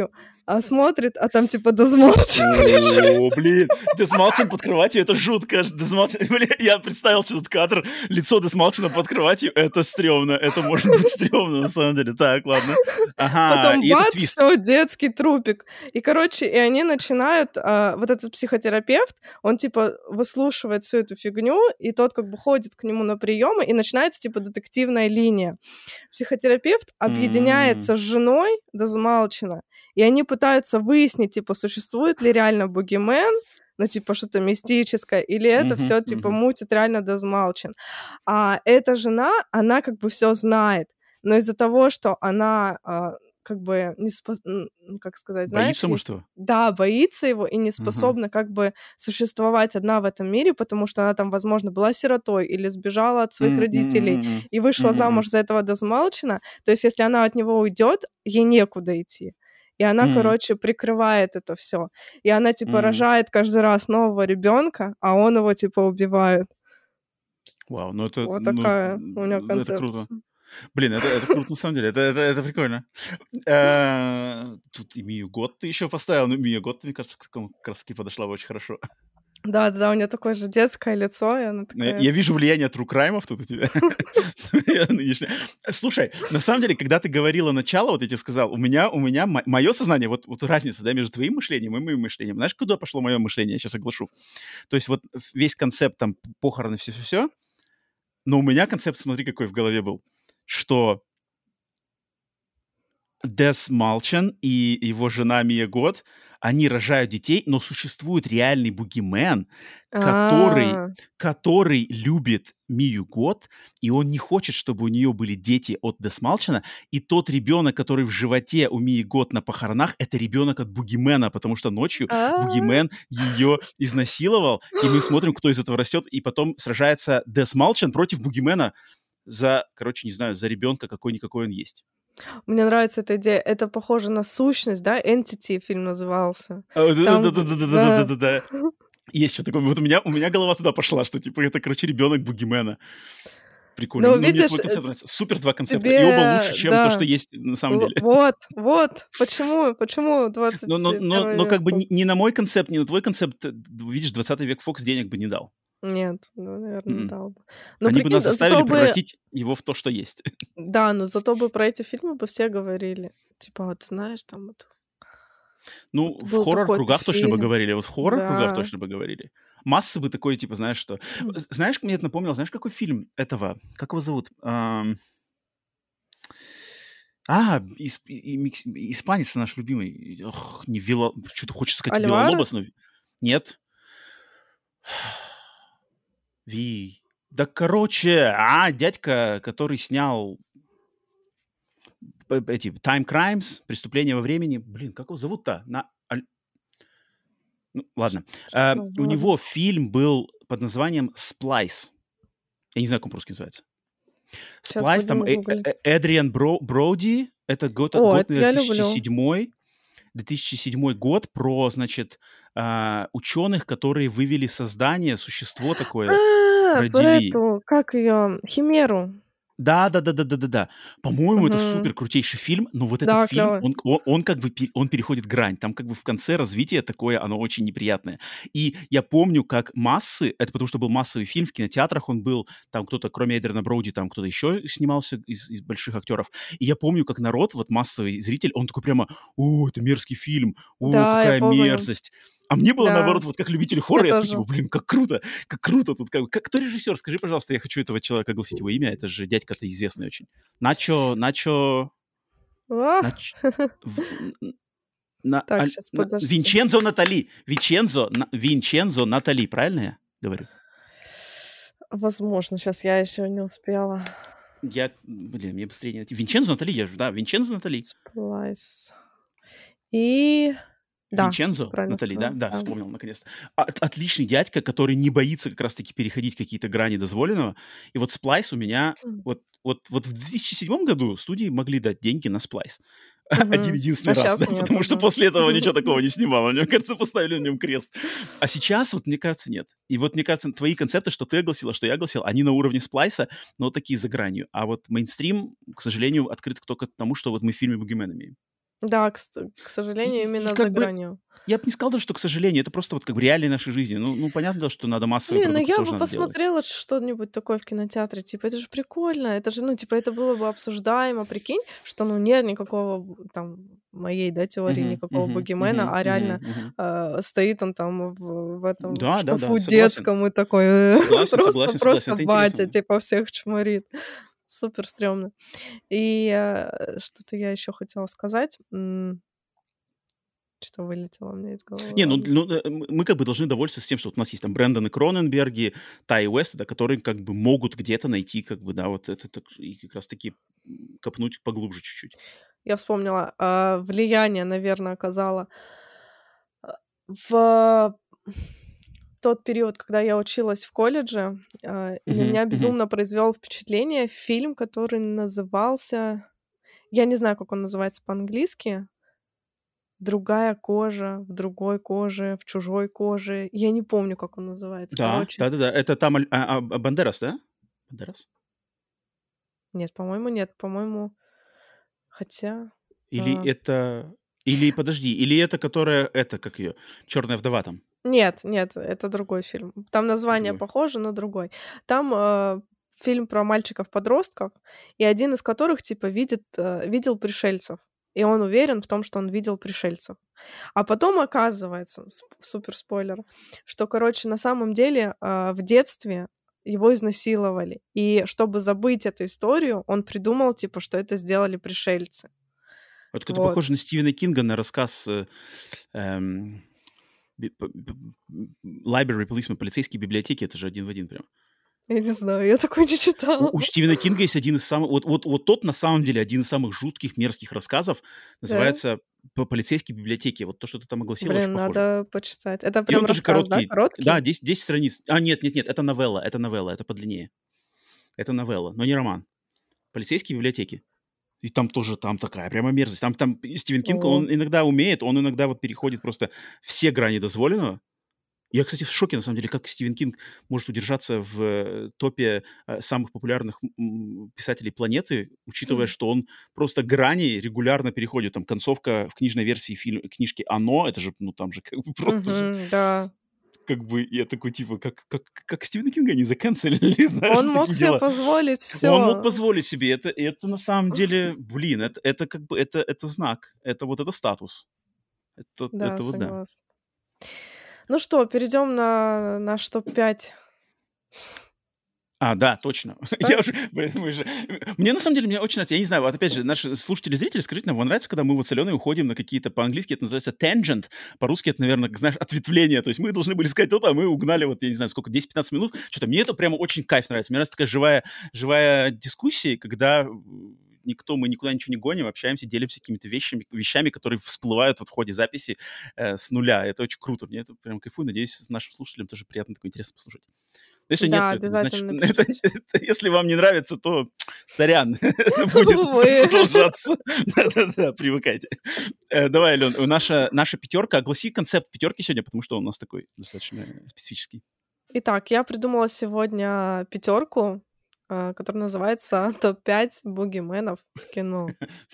а смотрит, а там типа Дезмолчен. О, блин, Дезмолчен под кроватью, это жутко. Блин, я представил этот кадр, лицо Дезмолчена под кроватью, это стрёмно, это может быть стрёмно, на самом деле. Так, ладно. Ага, Потом и это бац, твист. все, детский трупик. И, короче, и они начинают, вот этот психотерапевт, он, типа, выслушивает всю эту фигню, и тот как бы ходит к нему на приемы, и начинается, типа, детективная линия. Психотерапевт объединяется с женой Дезмолчена, и они пытаются выяснить, типа, существует ли реально бугимен, ну, типа, что-то мистическое, или это все типа, мутит реально Дезмолчен. А эта жена, она как бы все знает, но из-за того, что она как бы не как сказать, знаешь... Боится, может, его? Да, боится его и не способна как бы существовать одна в этом мире, потому что она там, возможно, была сиротой или сбежала от своих родителей и вышла замуж за этого Дезмолчена. То есть если она от него уйдет, ей некуда идти. И она, короче, прикрывает это все. И она, типа, рожает каждый раз нового ребенка, а он его, типа, убивает. Вау, ну это... Вот такая у меня концепция. Это круто. Блин, это круто, на самом деле. Это прикольно. Тут и Мию Гот ты еще поставил. Ну, Мия Гот, мне кажется, как раз-таки подошла бы очень хорошо. Да, у нее такое же детское лицо, и она такая... Я вижу влияние True Crime'ов тут у тебя. Слушай, на самом деле, когда ты говорила начало, вот я тебе сказал, у меня мое сознание, вот разница, да, между твоим мышлением и моим мышлением. Знаешь, куда пошло мое мышление? Я сейчас оглашу. То есть вот весь концепт там похороны, все-все-все, но у меня концепт, смотри, какой в голове был, что Дезмолчен и его жена Мия Гот, они рожают детей, но существует реальный бугимен, который любит Мию Гот, и он не хочет, чтобы у нее были дети от Дезмолчена, и тот ребенок, который в животе у Мии Гот на похоронах, это ребенок от бугимена, потому что ночью бугимен ее изнасиловал, и мы смотрим, кто из этого растет, и потом сражается Дезмолчен против бугимена за, короче, не знаю, за ребенка, какой-никакой он есть. Мне нравится эта идея. Это похоже на сущность, да? Entity фильм назывался. Да. Есть что такое. Вот у меня голова туда пошла, что типа это, короче, ребенок бугимена. Прикольно. Ну, Мне видишь, твой концепт нравится. Супер два концепта. тебе... И оба лучше, чем то, что есть на самом деле. Вот. Почему 21 Но как бы век? не на мой концепт, не на твой концепт. Видишь, 20 век Фокс денег бы не дал. Нет, наверное, дал бы. Но Они бы прикинь, нас заставили зато бы... превратить его в то, что есть. Да, но зато бы про эти фильмы бы все говорили. Типа, вот знаешь, там вот... Ну, вот в был хоррор-кругах такой-то точно бы фильм. говорили. Вот в хоррор-кругах Да. точно бы говорили. Массы бы такой, типа, знаешь, что... Знаешь, мне это напомнило, знаешь, какой фильм этого? Как его зовут? Испанец наш любимый. Ох, не что-то хочется сказать Вилла-Лобос, но... Нет. Да, короче, дядька, который снял эти Time Crimes, преступления во времени. Блин, как его зовут-то? Ну, ладно. У него фильм был под названием «Splice». Я не знаю, как он по-русски называется. «Splice», там Эдриан Броуди. Это год 2007. 2007 год про, значит, ученых, которые вывели существо такое, родили. Про эту, как ее, Химеру. Да. По-моему, это супер крутейший фильм, но вот этот фильм, он как бы он переходит грань. Там как бы в конце развитие такое, оно очень неприятное. И я помню, как массы, это потому что был массовый фильм, в кинотеатрах он был, там кто-то, кроме Эдриана Броуди, там кто-то еще снимался из больших актеров. И я помню, как народ, вот массовый зритель, он такой прямо, это мерзкий фильм, какая мерзость. А мне было, наоборот, вот как любитель хоррора, я такой, типа, блин, как круто тут. Кто режиссер? Скажи, пожалуйста, я хочу этого человека огласить его имя, это же дядька-то известный очень. Начо... Так, сейчас, подожди. Винчензо Натали, правильно я говорю? Возможно, сейчас я еще не успела. Мне быстрее не найти. Винчензо Натали, Винчензо Натали. Splice. И... Да, Винчензо Натали, сказала. да, вспомнил наконец-то. Отличный дядька, который не боится как раз-таки переходить какие-то грани дозволенного. И вот Splice у меня... Вот в 2007 году студии могли дать деньги на Splice. Один-единственный раз, да, потому что после этого ничего такого не снимало. Мне кажется, поставили на нем крест. А сейчас, вот, мне кажется, нет. И вот, мне кажется, твои концепты, что ты огласила, что я огласил, они на уровне Сплайса, но такие за гранью. А вот мейнстрим, к сожалению, открыт только к тому, что вот мы в фильме «Бугимен» имеем. Да, к И, сожалению, и именно за как бы гранью. я бы не сказал даже, что, к сожалению, это просто вот как бы реалии нашей жизни. Ну, понятно, что надо массовый Блин, ну продукт я тоже бы надо делать. посмотрела что-нибудь такое в кинотеатре. Типа, это же прикольно. Это же, ну, типа, это было бы обсуждаемо. Прикинь, что, ну, нет никакого там моей, да, теории, Мгм, никакого мгм, мгм, бугимена, а мгм, реально мгм. стоит он там в этом в Да, да, да, шкафу согласен. детском и такой Согласен, просто согласен, согласен. просто Это батя, интересно. типа, всех чморит. Супер стрёмно. И что-то я еще хотела сказать. Что вылетело у меня из головы, Не, ну, ладно. мы как бы должны довольствоваться с тем, что вот у нас есть там Брэндоны Кроненберги, Тай Уэст, да, которые как бы могут где-то найти, как бы, да, вот это и как раз-таки копнуть поглубже чуть-чуть. Я вспомнила, влияние, наверное, оказало в тот период, когда я училась в колледже, на Мгм, меня мгм. безумно произвел впечатление фильм, который назывался, я не знаю, как он называется по-английски, "Другая кожа", "В другой коже", "В чужой коже". Я не помню, как он называется. Да, Короче, да-да-да, это там Бандерас, да? Бандерас? нет, по-моему, нет. По-моему, хотя, Или а, это или подожди, или это которая, это, как ее, "Черная вдова" там? нет, нет, это другой фильм. Там название Другой. похоже, но другой. Там, фильм про мальчиков-подростков, и один из которых, типа, видел пришельцев. И он уверен в том, что он видел пришельцев. А потом оказывается, супер спойлер, что, короче, на самом деле, в детстве его изнасиловали. И чтобы забыть эту историю, он придумал, типа, что это сделали пришельцы. Вот это Вот. похоже на Стивена Кинга, на рассказ, эм, Library Policeman, полицейские библиотеки, это же один в один прям. Я не знаю, я такой не читала. У Стивена Кинга есть один из самых вот тот, на самом деле, один из самых жутких, мерзких рассказов. Да? Называется "Полицейские библиотеки". Вот то, что ты там огласила, очень Блин, похоже. надо почитать. Это И он прям тоже рассказ, да, короткий. Да, короткий? 10 страниц. Нет, это новелла, это подлиннее. Это новелла, но не роман. "Полицейские библиотеки". И там тоже, там такая прямо мерзость. Там Стивен Кинг, Ого. он иногда умеет, он иногда вот переходит просто все грани дозволенного. Я, кстати, в шоке, на самом деле, как Стивен Кинг может удержаться в топе самых популярных писателей планеты, учитывая, что он просто грани регулярно переходит. Там концовка в книжной версии книжки "Оно", это же, ну, там же как бы просто же, Мгм, да. как бы, я такой, типа, как Стивена Кинга не заканцелили, знаешь, Он за мог такие себе дела. позволить Он мог все. позволить себе это, и это на самом деле, блин, это как бы, это знак, это вот это статус. Да, Это вот да. согласна. Ну что, перейдем на наш топ-5. Да, точно. Я Читать? уже, блин, мы же мне на самом деле, мне очень нравится. Я не знаю, вот опять же, наши слушатели, зрители, скажите нам, вам нравится, когда мы вот с Аленой уходим на какие-то, по-английски это называется tangent, по-русски это, наверное, знаешь, ответвление. То есть мы должны были сказать то-то, а мы угнали вот, я не знаю, сколько, 10-15 минут. Что-то мне это прямо очень кайф нравится. Мне нравится такая живая дискуссия, когда мы никуда ничего не гоним, общаемся, делимся какими-то вещами, которые всплывают вот в ходе записи с нуля. Это очень круто. Мне это прям кайфую. Надеюсь, с нашим слушателям тоже приятно такое интересно послушать. Если нет, Да, то это обязательно значит, напишите. если вам не нравится, то сорян, это будет Увы. продолжаться. Да-да-да, привыкайте. Давай, Ален, наша пятерка. Огласи концепт пятерки сегодня, потому что он у нас такой достаточно специфический. Итак, я придумала сегодня пятерку, которая называется "Топ-5 бугименов в кино".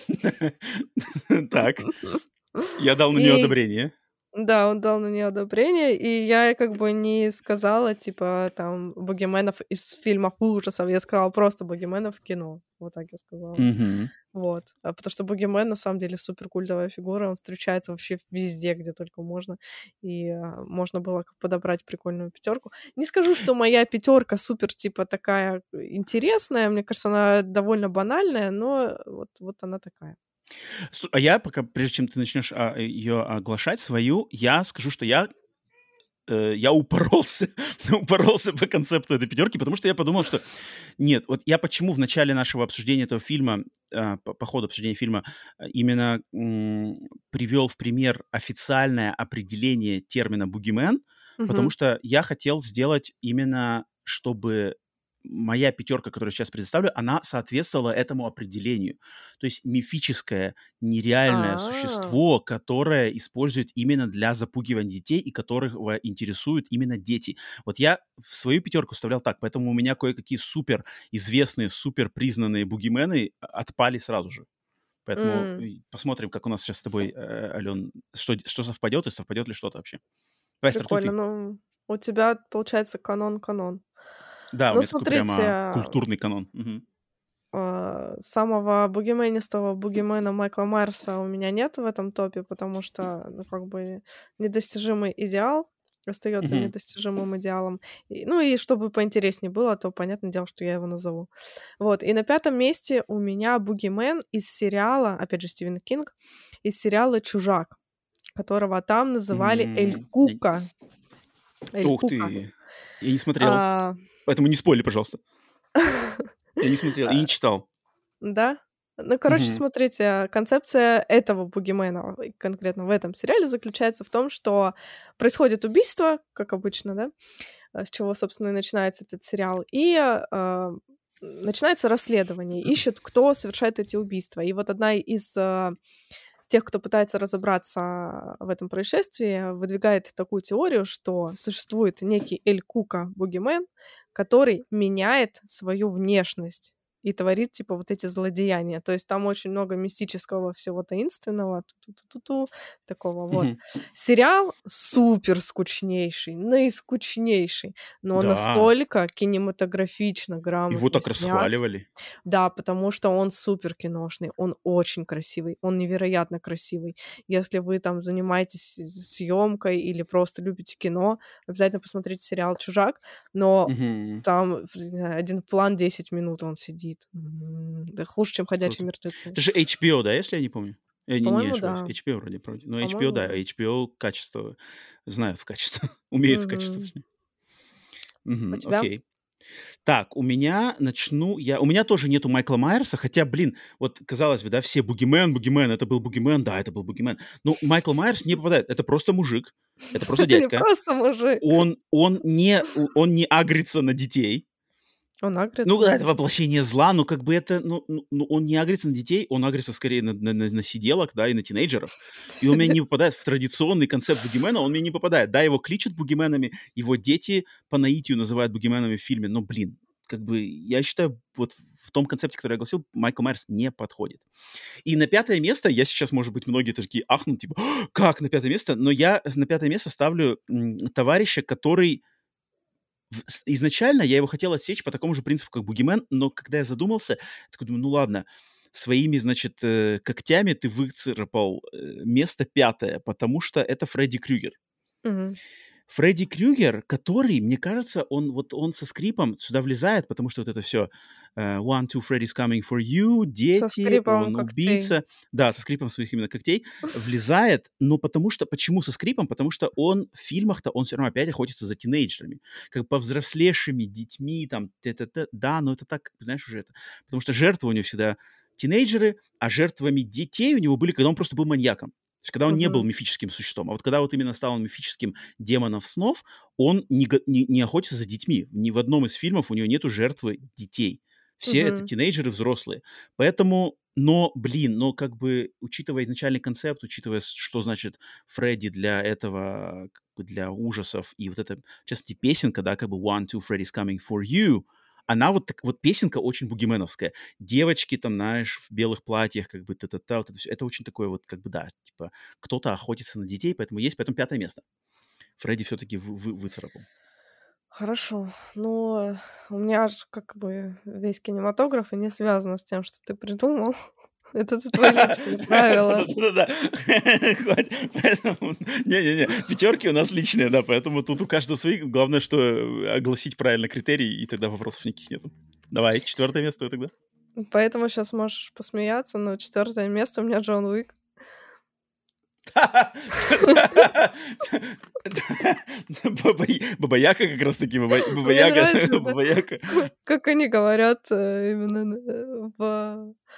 Так, я дал на нее И одобрение. да, он дал на нее одобрение, и я как бы не сказала, типа, там, бугименов из фильмов ужасов. Я сказала просто бугименов в кино. Вот так я сказала. Мгм. Вот. Потому что бугимен на самом деле супер культовая фигура. Он встречается вообще везде, где только можно. И можно было подобрать прикольную пятерку. Не скажу, что моя пятерка супер, типа, такая интересная. Мне кажется, она довольно банальная, но вот она такая. А я пока, прежде чем ты начнешь ее оглашать свою, я скажу, что я упоролся, упоролся по концепту этой пятерки, потому что я подумал, что нет, вот я почему в начале нашего обсуждения этого фильма, по ходу обсуждения фильма, именно привел в пример официальное определение термина «бугимен», потому Мгм. что я хотел сделать именно, чтобы моя пятерка, которую я сейчас предоставлю, она соответствовала этому определению. То есть мифическое, нереальное А, существо, которое используют именно для запугивания детей и которых интересуют именно дети. Вот я в свою пятерку вставлял так, поэтому у меня кое-какие супер известные, супер признанные бугимены отпали сразу же. Поэтому посмотрим, как у нас сейчас с тобой, Ален, что совпадет и совпадет ли что-то вообще. Давай, стартуй Прикольно. ты. Ну, у тебя, получается, канон. Да, у Ну, меня такой прямо смотрите, культурный канон. Мгм. самого бугименистого бугимена Майкла Майерса у меня нет в этом топе, потому что, ну, как бы недостижимый идеал остается Мгм. недостижимым идеалом. Ну и чтобы поинтереснее было, то понятное дело, что я его назову. Вот. И на 5-м месте у меня бугимен из сериала, опять же, Стивен Кинг, из сериала «Чужак», которого там называли Эль М, я- Кука. Эль Ух Кука. ты! Я не смотрел, А, поэтому не спойли, пожалуйста. Я не смотрел и а, не читал. Да? Ну, короче, Мгм. смотрите, концепция этого бугимена, конкретно в этом сериале, заключается в том, что происходит убийство, как обычно, да, с чего, собственно, и начинается этот сериал, и начинается расследование, ищут, кто совершает эти убийства. И вот одна из тех, кто пытается разобраться в этом происшествии, выдвигает такую теорию, что существует некий Эль Кука бугимен, который меняет свою внешность и творит, типа, вот эти злодеяния. То есть там очень много мистического всего таинственного, ту-ту-ту-ту-ту, такого вот. Мгм. Сериал супер скучнейший, наискучнейший, но Да, настолько кинематографично, его грамотно так снят. расхваливали. Да, потому что он супер киношный, он очень красивый, он невероятно красивый. Если вы там занимаетесь съемкой или просто любите кино, обязательно посмотрите сериал «Чужак», но Мгм. там, не знаю, один план 10 минут он сидит. Да хуже, чем «Ходячие Круто. мертвецы». Это же HBO, да, если я не помню? Я не По-моему, ошибаюсь. да. HBO вроде. Но HBO, По-моему, да, да. HBO качество знают в качестве, умеют в качестве, Мгм. точнее. У Мгм, тебя? окей. Так, у меня тоже нету Майкла Майерса, хотя, блин, вот, казалось бы, да, все бугимен, это был бугимен, да, это был бугимен. Но Майкл Майерс не попадает, это просто мужик, это просто Это не дядька. просто мужик. Он не агрится на детей. Он Ну агрится да, на это детей. воплощение зла, но как бы это, он не агрится на детей, он агрится скорее на сиделок, да, и на тинейджеров. И он мне не попадает в традиционный концепт бугимена, он мне не попадает. Да, его кличут бугименами, его дети по наитию называют бугименами в фильме, но, блин, как бы я считаю, вот в том концепте, который я огласил, Майкл Майерс не подходит. И на 5-е место, я сейчас, может быть, многие такие ахнут, типа, как на 5-е место? Но я на 5-е место ставлю товарища, который изначально я его хотел отсечь по такому же принципу, как Бугимен, но когда я задумался, такой думаю, ну ладно, своими, значит, когтями ты выцарапал место 5-е, потому что это Фредди Крюгер. Мгм. Фредди Крюгер, который, мне кажется, он со скрипом сюда влезает, потому что вот это все «One, two, Freddy's coming for you», Со «Дети», скрипом «Он когтей. убийца». Да, со скрипом своих именно когтей влезает, но потому что... Почему со скрипом? Потому что он в фильмах-то, он все равно опять охотится за тинейджерами, как повзрослевшими детьми, там, т-т-т. Да, но это так, знаешь, уже это... Потому что жертвы у него всегда тинейджеры, а жертвами детей у него были, когда он просто был маньяком. То есть когда он не был Мгм. мифическим существом. А вот когда вот именно стал он мифическим демонов снов, он не охотится за детьми. Ни в одном из фильмов у него нету жертвы детей. Все это Мгм. тинейджеры взрослые. Поэтому, но как бы, учитывая изначальный концепт, учитывая, что значит Фредди для этого, как бы для ужасов, и вот это, в частности, песенка, да, как бы «One, two, Freddy's coming for you», она вот, вот песенка очень бугименовская. Девочки там, знаешь, в белых платьях, как бы та-та-та, вот это все. Это очень такое вот, как бы, да, типа, кто-то охотится на детей, поэтому 5-е место. Фредди все-таки выцарапал. Хорошо. Ну, у меня же как бы весь кинематограф и не связано с тем, что ты придумал. Это твои личные правила. Да-да-да. Хватит. Поэтому не-не-не, пятерки у нас личные, да, поэтому тут у каждого свои. Главное, что огласить правильно критерии, и тогда вопросов никаких нету. Давай, 4-е место тогда. Поэтому сейчас можешь посмеяться, но 4-е место у меня Джон Уик. Баба-Яга как раз таки, Мне Баба-Яга, нравится, да, Баба-Яга. как они говорят именно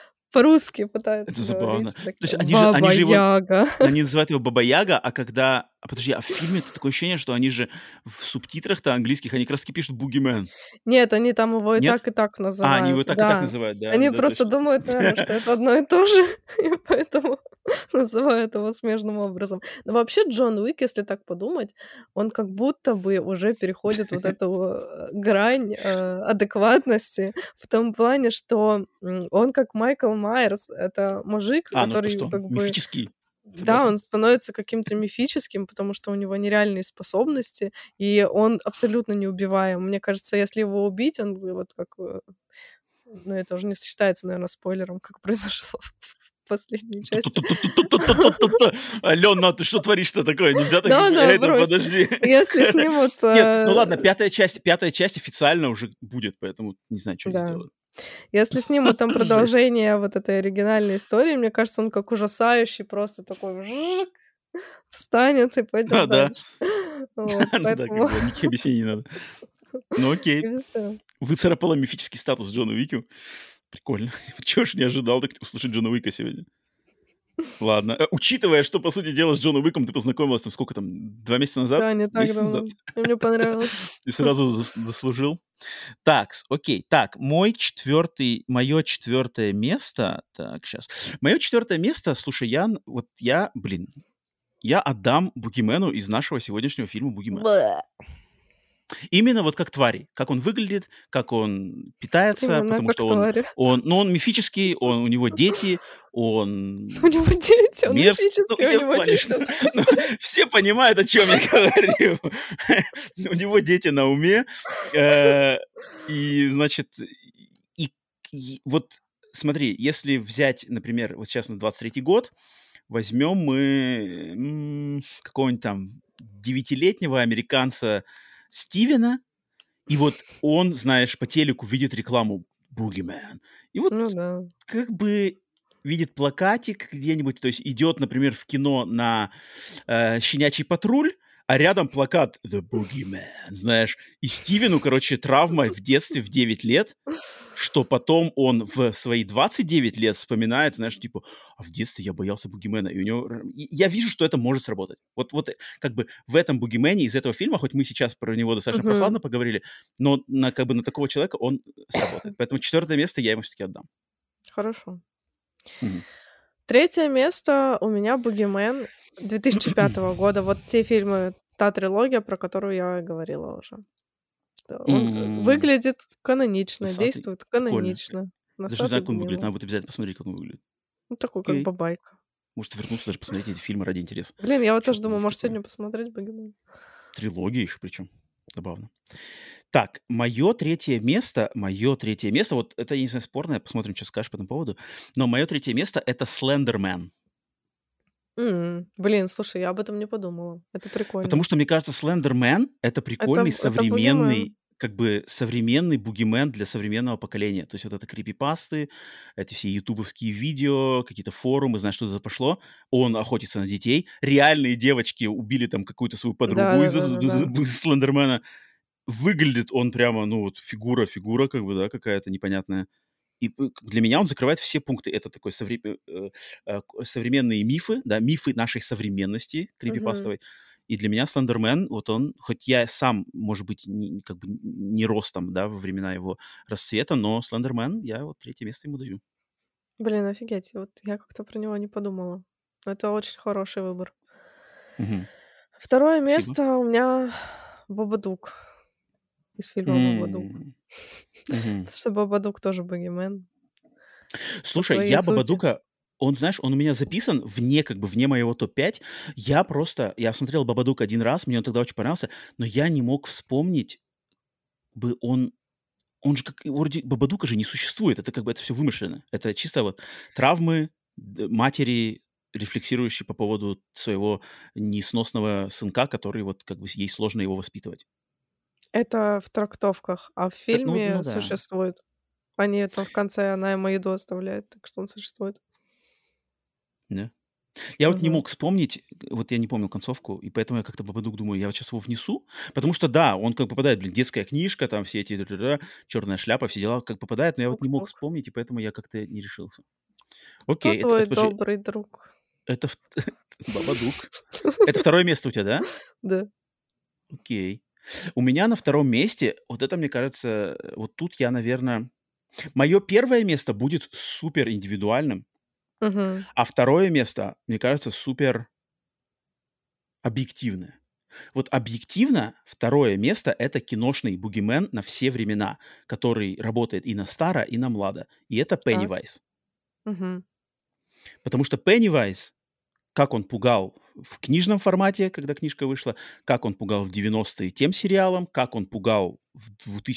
по-русски Это пытаются забавно. говорить. То Так, есть они же его Баба-Яга. они называют его Баба-Яга, а когда подожди, а в фильме такое ощущение, что они же в субтитрах-то английских, они как раз таки пишут «Бугимен». Нет, они там его Нет? и так А, они его называют, так и так да. называют, да, Они да, просто точно. думают, наверно, что это одно и то же, и поэтому называют его смежным образом. Но вообще Джон Уик, если так подумать, он как будто бы уже переходит вот эту, грань, адекватности в том плане, что, он как Майкл Майерс. Это мужик, А, ну это который что, как бы мифический? да, Согласен. он становится каким-то мифическим, потому что у него нереальные способности, и он абсолютно неубиваем. Мне кажется, если его убить, он вот как, ну, это уже не считается, наверно, спойлером, как произошло в последней части. Алена, ты что творишь-то такое? Нельзя так, Да-да, это, брось. подожди. Если снимут, Нет, ну ладно, пятая часть официально уже будет, поэтому не знаю, что они да, сделают. если снимут там Жесть. продолжение вот этой оригинальной истории, мне кажется, он как ужасающий просто такой вжик встанет и пойдет А, да. дальше. Вот, Ну да, как поэтому бы никаких объяснений не надо. Ну окей. не знаю. Выцарапала мифический статус Джона Уика. Прикольно. Чего ж не ожидал так услышать Джона Уика сегодня. Ладно. Учитывая, что, по сути дела, с Джоном Уиком ты познакомилась, там, сколько там, 2 месяца назад? Да, не так Месяц назад? давно. И мне понравилось. И сразу заслужил. Такс, окей. Так, моё четвёртое место. Так, сейчас. Моё четвёртое место, слушай, я отдам Бугимену из нашего сегодняшнего фильма «Бугимен». Бэ. Именно вот как твари, как он выглядит, как он питается, Именно потому как что твари. он мифический, у него дети, У он него дети, он мерзкий. Ну, мифический, у я в него плане, дети, что он такой ну, все понимают, о чем я говорю. У него дети на уме. э, И, значит, и, и вот смотри, если взять, например, вот сейчас на 23-й год, возьмем мы какого-нибудь там 9-летнего американца Стивена, и вот он, знаешь, по телеку видит рекламу Boogeyman. И вот Ну да. как бы видит плакатик где-нибудь, то есть идет, например, в кино на «Щенячий патруль», а рядом плакат «The Boogeyman», знаешь. И Стивену, короче, травма в детстве в 9 лет, что потом он в свои 29 лет вспоминает, знаешь, типа, а в детстве я боялся Бугимена, и у него... и я вижу, что это может сработать. Вот как бы в этом Бугимене из этого фильма, хоть мы сейчас про него достаточно Мгм. прохладно поговорили, но как бы на такого человека он сработает. Поэтому четвертое место я ему все-таки отдам. Хорошо. Мгм. Третье место у меня «Бугимен» 2005 года. Вот те фильмы, та трилогия, про которую я говорила уже. Да, он, М, выглядит канонично, Носатый. действует Прикольно. канонично. Даже не знаю, Носатый как он выглядит. Бугимен. Надо будет обязательно посмотреть, как он выглядит. Ну, такой, как Окей. бабайка. Может вернуться, даже посмотреть эти фильмы ради интереса. Блин, я вот Что тоже это у думаю, них может, такое? сегодня посмотреть «Бугимен». Трилогия еще причем. Забавно. Так, мое третье место, вот это, я не знаю, спорное, посмотрим, что скажешь по этому поводу, но мое третье место — это «Слендермен». Блин, слушай, я об этом не подумала. Это Потому прикольно. что, мне кажется, «Слендермен» — это прикольный, Это «Бугимен». современный, как бы современный бугимен для современного поколения. То есть вот это крипипасты, эти все ютубовские видео, какие-то форумы, знаешь, что-то пошло. Он охотится на детей. Реальные девочки убили там какую-то свою подругу Да-да-да-да-да. из «Слендермена». Выглядит он прямо, ну вот фигура как бы, да, какая-то непонятная. И для меня он закрывает все пункты. Это такой современные мифы, да, мифы нашей современности Мгм. крипипастовой. И для меня Слендермен, вот он, хоть я сам, может быть, как бы не рос там, да, во времена его расцвета, но Слендермен, я вот третье место ему даю. Блин, офигеть, вот я как-то про него не подумала. Это очень хороший выбор. Мгм. Второе Спасибо. место у меня «Бабадук» из фильма «Бабадук». М, мгм. Потому что «Бабадук» тоже «Бугимен» по Слушай, своей я сути. Бабадука, он, знаешь, он у меня записан вне, как бы, вне моего топ-5. Я смотрел Бабадук один раз, мне он тогда очень понравился, но я не мог вспомнить бы он же как вроде Бабадука же не существует, это как бы это все вымышленно. Это чисто вот травмы матери, рефлексирующей по поводу своего несносного сынка, который вот как бы ей сложно его воспитывать. Это в трактовках, а в Так, ну фильме да, существует. Они это в конце, она ему еду оставляет, так что он существует. да. Я вот не Мгм. мог вспомнить, вот я не помнил концовку, и поэтому я как-то Бабадук думаю, я вот сейчас его внесу, потому что да, он как попадает, блин, детская книжка, там все эти черная шляпа, все дела, как попадает, но я вот не мог Тук-тук. вспомнить, и поэтому я как-то не решился. Кто Окей, твой подожди, добрый друг? это Бабадук. Это второе место у тебя, да? Да. Окей. У меня на втором месте, вот это, мне кажется, вот тут я, наверное... Мое первое место будет супер индивидуальным, Мгм. а второе место, мне кажется, супер объективное. Вот объективно второе место — это киношный бугимен на все времена, который работает и на старо, и на младо. И это Так. Пеннивайз. Мгм. Потому что Пеннивайз, как он пугал в книжном формате, когда книжка вышла, как он пугал в 90-е тем сериалом, как он пугал в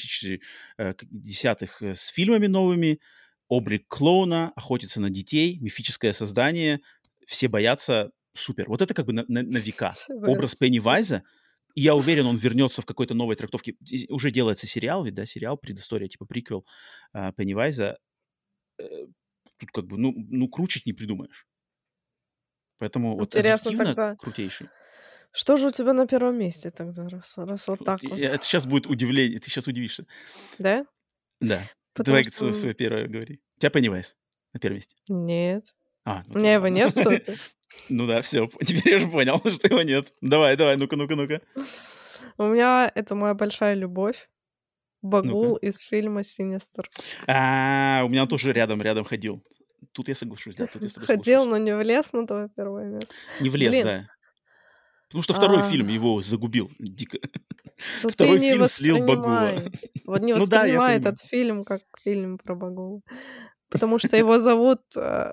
2010-х с фильмами новыми, облик клоуна, охотится на детей, мифическое создание, все боятся, супер. Вот это как бы на века. Все Образ боятся. Пеннивайза, и я уверен, он вернется в какой-то новой трактовке. Уже делается сериал, ведь, да, сериал, предыстория, типа приквел Пеннивайза. Э, Тут как бы, ну круче не придумаешь. Поэтому вот Интересно объективно тогда, крутейший. что же у тебя на первом месте тогда, раз вот так вот, Это сейчас будет удивление, ты сейчас удивишься. да? Да. Потому Давай что, свое первое говори. У тебя Пеннивайз на первом месте. нет, у Окей, меня его ладно. нет в топе. Ну да, все, теперь я уже понял, что его нет. Давай, ну-ка. У меня это моя большая любовь. Ну-ка. Багул из фильма «Синистер». У меня он тоже рядом ходил. Тут я соглашусь, да, тут я с тобой Ходил, соглашусь. но не влез на твое первое место. Не влез, Блин, да. Потому что второй а, фильм его загубил дико. ну ты Второй не фильм слил Багула. воспринимай. Вот не Ну да, я воспринимай понимаю. этот фильм как фильм про Багула. Потому что его зовут,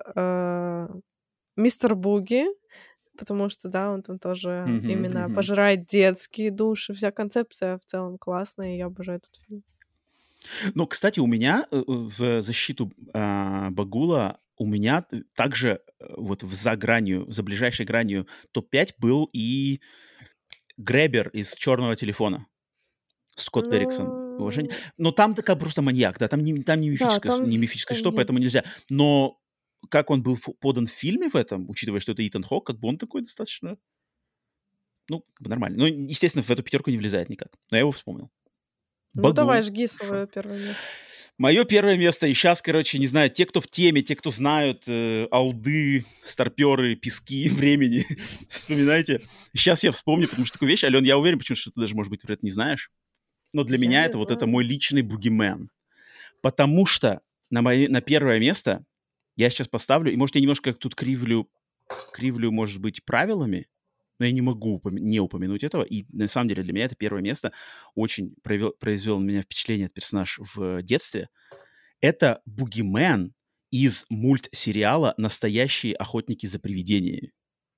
Мистер Буги, потому что, да, он там тоже Мгм, именно мгм. пожирает детские души. Вся концепция в целом классная, и я обожаю этот фильм. Ну, кстати, у меня в защиту Багула у меня также вот за ближайшей гранью топ-5 был и Гребер из «Черного телефона». Скотт Дерриксон. Уважение. Ну Но там такая просто маньяк, да, там не да, мифическое, там не мифическое там что, поэтому есть. нельзя. Но как он был подан в фильме в этом, учитывая, что это Итан Хок, как бы он такой достаточно, ну, как бы нормальный. Ну, естественно, в эту пятерку не влезает никак. Но я его вспомнил. Ну давай, Багул. жги Хорошо. свое первое место. Мое первое место, и сейчас, короче, не знаю, те, кто в теме, те, кто знают алды, старперы, пески времени, вспоминайте. Сейчас я вспомню, потому что такую вещь, Ален, я уверен, почему что ты даже, может быть, про это не знаешь, но для Я меня не это знаю. мой личный бугимен. Потому что на первое место я сейчас поставлю, и, может, я немножко тут кривлю, может быть, правилами, но я не могу не упомянуть этого. И на самом деле для меня это первое место очень произвел на меня впечатление этот персонаж в детстве. Это Бугимен из мультсериала «Настоящие охотники за привидениями».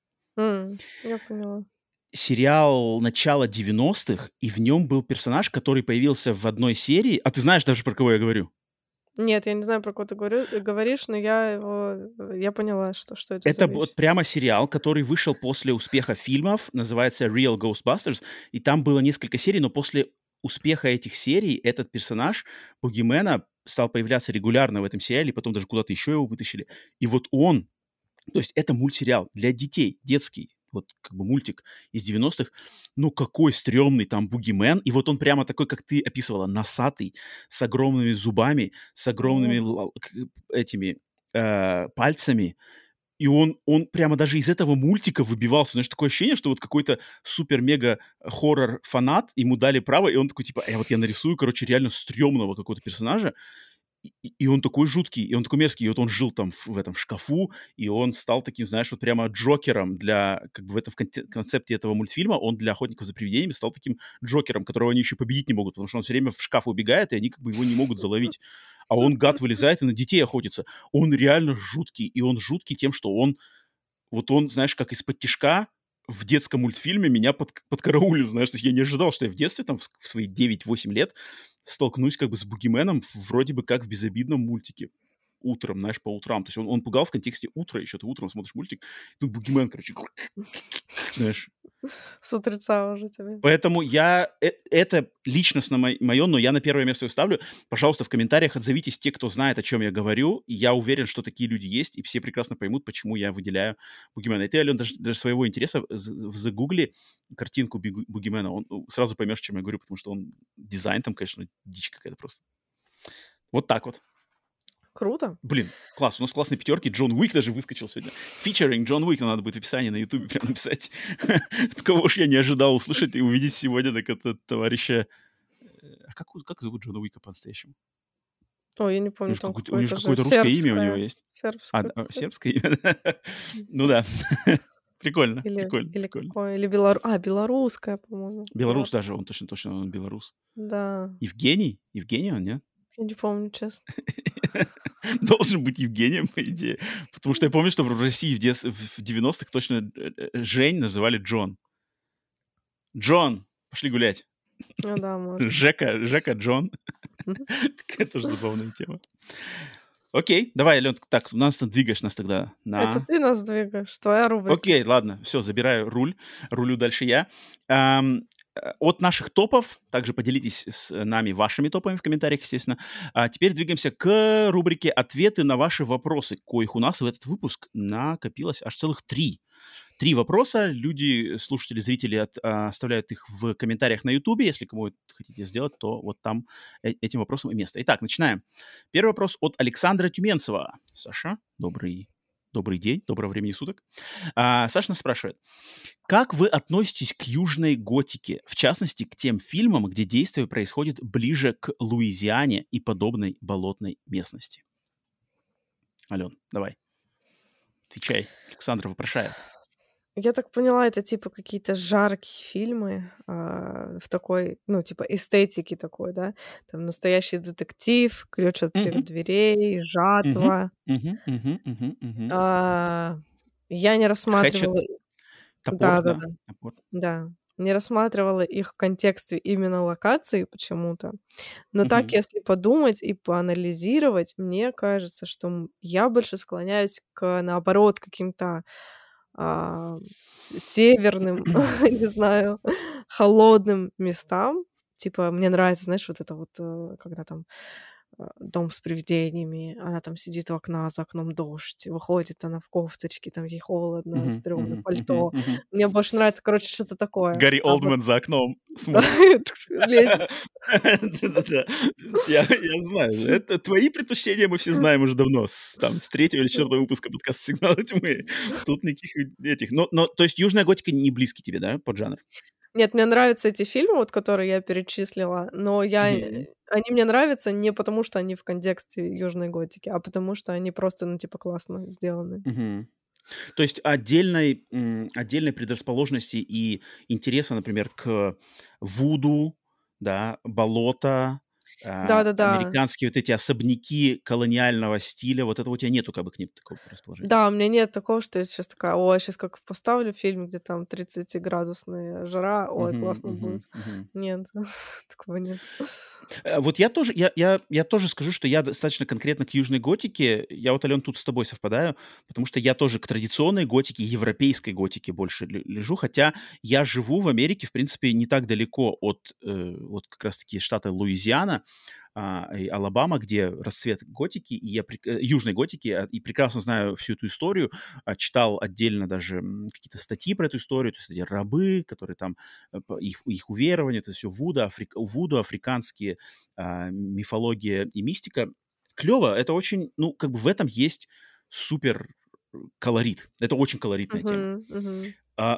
Я поняла. Сериал начала 90-х, и в нем был персонаж, который появился в одной серии. А ты знаешь даже, про кого я говорю? Нет, я не знаю, про кого ты говоришь, но я поняла, что это за Это вещь. вот прямо сериал, который вышел после успеха фильмов, называется Real Ghostbusters, и там было несколько серий, но после успеха этих серий этот персонаж Бугимена стал появляться регулярно в этом сериале, потом даже куда-то еще его вытащили. И вот он, то есть это мультсериал для детей, детский, вот как бы мультик из 90-х. Ну какой стрёмный там Бугимен. И вот он прямо такой, как ты описывала, носатый, с огромными зубами, с огромными О, этими пальцами. И он прямо даже из этого мультика выбивался. Знаешь, такое ощущение, что вот какой-то супер-мега-хоррор-фанат, ему дали право, и он такой, типа, я нарисую, короче, реально стрёмного какого-то персонажа. И он такой жуткий, и он такой мерзкий. И вот он жил там в этом шкафу, и он стал таким, знаешь, вот прямо Джокером для, как бы в этом концепте этого мультфильма, он для охотников за привидениями стал таким Джокером, которого они еще победить не могут, потому что он все время в шкаф убегает, и они как бы его не могут заловить. А он, гад, вылезает и на детей охотится. Он реально жуткий, и он жуткий тем, что он, знаешь, как из-под тишка в детском мультфильме меня подкараулил, знаешь, то есть я не ожидал, что я в детстве, там, в свои 9-8 лет столкнусь как бы с Бугименом вроде бы как в безобидном мультике. Утром, знаешь, по утрам. То есть он пугал в контексте утра еще. Ты утром смотришь мультик, тут Бугимен, короче, знаешь. с утреца уже тебе. Поэтому это личностно мое, но я на первое место ее ставлю. Пожалуйста, в комментариях отзовитесь те, кто знает, о чем я говорю. И я уверен, что такие люди есть, и все прекрасно поймут, почему я выделяю Бугимена. И ты, Ален, даже своего интереса загугли картинку Бугимена. Сразу поймешь, о чем я говорю, потому что он дизайн там, конечно, дичь какая-то просто. Вот так вот. Круто. Блин, класс, у нас классные пятерки. Джон Уик даже выскочил сегодня. Фичеринг Джон Уик, надо будет в описании на Ютубе прям написать. Кого ж я не ожидал услышать и увидеть сегодня, так это товарища... Как зовут Джона Уика по-настоящему? Ой, я не помню, там У него же какое-то же какое-то русское имя у него есть. сербское. Сербское имя? Ну да. Прикольно, Или, прикольно, или прикольно. какое, или белорусское, по-моему. Белорус даже, он точно, он белорус. Да, Евгений? Евгений он, нет? я не помню, честно. Должен быть Евгением, по идее. Потому что я помню, что в России в 90-х точно Жень называли Джон. Джон, пошли гулять. Ну да, может. Жека Джон. Такая тоже забавная тема. Окей, давай, Ален, так, двигаешь нас тогда Это на... ты нас двигаешь, твоя рубрика. Окей, ладно, все, забираю рулю дальше я. От наших топов, также поделитесь с нами вашими топами в комментариях, естественно. А теперь двигаемся к рубрике «Ответы на ваши вопросы», коих у нас в этот выпуск накопилось аж целых 3. 3 вопроса. Люди, слушатели, зрители оставляют их в комментариях на Ютубе. Если кому это хотите сделать, то вот там этим вопросом и место. Итак, начинаем. Первый вопрос от Александра Тюменцева. Саша, добрый день, доброго времени суток. Саша нас спрашивает. Как вы относитесь к южной готике? В частности, к тем фильмам, где действие происходит ближе к Луизиане и подобной болотной местности? Ален, давай. Отвечай. Александр вопрошает. Я так поняла, это типа какие-то жаркие фильмы в такой, ну, типа эстетики такой, да? Там «Настоящий детектив», «Ключ от всех Мгм. дверей», Мгм. «Жатва». Мгм. Мгм. Мгм. Мгм. А, я не Хэтчет, рассматривала. топор, да, Да-да-да, топор. да. Не рассматривала их в контексте именно локации почему-то. Но так, Мгм. если подумать и поанализировать, мне кажется, что, я больше склоняюсь к, наоборот, каким-то, а, северным, не знаю, холодным местам. Типа, мне нравится, знаешь, вот это вот, когда там, дом с привидениями, она там сидит у окна, за окном дождь, выходит она в кофточке, там ей холодно, Мгм. стрёмно, Мгм. Мгм. пальто. Мгм. Мне больше нравится, короче, что-то такое. Гарри А вот Олдман за окном да, смотрит. лезет. Да-да-да. Я знаю. Это твои предпочтения мы все знаем уже давно, с 3-го или 4-го выпуска подкаста «Сигналы тьмы». Тут никаких этих... То есть южная готика не близкий тебе, да, поджанр? Нет, мне нравятся эти фильмы, вот которые я перечислила, но Мгм. они мне нравятся не потому, что они в контексте южной готики, а потому что они просто, ну, типа, классно сделаны. Мгм. То есть отдельной предрасположенности и интереса, например, к вуду, да, болото, Да-да-да. американские вот эти особняки колониального стиля, вот этого у тебя нету как бы к ним такого расположения? Да, у меня нет такого, что я сейчас такая: «Ой, сейчас как поставлю фильм, где там 30-градусная жара, ой, Мгм, классно мгм, будет». мгм. Нет, такого нет. Вот я тоже, я тоже скажу, что я достаточно конкретно к южной готике. Я вот, Ален, тут с тобой совпадаю, потому что я тоже к традиционной готике, европейской готике больше лежу, хотя я живу в Америке, в принципе, не так далеко от вот как раз-таки штата Луизиана, и Алабама, где расцвет готики, и южной готики, и прекрасно знаю всю эту историю, читал отдельно даже какие-то статьи про эту историю, то есть эти рабы, которые там, их уверования, это все вуду, африканские мифология и мистика. Клево, это очень, ну, как бы в этом есть супер колорит. Это очень колоритная тема. Мгм, мгм.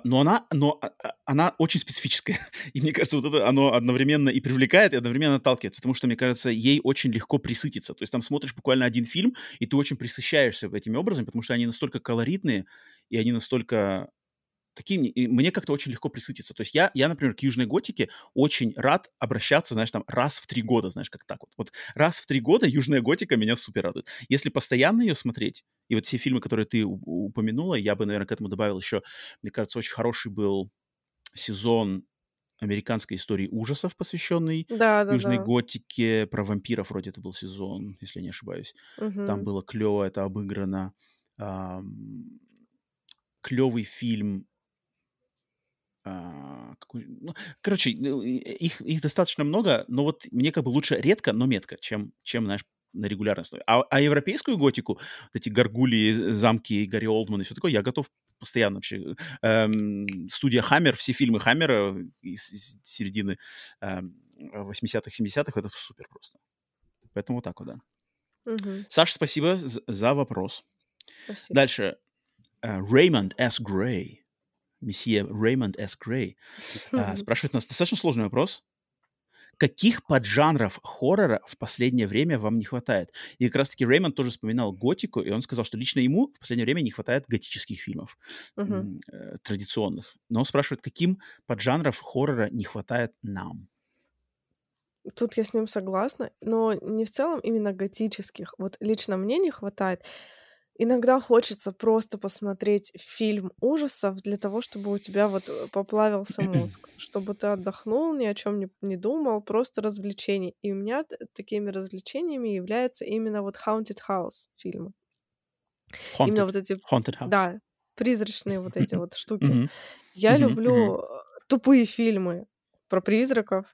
Но она очень специфическая. И мне кажется, вот это оно одновременно и привлекает, и одновременно отталкивает, потому что, мне кажется, ей очень легко присытиться. То есть там смотришь буквально один фильм, и ты очень присыщаешься этими образами, потому что они настолько колоритные, и они настолько такие, и мне как-то очень легко присытиться. То есть я, например, к южной готике очень рад обращаться, знаешь, там раз в 3 года, знаешь, как так вот. Вот раз в 3 года южная готика меня супер радует. Если постоянно ее смотреть, и вот все фильмы, которые ты упомянула, я бы, наверное, к этому добавил еще, мне кажется, очень хороший был сезон американской истории ужасов, посвященный Да-да-да. южной готике. Про вампиров вроде это был сезон, если я не ошибаюсь. Там Мгм. было клево это обыграно. Клевый фильм ну, короче, ну, их достаточно много, но вот мне как бы лучше редко, но метко, чем знаешь, на регулярной основе. А европейскую готику, вот эти гаргульи, замки Гарри Олдмана и все такое, я готов постоянно вообще. Студия Хаммер, все фильмы Хаммера из середины 80-х, 70-х, это супер просто. Поэтому вот так вот, да. Мгм. Саша, спасибо за вопрос. Спасибо. Дальше. Реймонд С. Грей. Месье Реймонд С. Грей спрашивает нас достаточно сложный вопрос. Каких поджанров хоррора в последнее время вам не хватает? И как раз-таки Реймонд тоже вспоминал готику, и он сказал, что лично ему в последнее время не хватает готических фильмов Мгм. традиционных. Но он спрашивает, каким поджанров хоррора не хватает нам? Тут я с ним согласна, но не в целом именно готических. Вот лично мне не хватает. Иногда хочется просто посмотреть фильм ужасов для того, чтобы у тебя вот поплавился мозг, чтобы ты отдохнул, ни о чем не думал, просто развлечений. И у меня такими развлечениями является именно вот Haunted House фильмы. Именно Haunted. вот эти, Haunted House. да, призрачные вот эти вот штуки. Мгм. Я Мгм. Мгм. люблю тупые фильмы про призраков,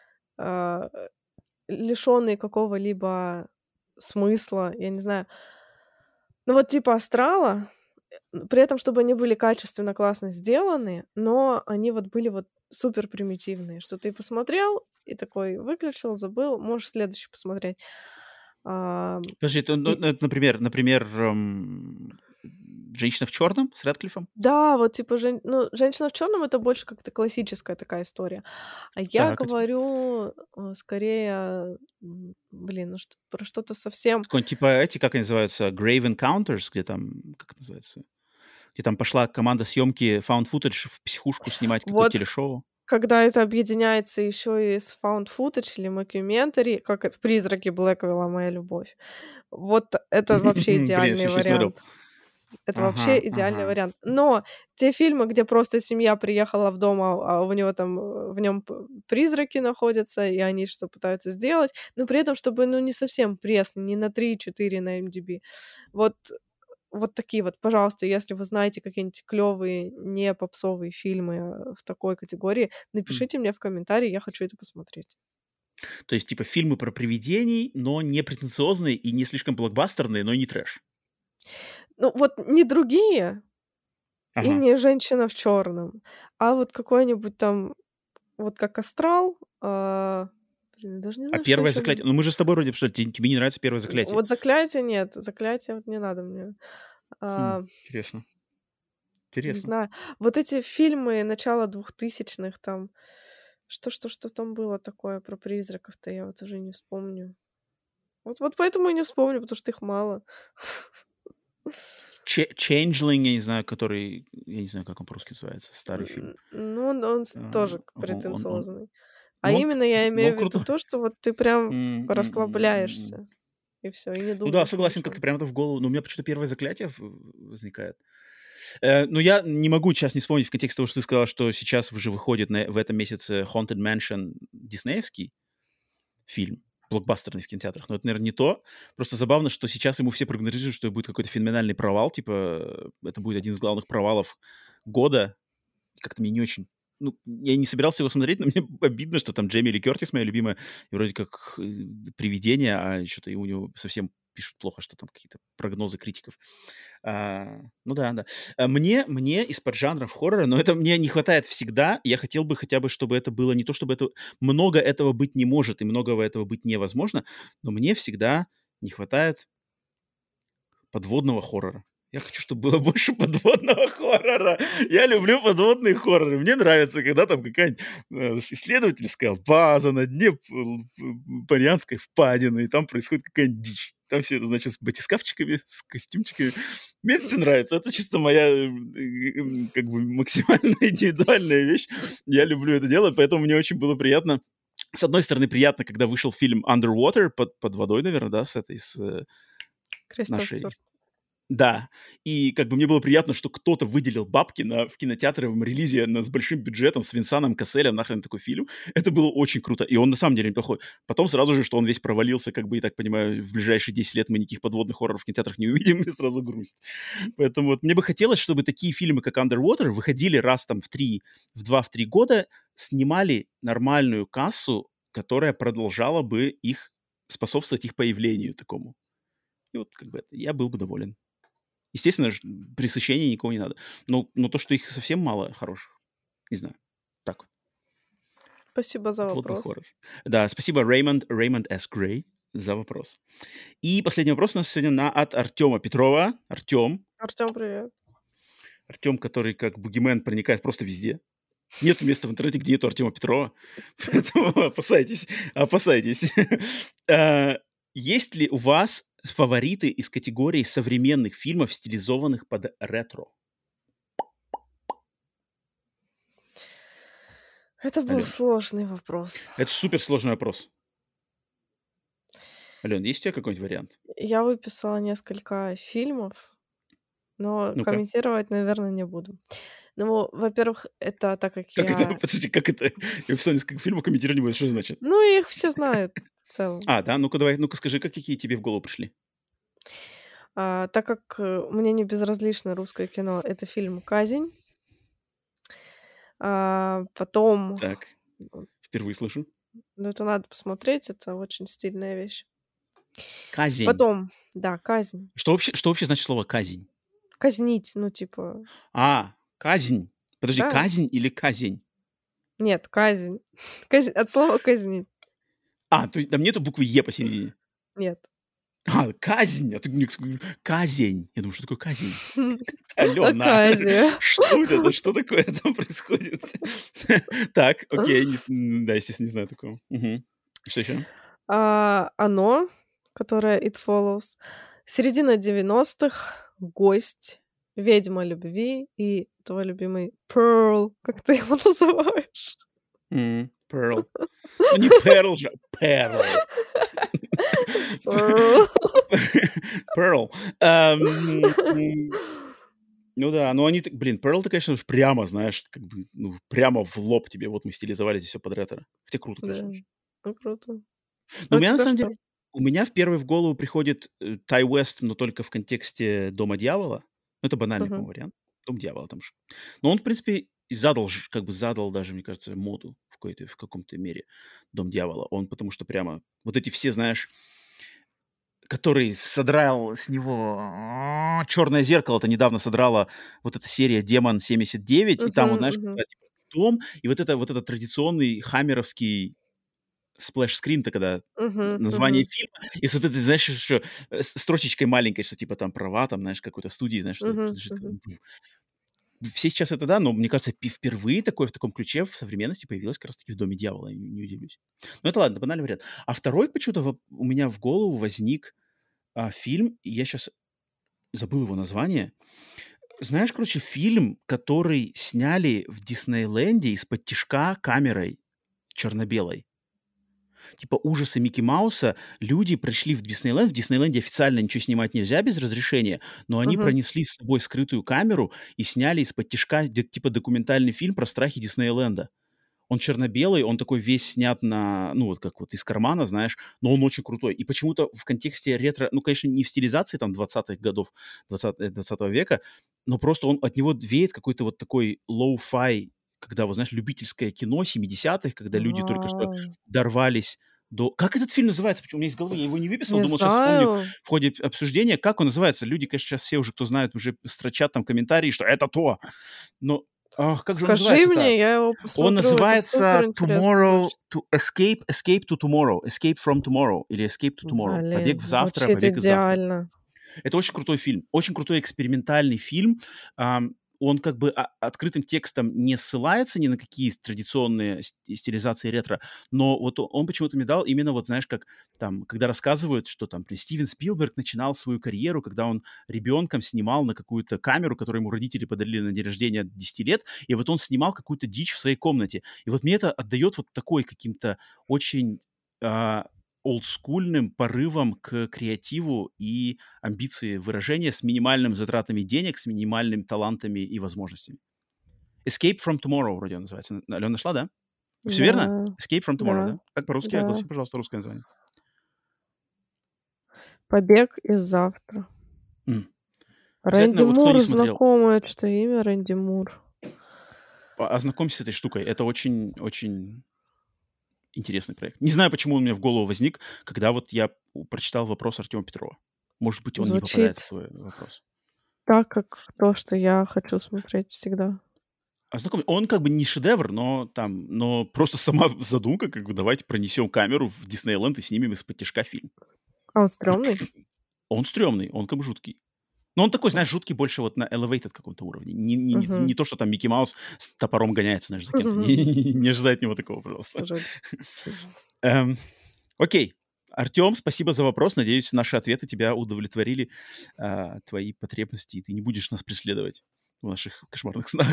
лишенные какого-либо смысла, я не знаю. Ну вот типа "Астрала", при этом чтобы они были качественно, классно сделаны, но они вот были вот супер примитивные, что ты посмотрел и такой выключил, забыл, можешь следующий посмотреть. Ам, Подожди, и это, например, «Женщина в черном» с Рэдклиффом? да, вот типа "Женщина в черном" — это больше как-то классическая такая история. А я Так, а теперь говорю, скорее, блин, ну что про что-то совсем. какой-нибудь типа эти, как они называются, Grave Encounters, где там, как это называется? Где там пошла команда съемки found footage в психушку снимать какое-то Вот телешоу. когда это объединяется еще и с found footage или mockumentary, как это "Призраки Блэквилла. Моя любовь". Вот это вообще Блин, идеальный я еще не смотрел. вариант. Это вообще Ага, идеальный ага. вариант. Но те фильмы, где просто семья приехала в дом, а у него там, в нем призраки находятся, и они что пытаются сделать, но при этом чтобы, ну, не совсем пресно, не на 3-4 на IMDb. Вот вот такие вот, пожалуйста, если вы знаете какие-нибудь клёвые, не попсовые фильмы, в такой категории, М. напишите мне в комментарии, я хочу это посмотреть. То есть типа фильмы про привидений, но не претенциозные и не слишком блокбастерные, но и не трэш. Ну, вот не другие и Ага. не "Женщина в чёрном", а вот какой-нибудь там, вот как "Астрал", блин, я даже не А знаю, что «Первое ещё заклятие»? люблю. Ну, мы же с тобой вроде что тебе не нравится «Первое заклятие». Вот "Заклятие" нет, "Заклятие" вот не надо мне. А, Интересно. не Интересно. знаю, вот эти фильмы начала 2000-х там, что там было такое про призраков-то, я вот уже не вспомню. Вот поэтому и не вспомню, потому что их мало. «Changeling», я не знаю, который, я не знаю, как он по-русски называется, старый фильм. Ну, он тоже Он претенциозный. А ну, он именно я ну, он имею в виду крутой. то, что вот ты прям М, м, м, м, м. расслабляешься, и все, и не Ну да, думаешь ни о согласен, как-то чем. прямо-то в голову. Но у меня почему-то «Первое заклятие» возникает. Ну, я не могу сейчас не вспомнить в контексте того, что ты сказала, что сейчас уже выходит в этом месяце Haunted Mansion диснеевский фильм, блокбастерный в кинотеатрах. Но это, наверное, не то. Просто забавно, что сейчас ему все прогнозируют, что будет какой-то феноменальный провал. Типа, это будет один из главных провалов года. Как-то мне не очень... Ну, я не собирался его смотреть, но мне обидно, что там Джейми Ли Кертис, моя любимая, и вроде как привидение, а что-то и у него совсем пишут плохо, что там какие-то прогнозы критиков. Ну да, да. Мне из поджанров хоррора, но это мне не хватает всегда. Я хотел бы хотя бы, чтобы это было не то, чтобы это... Много этого быть не может, и многого этого быть невозможно, но мне всегда не хватает подводного хоррора. Я хочу, чтобы было больше подводного хоррора. Я люблю подводные хорроры. Мне нравится, когда там какая-нибудь исследовательская база на дне Марианской впадины, и там происходит какая-нибудь дичь. Там все это, значит, с батискафчиками, с костюмчиками. Мне это все нравится. Это чисто моя как бы максимально индивидуальная вещь. Я люблю это дело, поэтому мне очень было приятно. С одной стороны, приятно, когда вышел фильм Underwater, под водой, наверное, да, с Кристен нашей... Стюарт. Да, и как бы мне было приятно, что кто-то выделил бабки в кинотеатровом релизе с большим бюджетом, с Винсаном Касселем, нахрен такой фильм. Это было очень круто, и он на самом деле неплохой. Потом сразу же, что он весь провалился, как бы, и так понимаю, в ближайшие 10 лет мы никаких подводных хорроров в кинотеатрах не увидим, и сразу грусть. Поэтому вот мне бы хотелось, чтобы такие фильмы, как Underwater, выходили раз там в 2-3 года, снимали нормальную кассу, которая продолжала бы способствовать их появлению такому. И вот как бы я был бы доволен. Естественно, пресыщения никого не надо. Но то, что их совсем мало хороших, не знаю. Так, Спасибо за подводный вопрос. хоррор. Да, спасибо, Реймонд С. Грей. за вопрос. И последний вопрос у нас сегодня от Артема Петрова. Артем, Артем, привет. который как бугимен проникает просто везде. Нету места в интернете, где нету Артема Петрова. Поэтому опасайтесь, опасайтесь. Есть ли у вас фавориты из категории современных фильмов, стилизованных под ретро? Это был Ален, сложный вопрос. это суперсложный вопрос. Ален, есть у тебя какой-нибудь вариант? Я выписала несколько фильмов, но Ну-ка. комментировать, наверное, не буду. Ну, во-первых, это так как Как это? я... Подожди, как это? Я выписал несколько фильмов, комментировать не буду. Что это значит? Ну, их все знают в целом. Да? Ну-ка давай, ну-ка скажи, какие тебе в голову пришли? Так как мне не безразлично русское кино, это фильм «Казнь». Потом, Так, впервые слышу. ну, это надо посмотреть, это очень стильная вещь. Казнь. Потом, да, «Казнь». Что вообще значит слово казнь? Казнить, ну, типа, Казнь. Подожди, да. казнь или казнь? Нет, казнь. От слова казнить. То есть там нету буквы Е посередине? Нет. Казнь. А ты мне казнь. Я думаю, что такое казнь? Алена, Оказия. что у тебя? Что такое там происходит? Так, окей, да, естественно, не знаю такого. Мгм. Что еще? «Оно», которое «It Follows», середина 90-х, «Гость», «Ведьма любви» и твой любимый Pearl, как ты его называешь? Pearl. Ну, не Pearl же, Pearl. Pearl. Pearl. Ну да, но они, Pearl, ты, конечно, уж прямо, знаешь, как бы, ну, прямо в лоб тебе, вот мы стилизовали здесь все под ретро. Хотя круто, Да, конечно, очень. ну круто. Но А у у меня, на тебя самом что? деле, в первый в голову приходит Тай Уэст, но только в контексте «Дома дьявола». Ну, это банальный, Мгм. по-моему, вариант. «Дом дьявола» там же. Но он, в принципе, и задал, как бы задал даже, мне кажется, моду в каком-то мере «Дом дьявола». Он потому что прямо вот эти все, знаешь, который содрал с него «Черное зеркало», это недавно содрала вот эта серия «Демон 79», и там, вот, Мгм, знаешь, мгм, когда, типа, дом, и вот этот традиционный хаммеровский сплэш-скрин-то, когда мгм, название мгм, фильма, и с вот этой, знаешь, еще строчечкой маленькой, что типа там права, там, знаешь, какой-то студии, знаешь, что мгм, принадлежит. мгм. Все сейчас это, да, но мне кажется, впервые такое в таком ключе в современности появилось как раз-таки в «Доме дьявола», не удивлюсь. Но это ладно, банальный вариант. А второй почему-то у меня в голову возник фильм, и я сейчас забыл его название. Знаешь, короче, фильм, который сняли в Диснейленде из-под тишка камерой черно-белой. Типа ужасы Микки Мауса. Люди пришли в Диснейленд. В Диснейленде официально ничего снимать нельзя без разрешения, но они Мгм. пронесли с собой скрытую камеру и сняли из-под тишка типа документальный фильм про страхи Диснейленда. Он черно-белый, он такой весь снят на, ну, вот как вот из кармана, знаешь, но он очень крутой. И почему-то в контексте ретро, ну, конечно, не в стилизации там 20-х годов 20 века, но просто он от него веет какой-то вот такой лоу-фай, когда, вот знаешь, любительское кино 70-х, когда люди только что Вау. дорвались до... Как этот фильм называется? Почему у меня из головы? Я его не выписал, Не думал, сейчас вспомню знаю. в ходе обсуждения, как он называется. Люди, конечно, сейчас все уже, кто знает, уже строчат там комментарии, что это то. Но как же он Скажи называется-то? мне, я его Он посмотрю. Это супер называется интересно Tomorrow звучит. to Escape to Tomorrow, Escape from Tomorrow или Escape to Tomorrow. Побег Блин, в завтра, звучит побег из завтра. идеально. Это очень крутой фильм, очень крутой экспериментальный фильм. Он как бы открытым текстом не ссылается ни на какие традиционные стилизации ретро, но вот он почему-то мне дал именно вот, знаешь, как там, когда рассказывают, что там Стивен Спилберг начинал свою карьеру, когда он ребенком снимал на какую-то камеру, которую ему родители подарили на день рождения 10 лет, и вот он снимал какую-то дичь в своей комнате. И вот мне это отдает вот такой каким-то очень а, олдскульным порывом к креативу и амбиции выражения с минимальными затратами денег, с минимальными талантами и возможностями. Escape from Tomorrow вроде он называется. Алена нашла, да? Все верно? Да, Escape from Tomorrow, да, да? Как по-русски? да. Огласи, пожалуйста, русское название. «Побег из завтра». М. Обязательно, Рэнди вот кто не Мур, смотрел, знакомое что имя Рэнди Мур. ознакомься с этой штукой. Это очень-очень интересный проект. Не знаю, почему он у меня в голову возник, когда вот я прочитал вопрос Артема Петрова. Может быть, он не попадает в Звучит твой вопрос. так, как то, что я хочу смотреть всегда. Ознакомь. Он как бы не шедевр, но просто сама задумка, как бы давайте пронесем камеру в Диснейленд и снимем из-под тишка фильм. А он стрёмный? Он стрёмный, он как бы жуткий. Но он такой, знаешь, жуткий больше вот на elevated каком-то уровне. Не Мгм. то, что там Микки Маус с топором гоняется, знаешь, за кем-то. Не ожидай от него такого, пожалуйста. Жаль. Эм, Окей. Артем, спасибо за вопрос. Надеюсь, наши ответы тебя удовлетворили, твои потребности, и ты не будешь нас преследовать в наших кошмарных снах.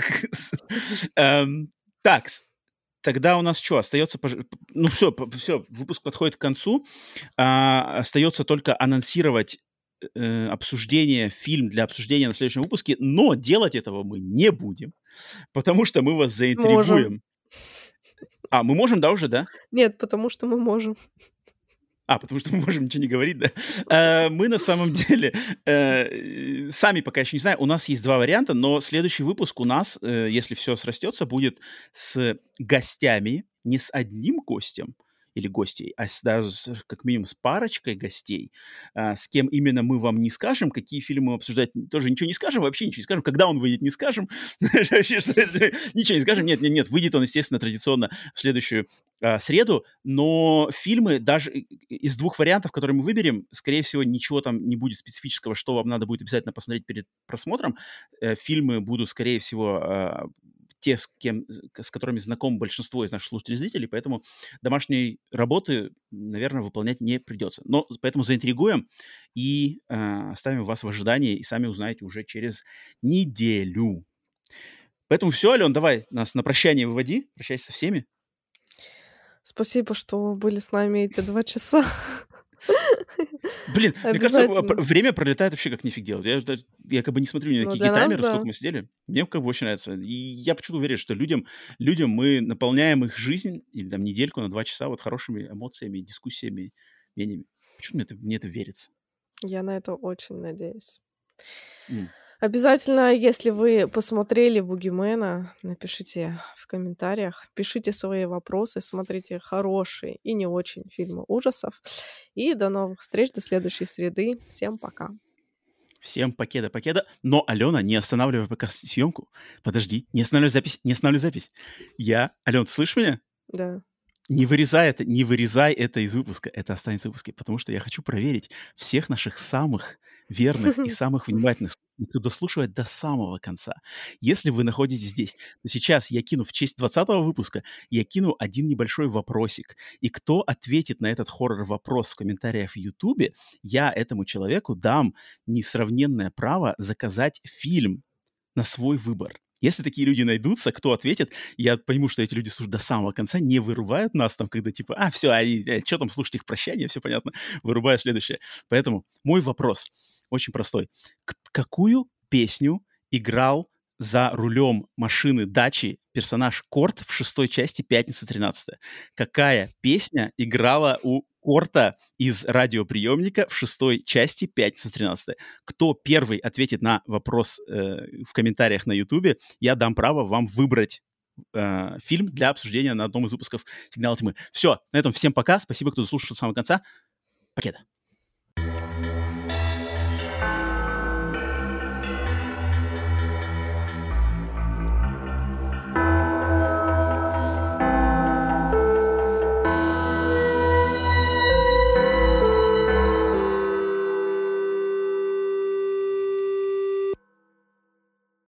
Так, тогда у нас что, остается... Ну все, выпуск подходит к концу. Остается только анонсировать обсуждение, фильм для обсуждения на следующем выпуске, но делать этого мы не будем, потому что мы вас Можем. заинтригуем. Мы можем, да, уже, да? Нет, потому что мы можем. Потому что мы можем ничего не говорить, да? Мы на самом деле сами пока еще не знаем. У нас есть два варианта, но следующий выпуск у нас, если все срастется, будет с гостями, не с одним гостем или гостей, даже как минимум с парочкой гостей. С кем именно мы вам не скажем, какие фильмы обсуждать тоже ничего не скажем, вообще ничего не скажем. Когда он выйдет, не скажем. Ничего не скажем. Нет, выйдет он, естественно, традиционно в следующую среду, но фильмы даже из двух вариантов, которые мы выберем, скорее всего, ничего там не будет специфического, что вам надо будет обязательно посмотреть перед просмотром. Фильмы будут, скорее всего, те, с которыми знаком большинство из наших слушателей и зрителей, поэтому домашней работы, наверное, выполнять не придется. Но поэтому заинтригуем и оставим вас в ожидании, и сами узнаете уже через неделю. Поэтому все, Ален, давай нас на прощание выводи. Прощайся со всеми. Спасибо, что были с нами эти 2 часа. Блин, мне кажется, Обязательно. время пролетает вообще как нифиг делать. Я как бы не смотрю ни на Ну, какие для нас таймеры, сколько да. мы сидели. Мне как бы очень нравится. И я почему-то уверен, что людям мы наполняем их жизнь или там недельку на 2 часа вот хорошими эмоциями, дискуссиями, мнениями. Почему-то мне это верится. Я на это очень надеюсь. М. Обязательно, если вы посмотрели «Бугимена», напишите в комментариях, пишите свои вопросы, смотрите хорошие и не очень фильмы ужасов. И до новых встреч, до следующей среды. Всем пока. Всем покеда. Но, Алена, не останавливай пока съемку. Подожди, не останавливай запись. Алена, ты слышишь меня? Да. Не вырезай это из выпуска. Это останется в выпуске, потому что я хочу проверить всех наших самых верных и самых внимательных слушателей, кто дослушивает до самого конца. Если вы находитесь здесь, то сейчас я кину в честь 20-го выпуска, я кину один небольшой вопросик. И кто ответит на этот хоррор-вопрос в комментариях в Ютубе, я этому человеку дам несравненное право заказать фильм на свой выбор. Если такие люди найдутся, кто ответит, я пойму, что эти люди слушают до самого конца, не вырубают нас там, когда типа, все, что там слушать их прощание, все понятно, вырубаю следующее. Поэтому мой вопрос очень простой. Какую песню играл за рулем машины дачи персонаж Корт в 6-й части «Пятница 13-я»? Какая песня играла у Корта из радиоприемника в 6-й части «Пятница 13-я»? Кто первый ответит на вопрос в комментариях на Ютубе, я дам право вам выбрать фильм для обсуждения на одном из выпусков «Сигнала тьмы». Все, на этом всем пока. Спасибо, кто дослушал до самого конца. Покеда.